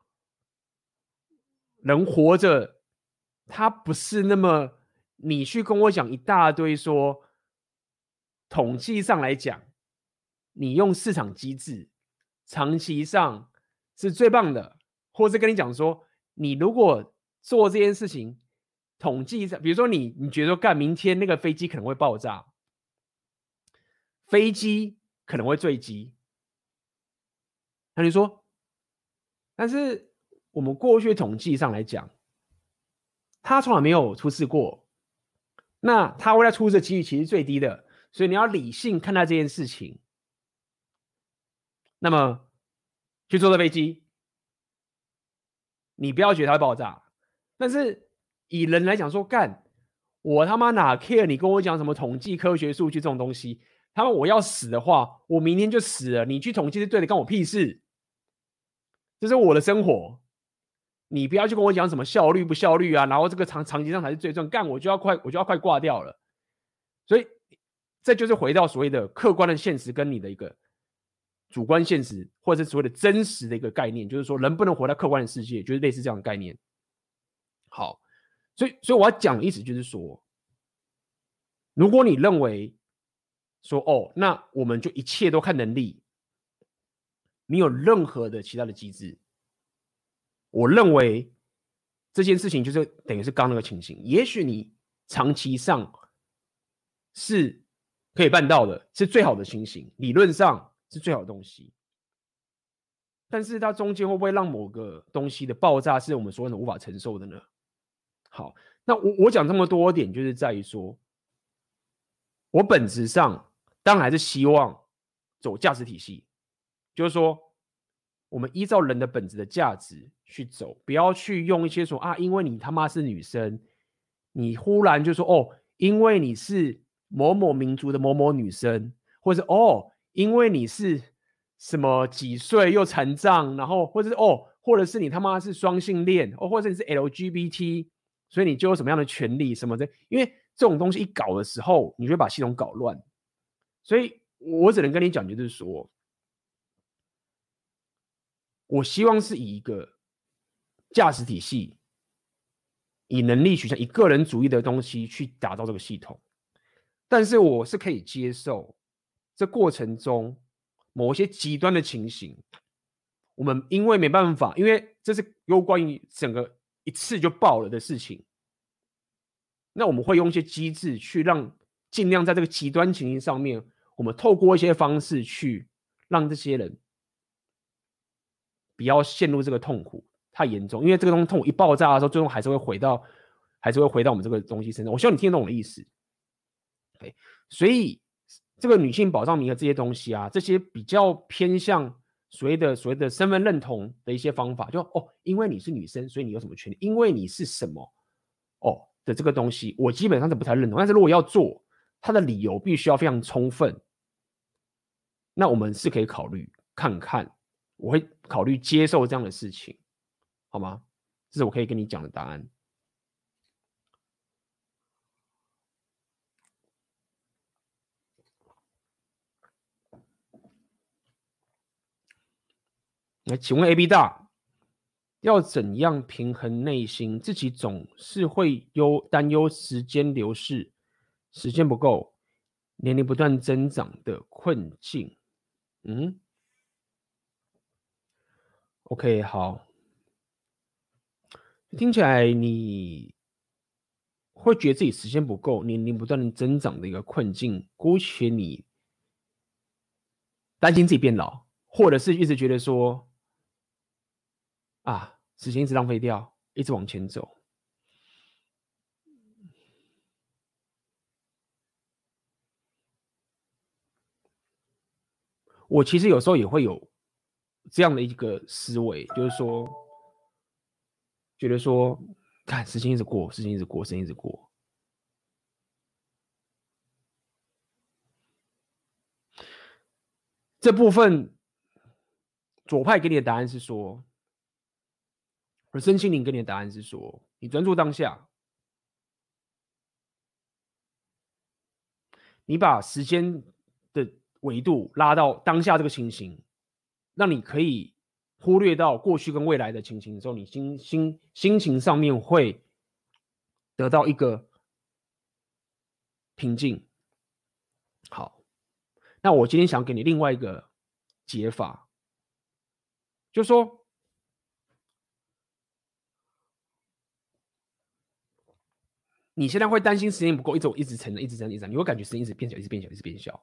人活着，他不是那么你去跟我讲一大堆说，统计上来讲，你用市场机制，长期上是最棒的，或是跟你讲说，你如果做这件事情，统计上，比如说你你觉得说，干，明天那个飞机可能会爆炸，飞机可能会坠机，那你说，但是我们过去统计上来讲，它从来没有出事过，那它未来出事的几率其实最低的，所以你要理性看待这件事情。那么去坐这飞机，你不要觉得它会爆炸，但是以人来讲说，干，我他妈哪 care 你跟我讲什么统计科学数据这种东西？他们我要死的话，我明天就死了。你去统计是对的，关我屁事。这是我的生活，你不要去跟我讲什么效率不效率啊，然后这个长长期上才是最重，干我就要快我就要快挂掉了。所以这就是回到所谓的客观的现实跟你的一个主观现实，或者是所谓的真实的一个概念，就是说人不能活在客观的世界，就是类似这样的概念。好，所以所以我要讲的意思就是说，如果你认为说哦，那我们就一切都看能力，你有任何的其他的机制，我认为这件事情就是等于是刚那个情形，也许你长期上是可以办到的，是最好的情形，理论上是最好的东西，但是它中间会不会让某个东西的爆炸是我们所有人无法承受的呢？好，那我我讲这么多点，就是在于说，我本质上当然还是希望走价值体系，就是说，我们依照人的本质的价值去走，不要去用一些说啊，因为你他妈是女生，你忽然就说哦，因为你是某某民族的某某女生，或者是哦，因为你是什么几岁又残障，然后或者是哦，或者是你他妈是双性恋，哦，或者你是 L G B T， 所以你就有什么样的权利什么的，因为这种东西一搞的时候，你就会把系统搞乱。所以我只能跟你讲，就是说，我希望是以一个价值体系，以能力取向、以个人主义的东西去打造这个系统。但是我是可以接受这过程中某些极端的情形，我们因为没办法，因为这是有关于整个一次就爆了的事情，那我们会用一些机制去让尽量在这个极端情形上面，我们透过一些方式去让这些人不要陷入这个痛苦太严重，因为这个东西痛苦一爆炸的时候，最终还是会回到，还是会回到我们这个东西身上。我希望你听得懂我的意思。对，所以这个女性保障名额这些东西啊，这些比较偏向所谓的所谓的身份认同的一些方法，就哦，因为你是女生，所以你有什么权利？因为你是什么哦的这个东西，我基本上是不太认同。但是如果要做，它的理由必须要非常充分，那我们是可以考虑看看，我会考虑接受这样的事情，好吗？这是我可以跟你讲的答案。那请问 A B 大要怎样平衡内心？自己总是会忧担忧时间流逝，时间不够，年龄不断增长的困境。嗯 ，OK， 好，听起来你会觉得自己时间不够，年龄不断的增长的一个困境，姑且你担心自己变老，或者是一直觉得说啊，时间一直浪费掉，一直往前走。我其实有时候也会有这样的一个思维，就是说，觉得说，看时间一直过，时间一直过，时间一直过。这部分左派给你的答案是说，而身心灵给你的答案是说，你专注当下，你把时间的维度拉到当下这个情形，让你可以忽略到过去跟未来的情形的时候，你心心心情上面会得到一个平静。好，那我今天想给你另外一个解法，就是说，你现在会担心时间不够，一直一直成长，一直成长，一直成长，你会感觉时间一直变小，一直变小，一直变小。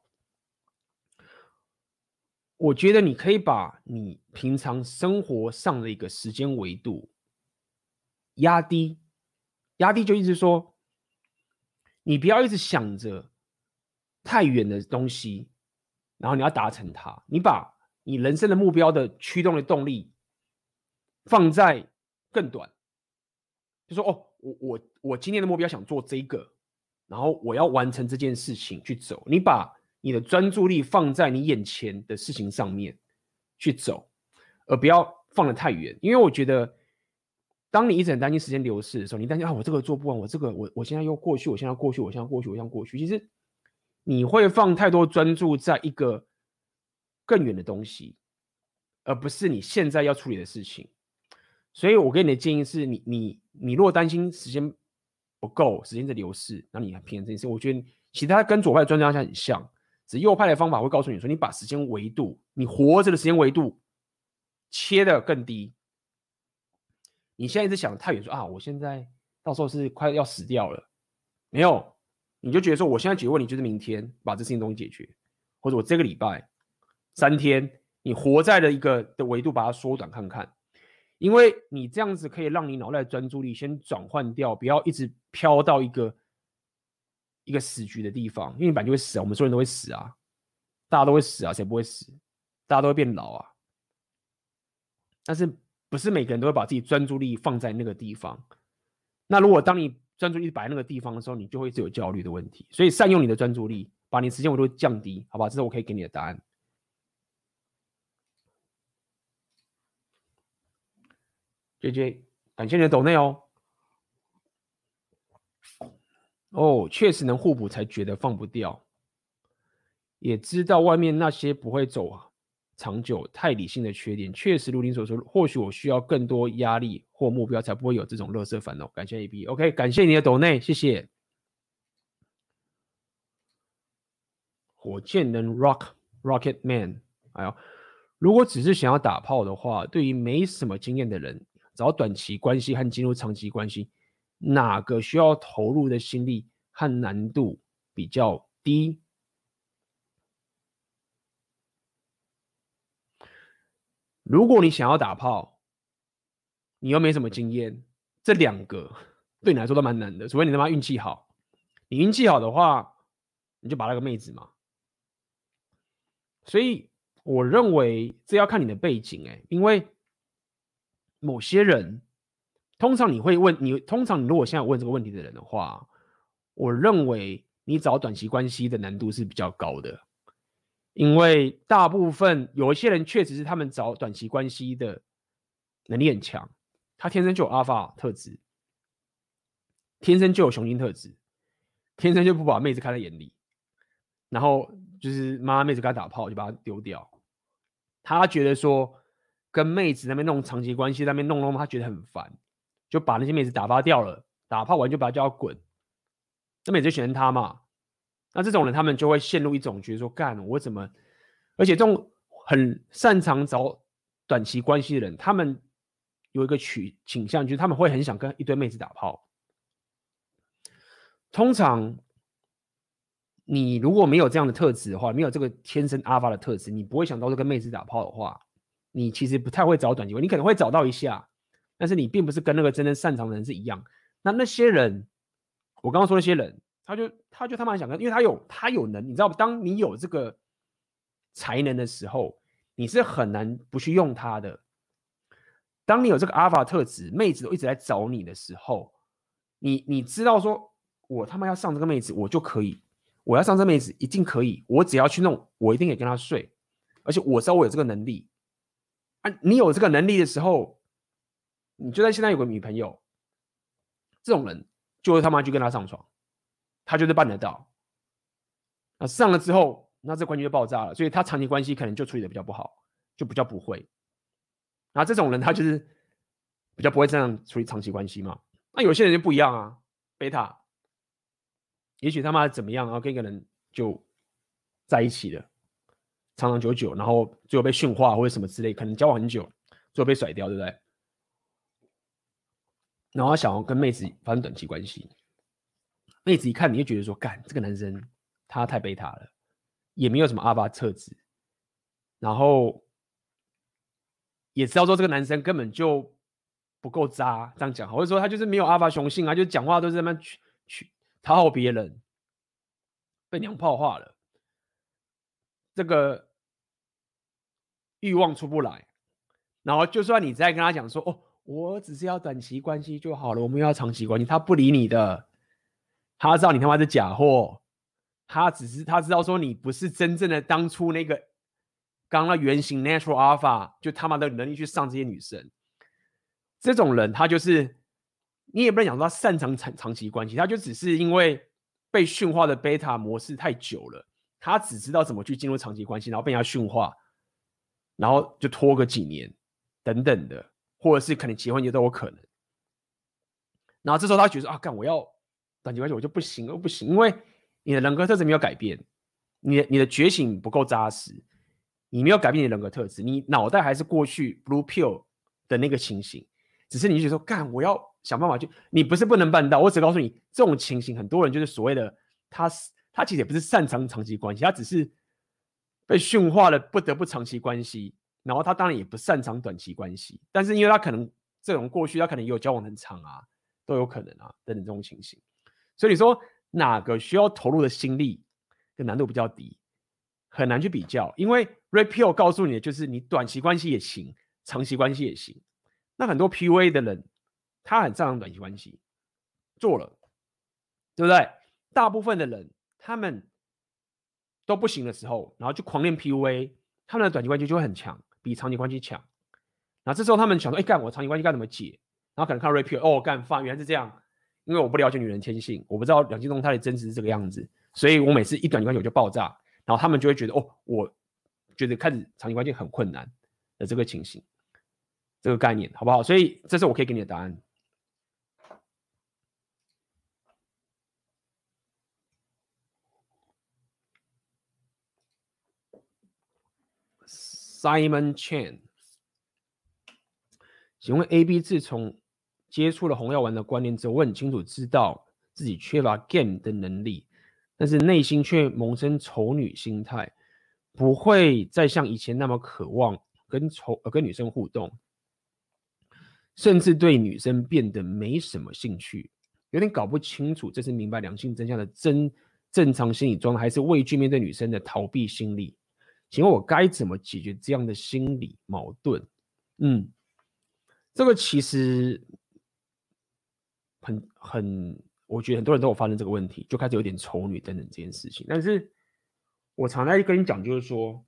我觉得你可以把你平常生活上的一个时间维度压低，压低就意思说，你不要一直想着太远的东西，然后你要达成它。你把你人生的目标的驱动的动力放在更短，就说哦，我我我今天的目标想做这个，然后我要完成这件事情去走。你把你的专注力放在你眼前的事情上面去走，而不要放得太远。因为我觉得，当你一直很担心时间流逝的时候，你担心啊，我这个做不完，我这个我我现在又过去，我现在要过去，我现在要过去，我现在要过去。其实你会放太多专注在一个更远的东西，而不是你现在要处理的事情。所以我给你的建议是你你你如果担心时间不够，时间在流逝，那你平衡这件事，我觉得其他跟左派的专家很像，只是右派的方法会告诉你说，你把时间维度，你活着的时间维度切得更低。你现在一直想得太远，说啊，我现在到时候是快要死掉了，没有，你就觉得说，我现在解决问题就是明天把这事情东西解决，或者我这个礼拜三天，你活在了一个的维度，把它缩短看看。因为你这样子可以让你脑袋的专注力先转换掉，不要一直飘到一个一个死局的地方，因为你本来就会死啊，我们所有人都会死啊，大家都会死啊，谁不会死？大家都会变老啊。但是不是每个人都会把自己专注力放在那个地方？那如果当你专注力摆在那个地方的时候，你就会有焦虑的问题。所以善用你的专注力，把你时间维度降低，好吧？这是我可以给你的答案。J J， 感谢你的抖内哦。哦，确实能互补，才觉得放不掉。也知道外面那些不会走长久、太理性的缺点，确实如您所说，或许我需要更多压力或目标，才不会有这种垃圾烦恼。感谢 A B，OK， 感谢你的抖内，谢谢。火箭人 Rock Rocket Man， 哎呦，如果只是想要打炮的话，对于没什么经验的人，找短期关系和进入长期关系，哪个需要投入的心力和难度比较低？如果你想要打炮，你又没什么经验，这两个对你来说都蛮难的，除非你他妈运气好。你运气好的话，你就把那个妹子嘛。所以我认为这要看你的背景、欸，因为某些人，通常你会问你，通常你如果现在问这个问题的人的话，我认为你找短期关系的难度是比较高的，因为大部分有一些人确实是他们找短期关系的能力很强，他天生就有阿法特质，天生就有雄性特质，天生就不把妹子看在眼里，然后就是妈妹子跟他打炮就把他丢掉，他觉得说跟妹子那边弄长期关系那边弄弄，他觉得很烦，就把那些妹子打发掉了，打炮完就把他叫他滚，那妹子就喜欢他嘛。那这种人他们就会陷入一种觉得说，干我怎么，而且这种很擅长找短期关系的人，他们有一个取倾向，就是他们会很想跟一堆妹子打炮。通常你如果没有这样的特质的话，没有这个天生阿发的特质，你不会想到跟妹子打炮的话，你其实不太会找短期关系，你可能会找到一下，但是你并不是跟那个真正擅长的人是一样。那那些人，我刚刚说那些人，他就他就他妈想跟，因为他有他有能，你知道，当你有这个才能的时候，你是很难不去用它的。当你有这个阿法特质，妹子都一直在找你的时候，你你知道说，我他妈要上这个妹子，我就可以，我要上这妹子一定可以，我只要去弄，我一定可以跟她睡，而且我知道我有这个能力。啊，你有这个能力的时候，你就算现在有个女朋友，这种人就会他妈去跟她上床，他就是办得到。那上了之后，那这关系就爆炸了，所以他长期关系可能就处理的比较不好，就比较不会。那这种人他就是比较不会这样处理长期关系嘛。那有些人就不一样啊，贝塔，也许他妈怎么样，然后跟一个人就在一起了，长长久久，然后最后被驯化或者什么之类，可能交往很久，最后被甩掉，对不对？然后他想要跟妹子发生短期关系，妹子一看你就觉得说，干这个男生他太贝塔了，也没有什么阿巴特质，然后也知道说这个男生根本就不够渣，这样讲，或者说他就是没有阿法雄性啊，就讲话都是在那边去去讨好别人，被娘炮化了，这个欲望出不来，然后就算你再跟他讲说，哦，我只是要短期关系就好了，我们要长期关系，他不理你的，他知道你他妈是假货，他只是他知道说你不是真正的当初那个。刚刚原型 natural alpha 就他妈的能力去上这些女生，这种人他就是你也不能讲说他擅长长长期关系，他就只是因为被驯化的贝塔模式太久了，他只知道怎么去进入长期关系，然后被人家驯化，然后就拖个几年等等的，或者是可能结婚也都有可能。然后这时候他觉得啊，干我要短期关系我就不行，不行，因为你的人格特质没有改变，你的你的觉醒不够扎实，你没有改变你的人格特质，你脑袋还是过去 blue pill 的那个情形，只是你就觉得说，干我要想办法去，你不是不能办到，我只告诉你，这种情形很多人就是所谓的他他其实也不是擅长长期关系，他只是被驯化了，不得不长期关系，然后他当然也不擅长短期关系，但是因为他可能这种过去他可能也有交往很长啊，都有可能啊，等等这种情形，所以你说哪个需要投入的心力的难度比较低，很难去比较，因为 Red Pill 告诉你的就是你短期关系也行，长期关系也行。那很多 P U A 的人，他很擅长短期关系，做了，对不对？大部分的人他们都不行的时候，然后就狂练 P U A， 他们的短期关系就会很强，比长期关系强。然后这时候他们想说，哎，干我长期关系该怎么解？然后可能看 Red Pill， 哦，干饭原来是这样，因为我不了解女人天性，我不知道两性动态的真实是这个样子，所以我每次一短期关系我就爆炸，然后他们就会觉得，哦，我觉得开始长期关系很困难的这个情形。这个概念好不好？所以这是我可以给你的答案。Simon Chan， 请问 A B 自从接触了红药丸的观念之后，我很清楚知道自己缺乏 game 的能力，但是内心却萌生丑女心态，不会再像以前那么渴望跟丑呃跟女生互动。甚至对女生变得没什么兴趣，有点搞不清楚这是明白两性真相的真正常心理状态，还是畏惧面对女生的逃避心理？请问我该怎么解决这样的心理矛盾？嗯，这个其实很很，我觉得很多人都有发生这个问题，就开始有点丑女等等这件事情。但是我常在跟你讲，就是说，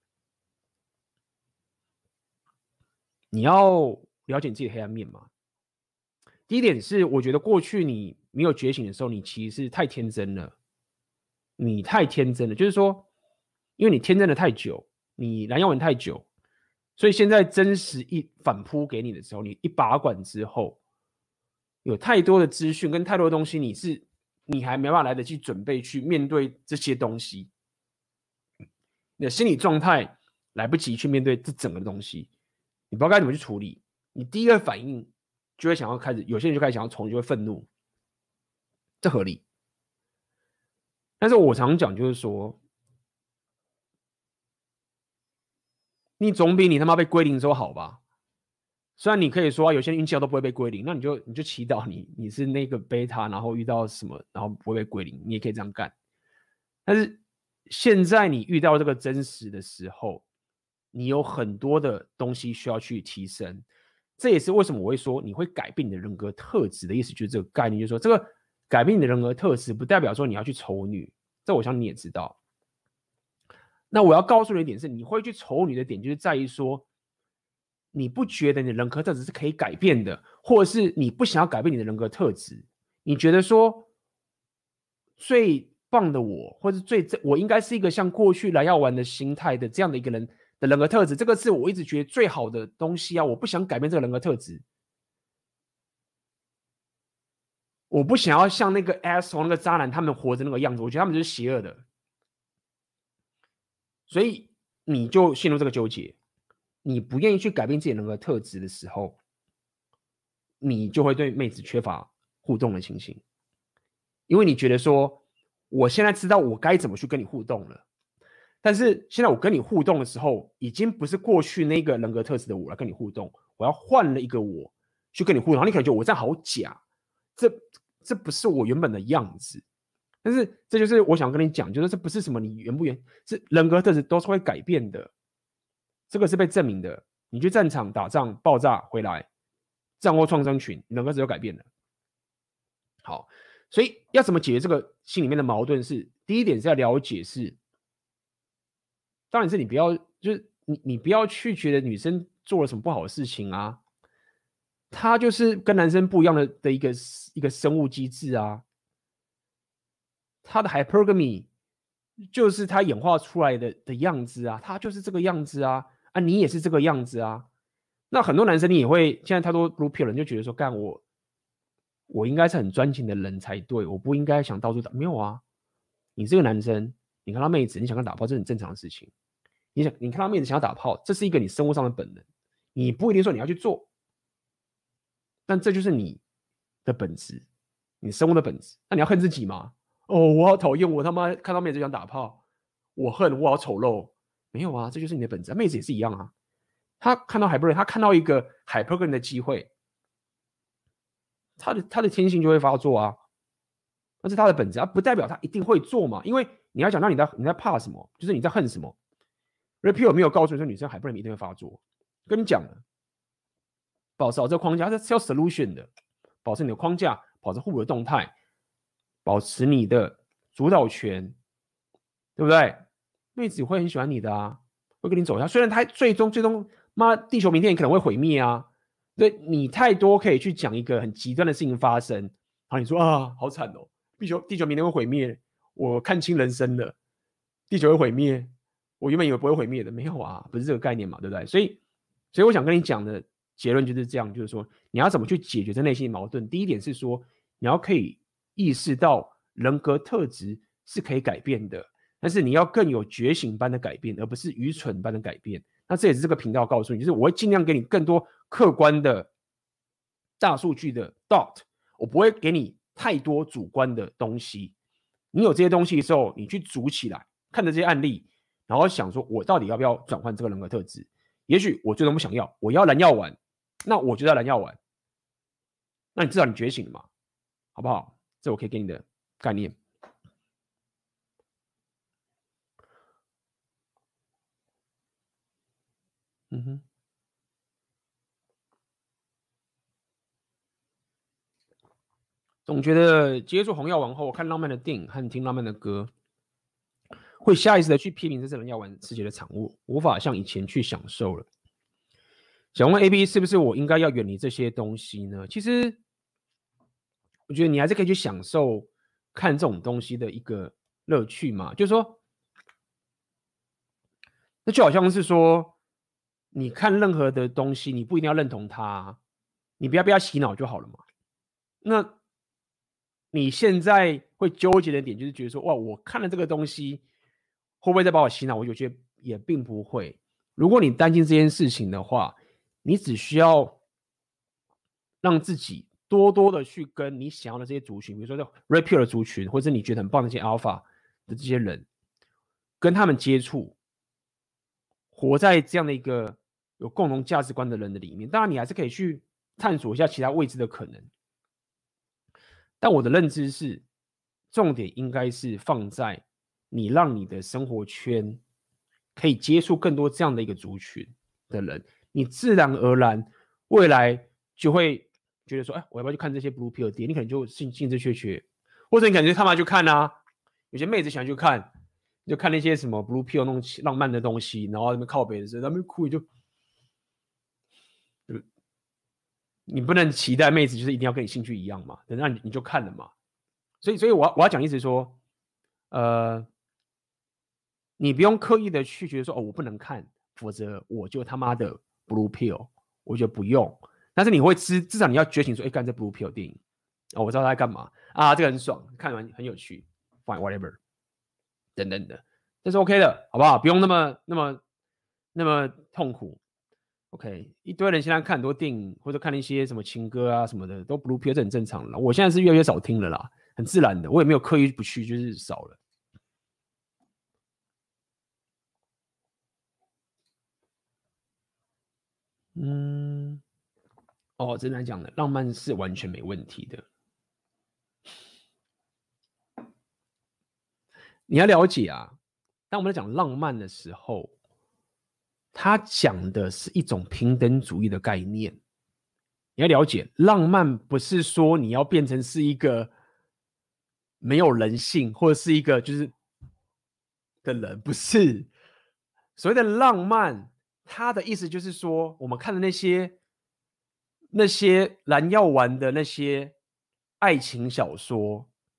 你要了解你自己的黑暗面嘛。第一点是，我觉得过去你没有觉醒的时候，你其实是太天真了。你太天真了，就是说，因为你天真的太久，你蓝药丸太久，所以现在真实一反扑给你的时候，你一把管之后，有太多的资讯跟太多的东西，你是你还没办法来得及准备去面对这些东西，你的心理状态来不及去面对这整个的东西，你不知道该怎么去处理，你第一个反应就会想要开始，有些人就开始想要冲，就会愤怒，这合理。但是我常讲就是说，你总比你他妈被归零之后好吧？虽然你可以说、啊、有些人运气都不会被归零，那你就你就祈祷你你是那个贝塔，然后遇到什么，然后不会被归零，你也可以这样干。但是现在你遇到这个真实的时候，你有很多的东西需要去提升。这也是为什么我会说你会改变你的人格特质的意思，就是这个概念，就是说这个改变你的人格特质，不代表说你要去丑女，这我相信你也知道。那我要告诉你一点是，你会去丑女的点，就是在于说，你不觉得你的人格特质是可以改变的，或者是你不想要改变你的人格特质，你觉得说最棒的我，或者最我应该是一个像过去蓝药丸的心态的这样的一个人的人格特质，这个是我一直觉得最好的东西啊！我不想改变这个人格特质，我不想要像那个 asshole 那个渣男他们活着那个样子，我觉得他们就是邪恶的，所以你就陷入这个纠结。你不愿意去改变自己人格特质的时候，你就会对妹子缺乏互动的情形，因为你觉得说，我现在知道我该怎么去跟你互动了，但是现在我跟你互动的时候，已经不是过去那个人格特质的我来跟你互动，我要换了一个我去跟你互动，你可能觉得我这样好假，这这不是我原本的样子。但是这就是我想跟你讲，就是这不是什么你原不原，是人格特质都是会改变的。这个是被证明的。你去战场打仗爆炸回来，战后创伤群，人格只有改变了。好，所以要怎么解决这个心里面的矛盾是？第一点是要了解是，当然是你不要，就是你你不要去觉得女生做了什么不好的事情啊，她就是跟男生不一样的的一个一个生物机制啊。 他的 hypergamy 就是他演化出来的的样子啊，他就是这个样子啊，啊，你也是这个样子啊。那很多男生你也会，现在太多 blue pill 人就觉得说，干我，我应该是很专情的人才对，我不应该想到处打。没有啊，你这个男生，你看到妹子，你想跟他打炮，这是很正常的事情。你想，你看到妹子想要打炮，这是一个你生活上的本能，你不一定说你要去做，但这就是你的本质，你生活的本质。那你要恨自己吗？哦，我好讨厌，我他妈看到妹子想打炮，我恨，我好丑陋。没有啊，这就是你的本质。妹子也是一样啊。他看到海波人，他看到一个海波人的机会，他的他的天性就会发作啊，那是他的本质，啊，不代表他一定会做嘛。因为你要讲到你在你在怕什么，就是你在恨什么。Rapio 没有告诉你说女生海波人一定会发作，跟你讲了，保持好这个框架，它是要 solution 的，保持你的框架，保持互补的动态，保持你的主导权，对不对？妹子会很喜欢你的啊，会跟你走下。虽然他最终最终妈地球明天也可能会毁灭啊，对你太多可以去讲一个很极端的事情发生，然后你说啊好惨哦，地球地球明天会毁灭，我看清人生了，地球会毁灭，我原本以为不会毁灭的，没有啊，不是这个概念嘛，对不对？所以所以我想跟你讲的结论就是这样，就是说你要怎么去解决这内心矛盾。第一点是说你要可以意识到人格特质是可以改变的。但是你要更有觉醒般的改变，而不是愚蠢般的改变。那这也是这个频道告诉你，就是我会尽量给你更多客观的大数据的 dot， 我不会给你太多主观的东西。你有这些东西的时候，你去组起来，看着这些案例，然后想说，我到底要不要转换这个人格特质？也许我最终不想要，我要蓝药丸，那我就要蓝药丸。那你至少你觉醒了嘛，好不好？这我可以给你的概念。嗯哼，总觉得接触红药丸后，看浪漫的电影和听浪漫的歌，会下意识的去批评这是人药丸世界的产物，无法像以前去享受了。想问 A B 是不是我应该要远离这些东西呢？其实，我觉得你还是可以去享受看这种东西的一个乐趣嘛。就是说，那就好像是说，你看任何的东西，你不一定要认同它，你不要被它洗脑就好了嘛。那你现在会纠结的点就是觉得说，哇，我看了这个东西，会不会再把我洗脑？我就觉得也并不会。如果你担心这件事情的话，你只需要让自己多多的去跟你想要的这些族群，比如说叫 Rapio 的族群，或者你觉得很棒的这些 Alpha 的这些人，跟他们接触，活在这样的一个有共同价值观的人的里面。当然，你还是可以去探索一下其他未知的可能。但我的认知是，重点应该是放在你让你的生活圈可以接触更多这样的一个族群的人，你自然而然未来就会觉得说，哎，我要不要去看这些 blue pill 电影？你可能就兴兴致缺缺，或者你感觉他妈去看啊，有些妹子喜欢去看，就看那些什么 blue pill 那种浪漫的东西，然后他们靠北的时候，他们哭就。你不能期待妹子就是一定要跟你兴趣一样嘛，等那你就看了嘛。所以，所以我要我要讲意思说，呃，你不用刻意的去觉得说，哦，我不能看，否则我就他妈的 blue pill， 我觉得不用。但是你会知，至少你要觉醒说，哎，干这 blue pill 电影，哦，我知道他在干嘛啊，这个很爽，看完很有趣 ，fine whatever， 等等的，这是 OK 的，好不好？不用那么那么那么痛苦。OK， 一堆人现在看很多电影或者看一些什么情歌啊什么的，都 blue pill， 这很正常了。我现在是越来越少听了啦，很自然的，我也没有刻意不去，就是少了。嗯，哦，真的讲的，浪漫是完全没问题的。你要了解啊，当我们在讲浪漫的时候，他讲的是一种平等主义的概念。你要了解，浪漫不是说你要变成是一个没有人性，或者是一个就是的人，不是。所谓的浪漫，它的意思就是说，我们看的那些那些蓝药丸的那些爱情小说，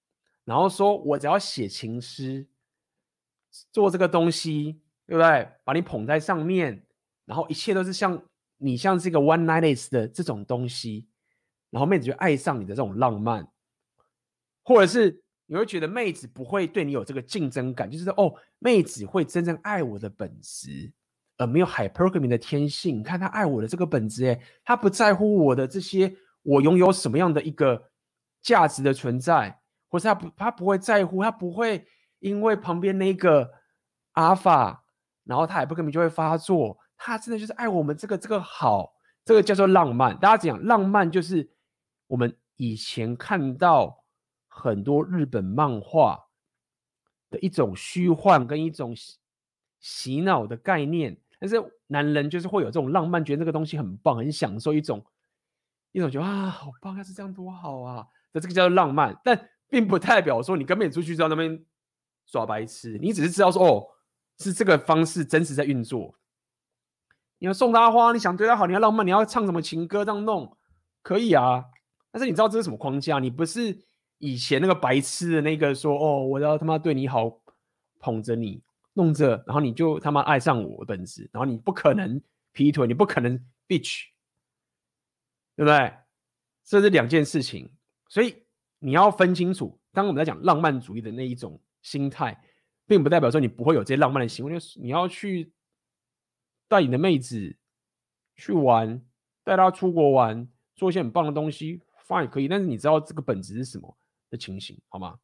然后说我只要写情诗，做这个东西，对不对？把你捧在上面，然后一切都是像你像这个 one night的这种东西，然后妹子就爱上你的这种浪漫，或者是你会觉得妹子不会对你有这个竞争感，就是说哦，妹子会真正爱我的本质，而没有 hypergamy 的天性。你看她爱我的这个本质，哎，她不在乎我的这些，我拥有什么样的一个价值的存在，或是她不，她不会在乎，她不会因为旁边那个阿尔法，然后她 hypergamy 就会发作。她真的就是爱我们这个这个好，这个叫做浪漫。大家讲浪漫，就是我们以前看到很多日本漫画的一种虚幻跟一种洗脑的概念，但是男人就是会有这种浪漫，觉得这个东西很棒，很享受一种一种觉得啊好棒，要是这样多好啊，这个叫做浪漫，但并不代表说你根本出去在那边耍白痴，你只是知道说哦是这个方式真实在运作。你要送他花，你想对他好，你要浪漫，你要唱什么情歌这样弄可以啊，但是你知道这是什么框架？你不是以前那个白痴的那个说哦，我要他妈对你好，捧着你，弄着，然后你就他妈爱上我的本质，然后你不可能劈腿，你不可能 bitch， 对不对？这是两件事情，所以你要分清楚。当我们在讲浪漫主义的那一种心态，并不代表说你不会有这些浪漫的行为，你要去带你的妹子去玩，带她出国玩，做一些很棒的东西。fine 可以，但是你知道这个本质是什么的情形，好吗？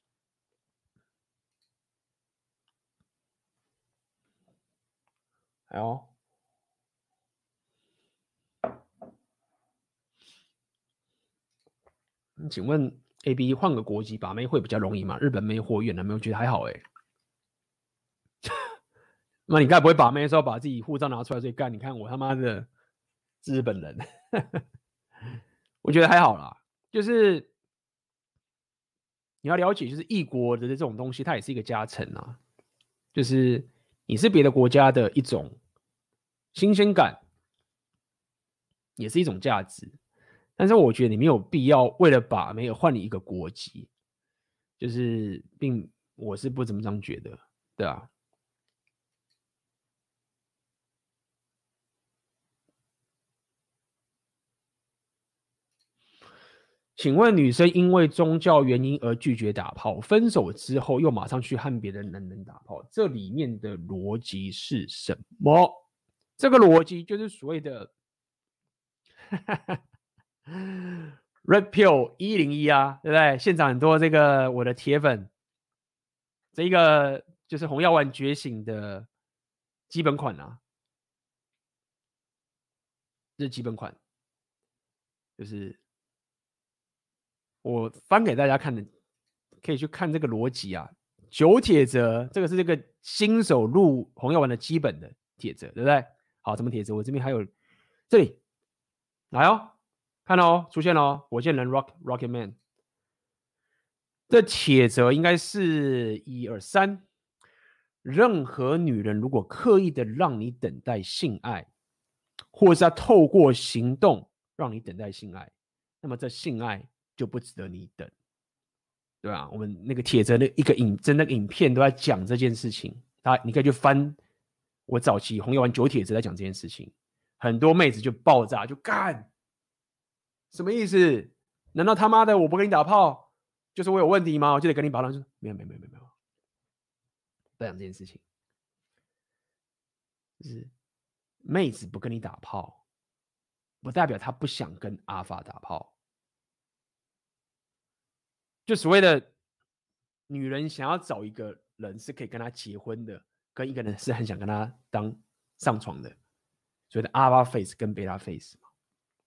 哎呦，请问 A B 换个国籍把妹会比较容易吗？日本妹或越南妹，我觉得还好哎、欸。那你该不会把妹的时候把自己护照拿出来说干？你看我他妈的日本人，我觉得还好啦，就是你要了解，就是异国的这种东西，它也是一个加成啊。就是你是别的国家的一种新鲜感，也是一种价值。但是我觉得你没有必要为了把妹而换你一个国籍，就是并我是不怎么这样觉得，对啊。请问女生因为宗教原因而拒绝打炮，分手之后又马上去和别的男人打炮，这里面的逻辑是什么？这个逻辑就是所谓的Red Pill 一零一啊，对不对？现场很多这个我的铁粉，这一个就是红药丸觉醒的基本款啊，这是基本款，就是我翻给大家看的，可以去看这个逻辑啊。九铁则，这个是这个新手入红药丸的基本的铁则，对不对？好，什么铁则？我这边还有这里，来哦，看哦，出现了哦，火箭人 Rock Rocket Man。这铁则应该是一二三。任何女人如果刻意的让你等待性爱，或是要透过行动让你等待性爱，那么这性爱就不值得你等，对吧？我们那个铁则的一个影，真的影片都在讲这件事情，他你可以去翻我早期红药丸九铁则在讲这件事情，很多妹子就爆炸，就干，什么意思？难道他妈的我不跟你打炮，就是我有问题吗？我就得跟你打炮？说没有没有没有没有，不讲这件事情，就是妹子不跟你打炮，不代表她不想跟阿法打炮。就所谓的女人想要找一个人是可以跟她结婚的，跟一个人是很想跟她当上床的，所谓的 alpha face 跟 beta face 嘛。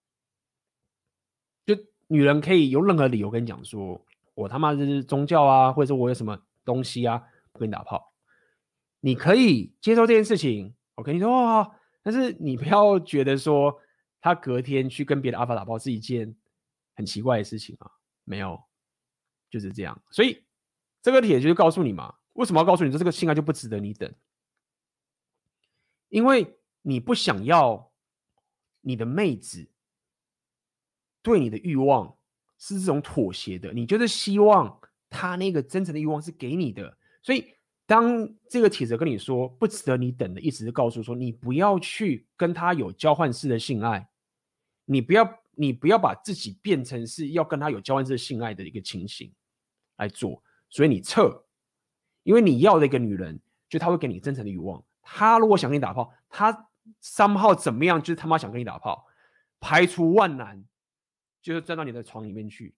就女人可以有任何理由跟你讲说，我他妈是宗教啊，或者说我有什么东西啊，不跟你打炮。你可以接受这件事情，我跟你说哦，但是你不要觉得说他隔天去跟别的阿法打炮是一件很奇怪的事情啊，没有，就是这样。所以这个帖就是告诉你嘛，为什么要告诉你说这个性爱就不值得你等？因为你不想要你的妹子对你的欲望是这种妥协的，你就是希望他那个真诚的欲望是给你的。所以当这个帖子跟你说不值得你等的意思是告诉说，你不要去跟他有交换式的性爱，你不要你不要把自己变成是要跟他有交换式的性爱的一个情形来做，所以你撤，因为你要的一个女人，就她会给你真诚的欲望。她如果想跟你打炮，她somehow怎么样，就是他妈想跟你打炮，排除万难，就是钻到你的床里面去。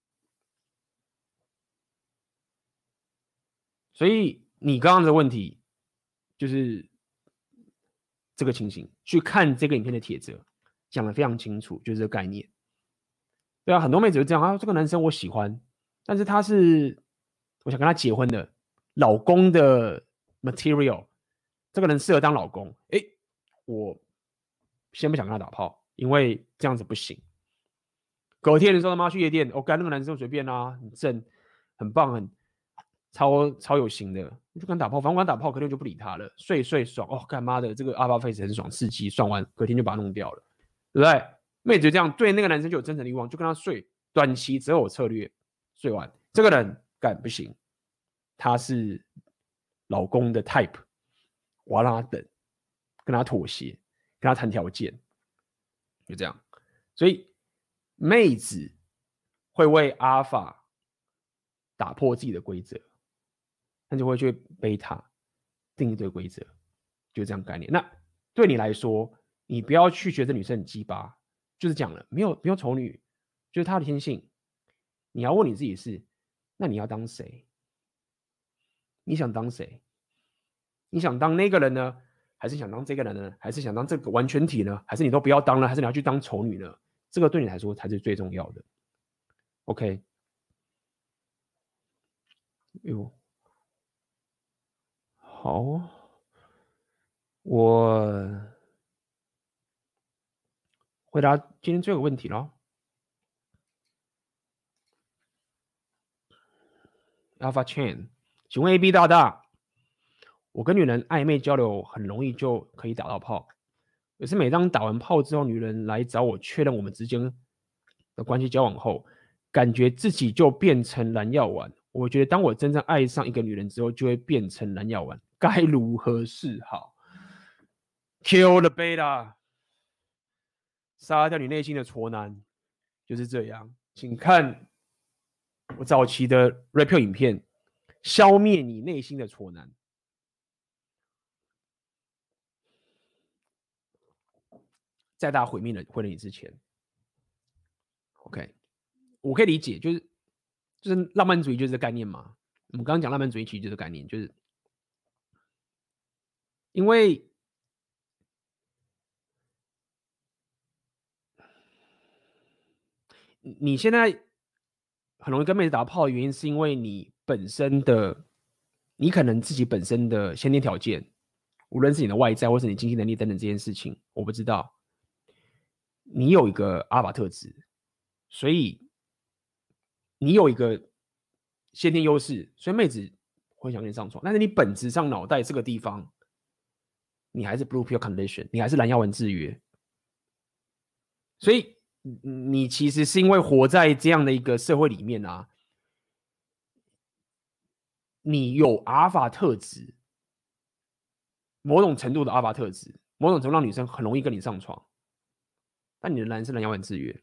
所以你刚刚的问题就是这个情形，去看这个影片的帖子讲得非常清楚，就是这个概念。对啊，很多妹子就这样啊，这个男生我喜欢，但是他是我想跟他结婚的老公的 material， 这个人适合当老公，哎，我先不想跟他打炮，因为这样子不行。隔天的时候他妈去夜店，我、哦、干那个男生随便啊，很正，很棒，很超超有型的，就跟他打炮，反正我跟他打炮，隔天就不理他了，睡睡爽哦，干妈的这个阿巴 face 很爽，刺激，爽完隔天就把他弄掉了，对不对？妹子就这样对那个男生就有真诚的欲望，就跟他睡，短期择偶策略，睡完这个人干不行，他是老公的 type， 我要让他等，跟他妥协，跟他谈条件，就这样。所以妹子会为阿法打破自己的规则，那就会去贝塔定一堆规则，就这样概念。那对你来说，你不要去觉得女生很鸡巴。就是讲了，没有没有丑女，就是她的天性。你要问你自己是，那你要当谁？你想当谁？你想当那个人呢，还是想当这个人呢？还是想当这个完全体呢？还是你都不要当了？还是你要去当丑女呢？这个对你来说才是最重要的。OK， 哟，好，我回答今天最后一个问题咯。Alpha Chain， 请问 A B 大大，我跟女人暧昧交流很容易就可以打到炮，可是每当打完炮之后，女人来找我确认我们之间的关系交往后，感觉自己就变成蓝药丸。我觉得当我真正爱上一个女人之后，就会变成蓝药丸，该如何是好 ？Kill the beta， 杀掉你内心的挫男，就是这样。请看我早期的 rap 影片，消灭你内心的挫男。在大毁灭了毁了你之前 ，OK， 我可以理解，就是就是浪漫主义就是这概念嘛。我们刚刚讲浪漫主义其实就是概念，就是因为你现在很容易跟妹子打炮的原因，是因为你本身的，你可能自己本身的先天条件，无论是你的外在或是你经济能力等等这件事情，我不知道，你有一个阿法特质，所以你有一个先天优势，所以妹子会想跟你上床。但是你本质上脑袋这个地方，你还是 blue pill condition， 你还是蓝药丸制约，所以你其实是因为活在这样的一个社会里面啊，你有阿法特质，某种程度的阿法特质，某种程度让女生很容易跟你上床，但你的蓝是蓝药丸制约，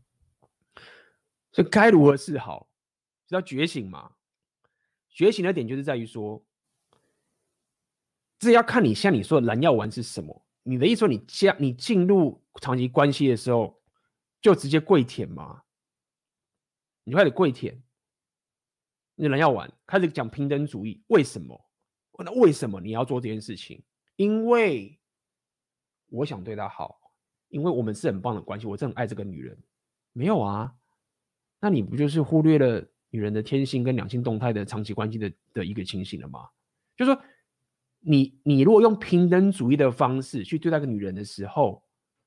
所以该如何是好？是要觉醒嘛？觉醒的点就是在于说，这要看你像你说的蓝药丸是什么。你的意思说你加你进入长期关系的时候，就直接跪舔吗？你就开始跪舔，你蓝药丸开始讲平等主义，为什么？那为什么你要做这件事情？因为我想对她好，因为我们是很棒的关系，我真的很爱这个女人。没有啊，那你不就是忽略了女人的天性跟两性动态的长期关系 的, 的一个情形了吗？就是说你，你如果用平等主义的方式去对待一个女人的时候，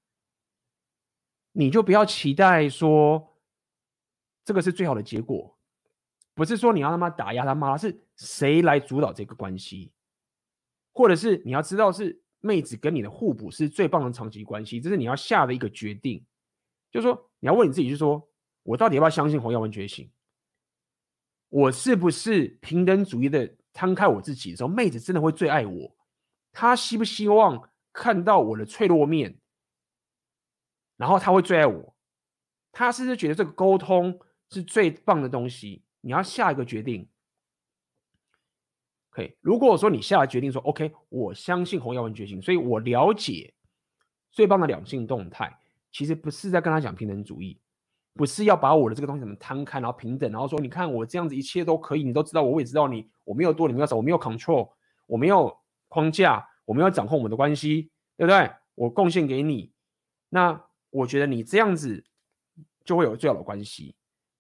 你就不要期待说这个是最好的结果，不是说你要他妈打压他骂他，是谁来主导这个关系，或者是你要知道是妹子跟你的互补是最棒的长期关系，这是你要下的一个决定。就是说你要问你自己，就是说我到底要不要相信红药丸觉醒？ 我是不是平等主义的摊开我自己的时候，妹子真的会最爱我？她希不希望看到我的脆弱面，然后她会最爱我？她是不是觉得这个沟通是最棒的东西？你要下一个决定。OK， 如果说你下了决定说 OK， 我相信洪耀文觉醒，所以我了解最棒的两性动态，其实不是在跟他讲平等主义，不是要把我的这个东西怎么摊开，然后平等，然后说你看我这样子一切都可以，你都知道我，我也知道你，我没有多，你没有少，我没有 control， 我没有框架，我没有掌控我们的关系，对不对？我贡献给你，那我觉得你这样子就会有最好的关系。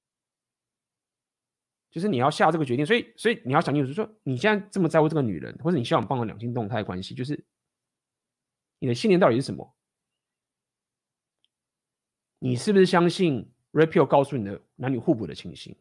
就是你要下这个决定，所以所以你要想清楚，说你现在这么在乎这个女人，或者你希望很棒的两性动态关系，就是你的信念到底是什么？你是不是相信 Rapio 告诉你的男女互补的情形？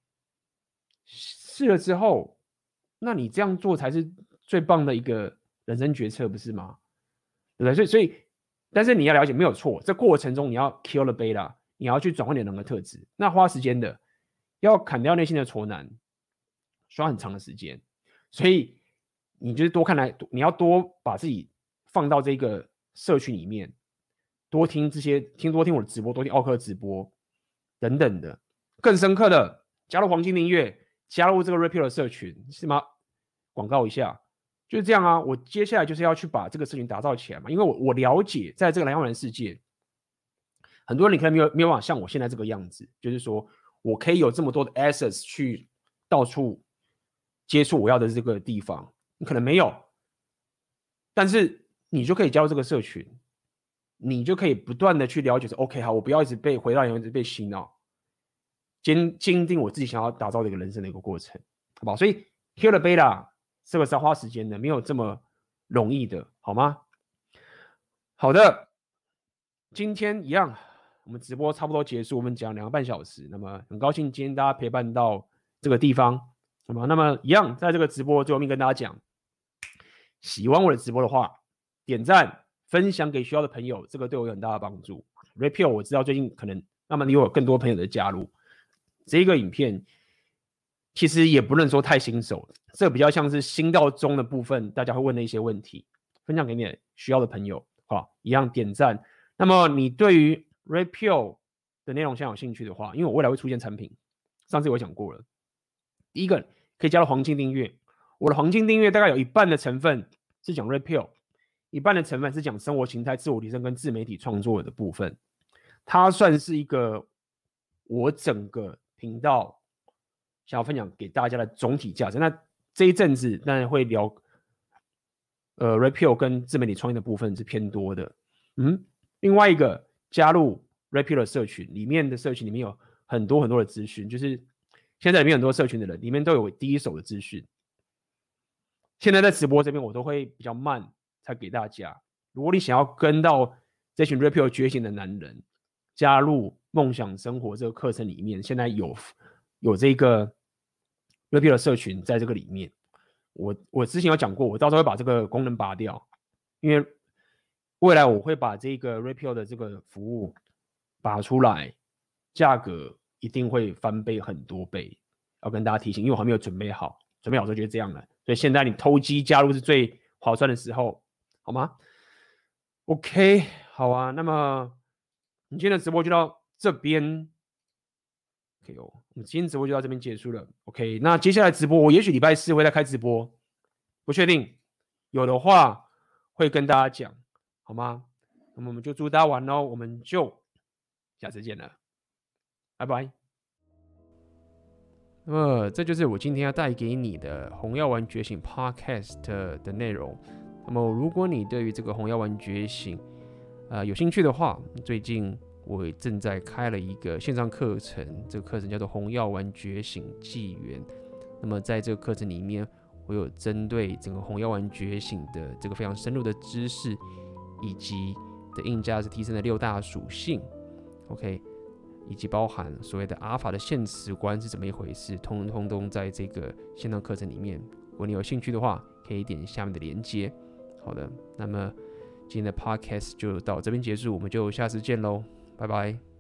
试了之后，那你这样做才是最棒的一个人生决策，不是吗？对不对？所以所以，但是你要了解，没有错，这过程中你要 kill the beta， 你要去转换你的人格特质，那花时间的。要砍掉内心的挫难，需要很长的时间，所以你就是多看来，你要多把自己放到这个社区里面，多听这些，听多听我的直播，多听奥克直播等等的，更深刻的加入黄金订阅，加入这个 Rapio 的社群，是吗？广告一下，就是这样啊。我接下来就是要去把这个社群打造起来嘛，因为我我了解，在这个蓝药丸世界，很多人你可能没有没有办法像我现在这个样子，就是说。我可以有这么多的 access 去到处接触我要的这个地方，你可能没有，但是你就可以加入这个社群，你就可以不断的去了解说 OK 好，我不要一直被回到一直被洗脑，坚坚定我自己想要打造的一个人生的一个过程，好不好？所以 Kill the Beta 这个是要花时间的，没有这么容易的，好吗？好的，今天一样。我们直播差不多结束，我们讲两个半小时。那么很高兴今天大家陪伴到这个地方。那么，那么一样，在这个直播最后面跟大家讲，喜欢我的直播的话，点赞、分享给需要的朋友，这个对我有很大的帮助。Rapio 我知道最近可能慢慢的有更多朋友的加入，这个影片其实也不能说太新手，这比较像是新到中的部分，大家会问的一些问题，分享给你需要的朋友，好，一样点赞。那么你对于Rapio 的内容，像有兴趣的话，因为我未来会出现产品，上次我讲过了。第一个可以加入黄金订阅，我的黄金订阅大概有一半的成分是讲 Rapio， 一半的成分是讲生活形态、自我提升跟自媒体创作的部分。它算是一个我整个频道想要分享给大家的总体价值。那这一阵子当然会聊，呃 Rapio 跟自媒体创业的部分是偏多的。嗯，另外一个。加入 Rapio 的社群，里面的社群里面有很多很多的资讯，就是现在里面很多社群的人里面都有第一手的资讯。现在在直播这边我都会比较慢才给大家。如果你想要跟到这群 Rapio 觉醒的男人，加入梦想生活这个课程里面，现在有有这个 Rapio 的社群在这个里面。我我之前有讲过，我到时候会把这个功能拔掉，因为。未来我会把这个 Rapio 的这个服务拔出来，价格一定会翻倍很多倍，要跟大家提醒，因为我还没有准备好，准备好就觉得这样了，所以现在你投机加入是最划算的时候，好吗 ？OK， 好啊，那么你今天的直播就到这边 ，OK 哦，我们今天直播就到这边结束了 ，OK， 那接下来直播我也许礼拜四会再开直播，不确定，有的话会跟大家讲。好吗？那么我们就祝大家晚喽，我们就下次见了，拜拜。那么这就是我今天要带给你的红药丸觉醒 Podcast 的内容。那么如果你对于这个红药丸觉醒，呃有兴趣的话，最近我正在开了一个线上课程，这个课程叫做红药丸觉醒纪元。那么在这个课程里面，我有针对整个红药丸觉醒的这个非常深入的知识。以及的硬价值提升的六大属性 ，OK， 以及包含所谓的阿尔法的现实观是怎么一回事，通通都在这个线上课程里面。如果你有兴趣的话，可以点下面的连结。好的，那么今天的 Podcast 就到这边结束，我们就下次见喽，拜拜。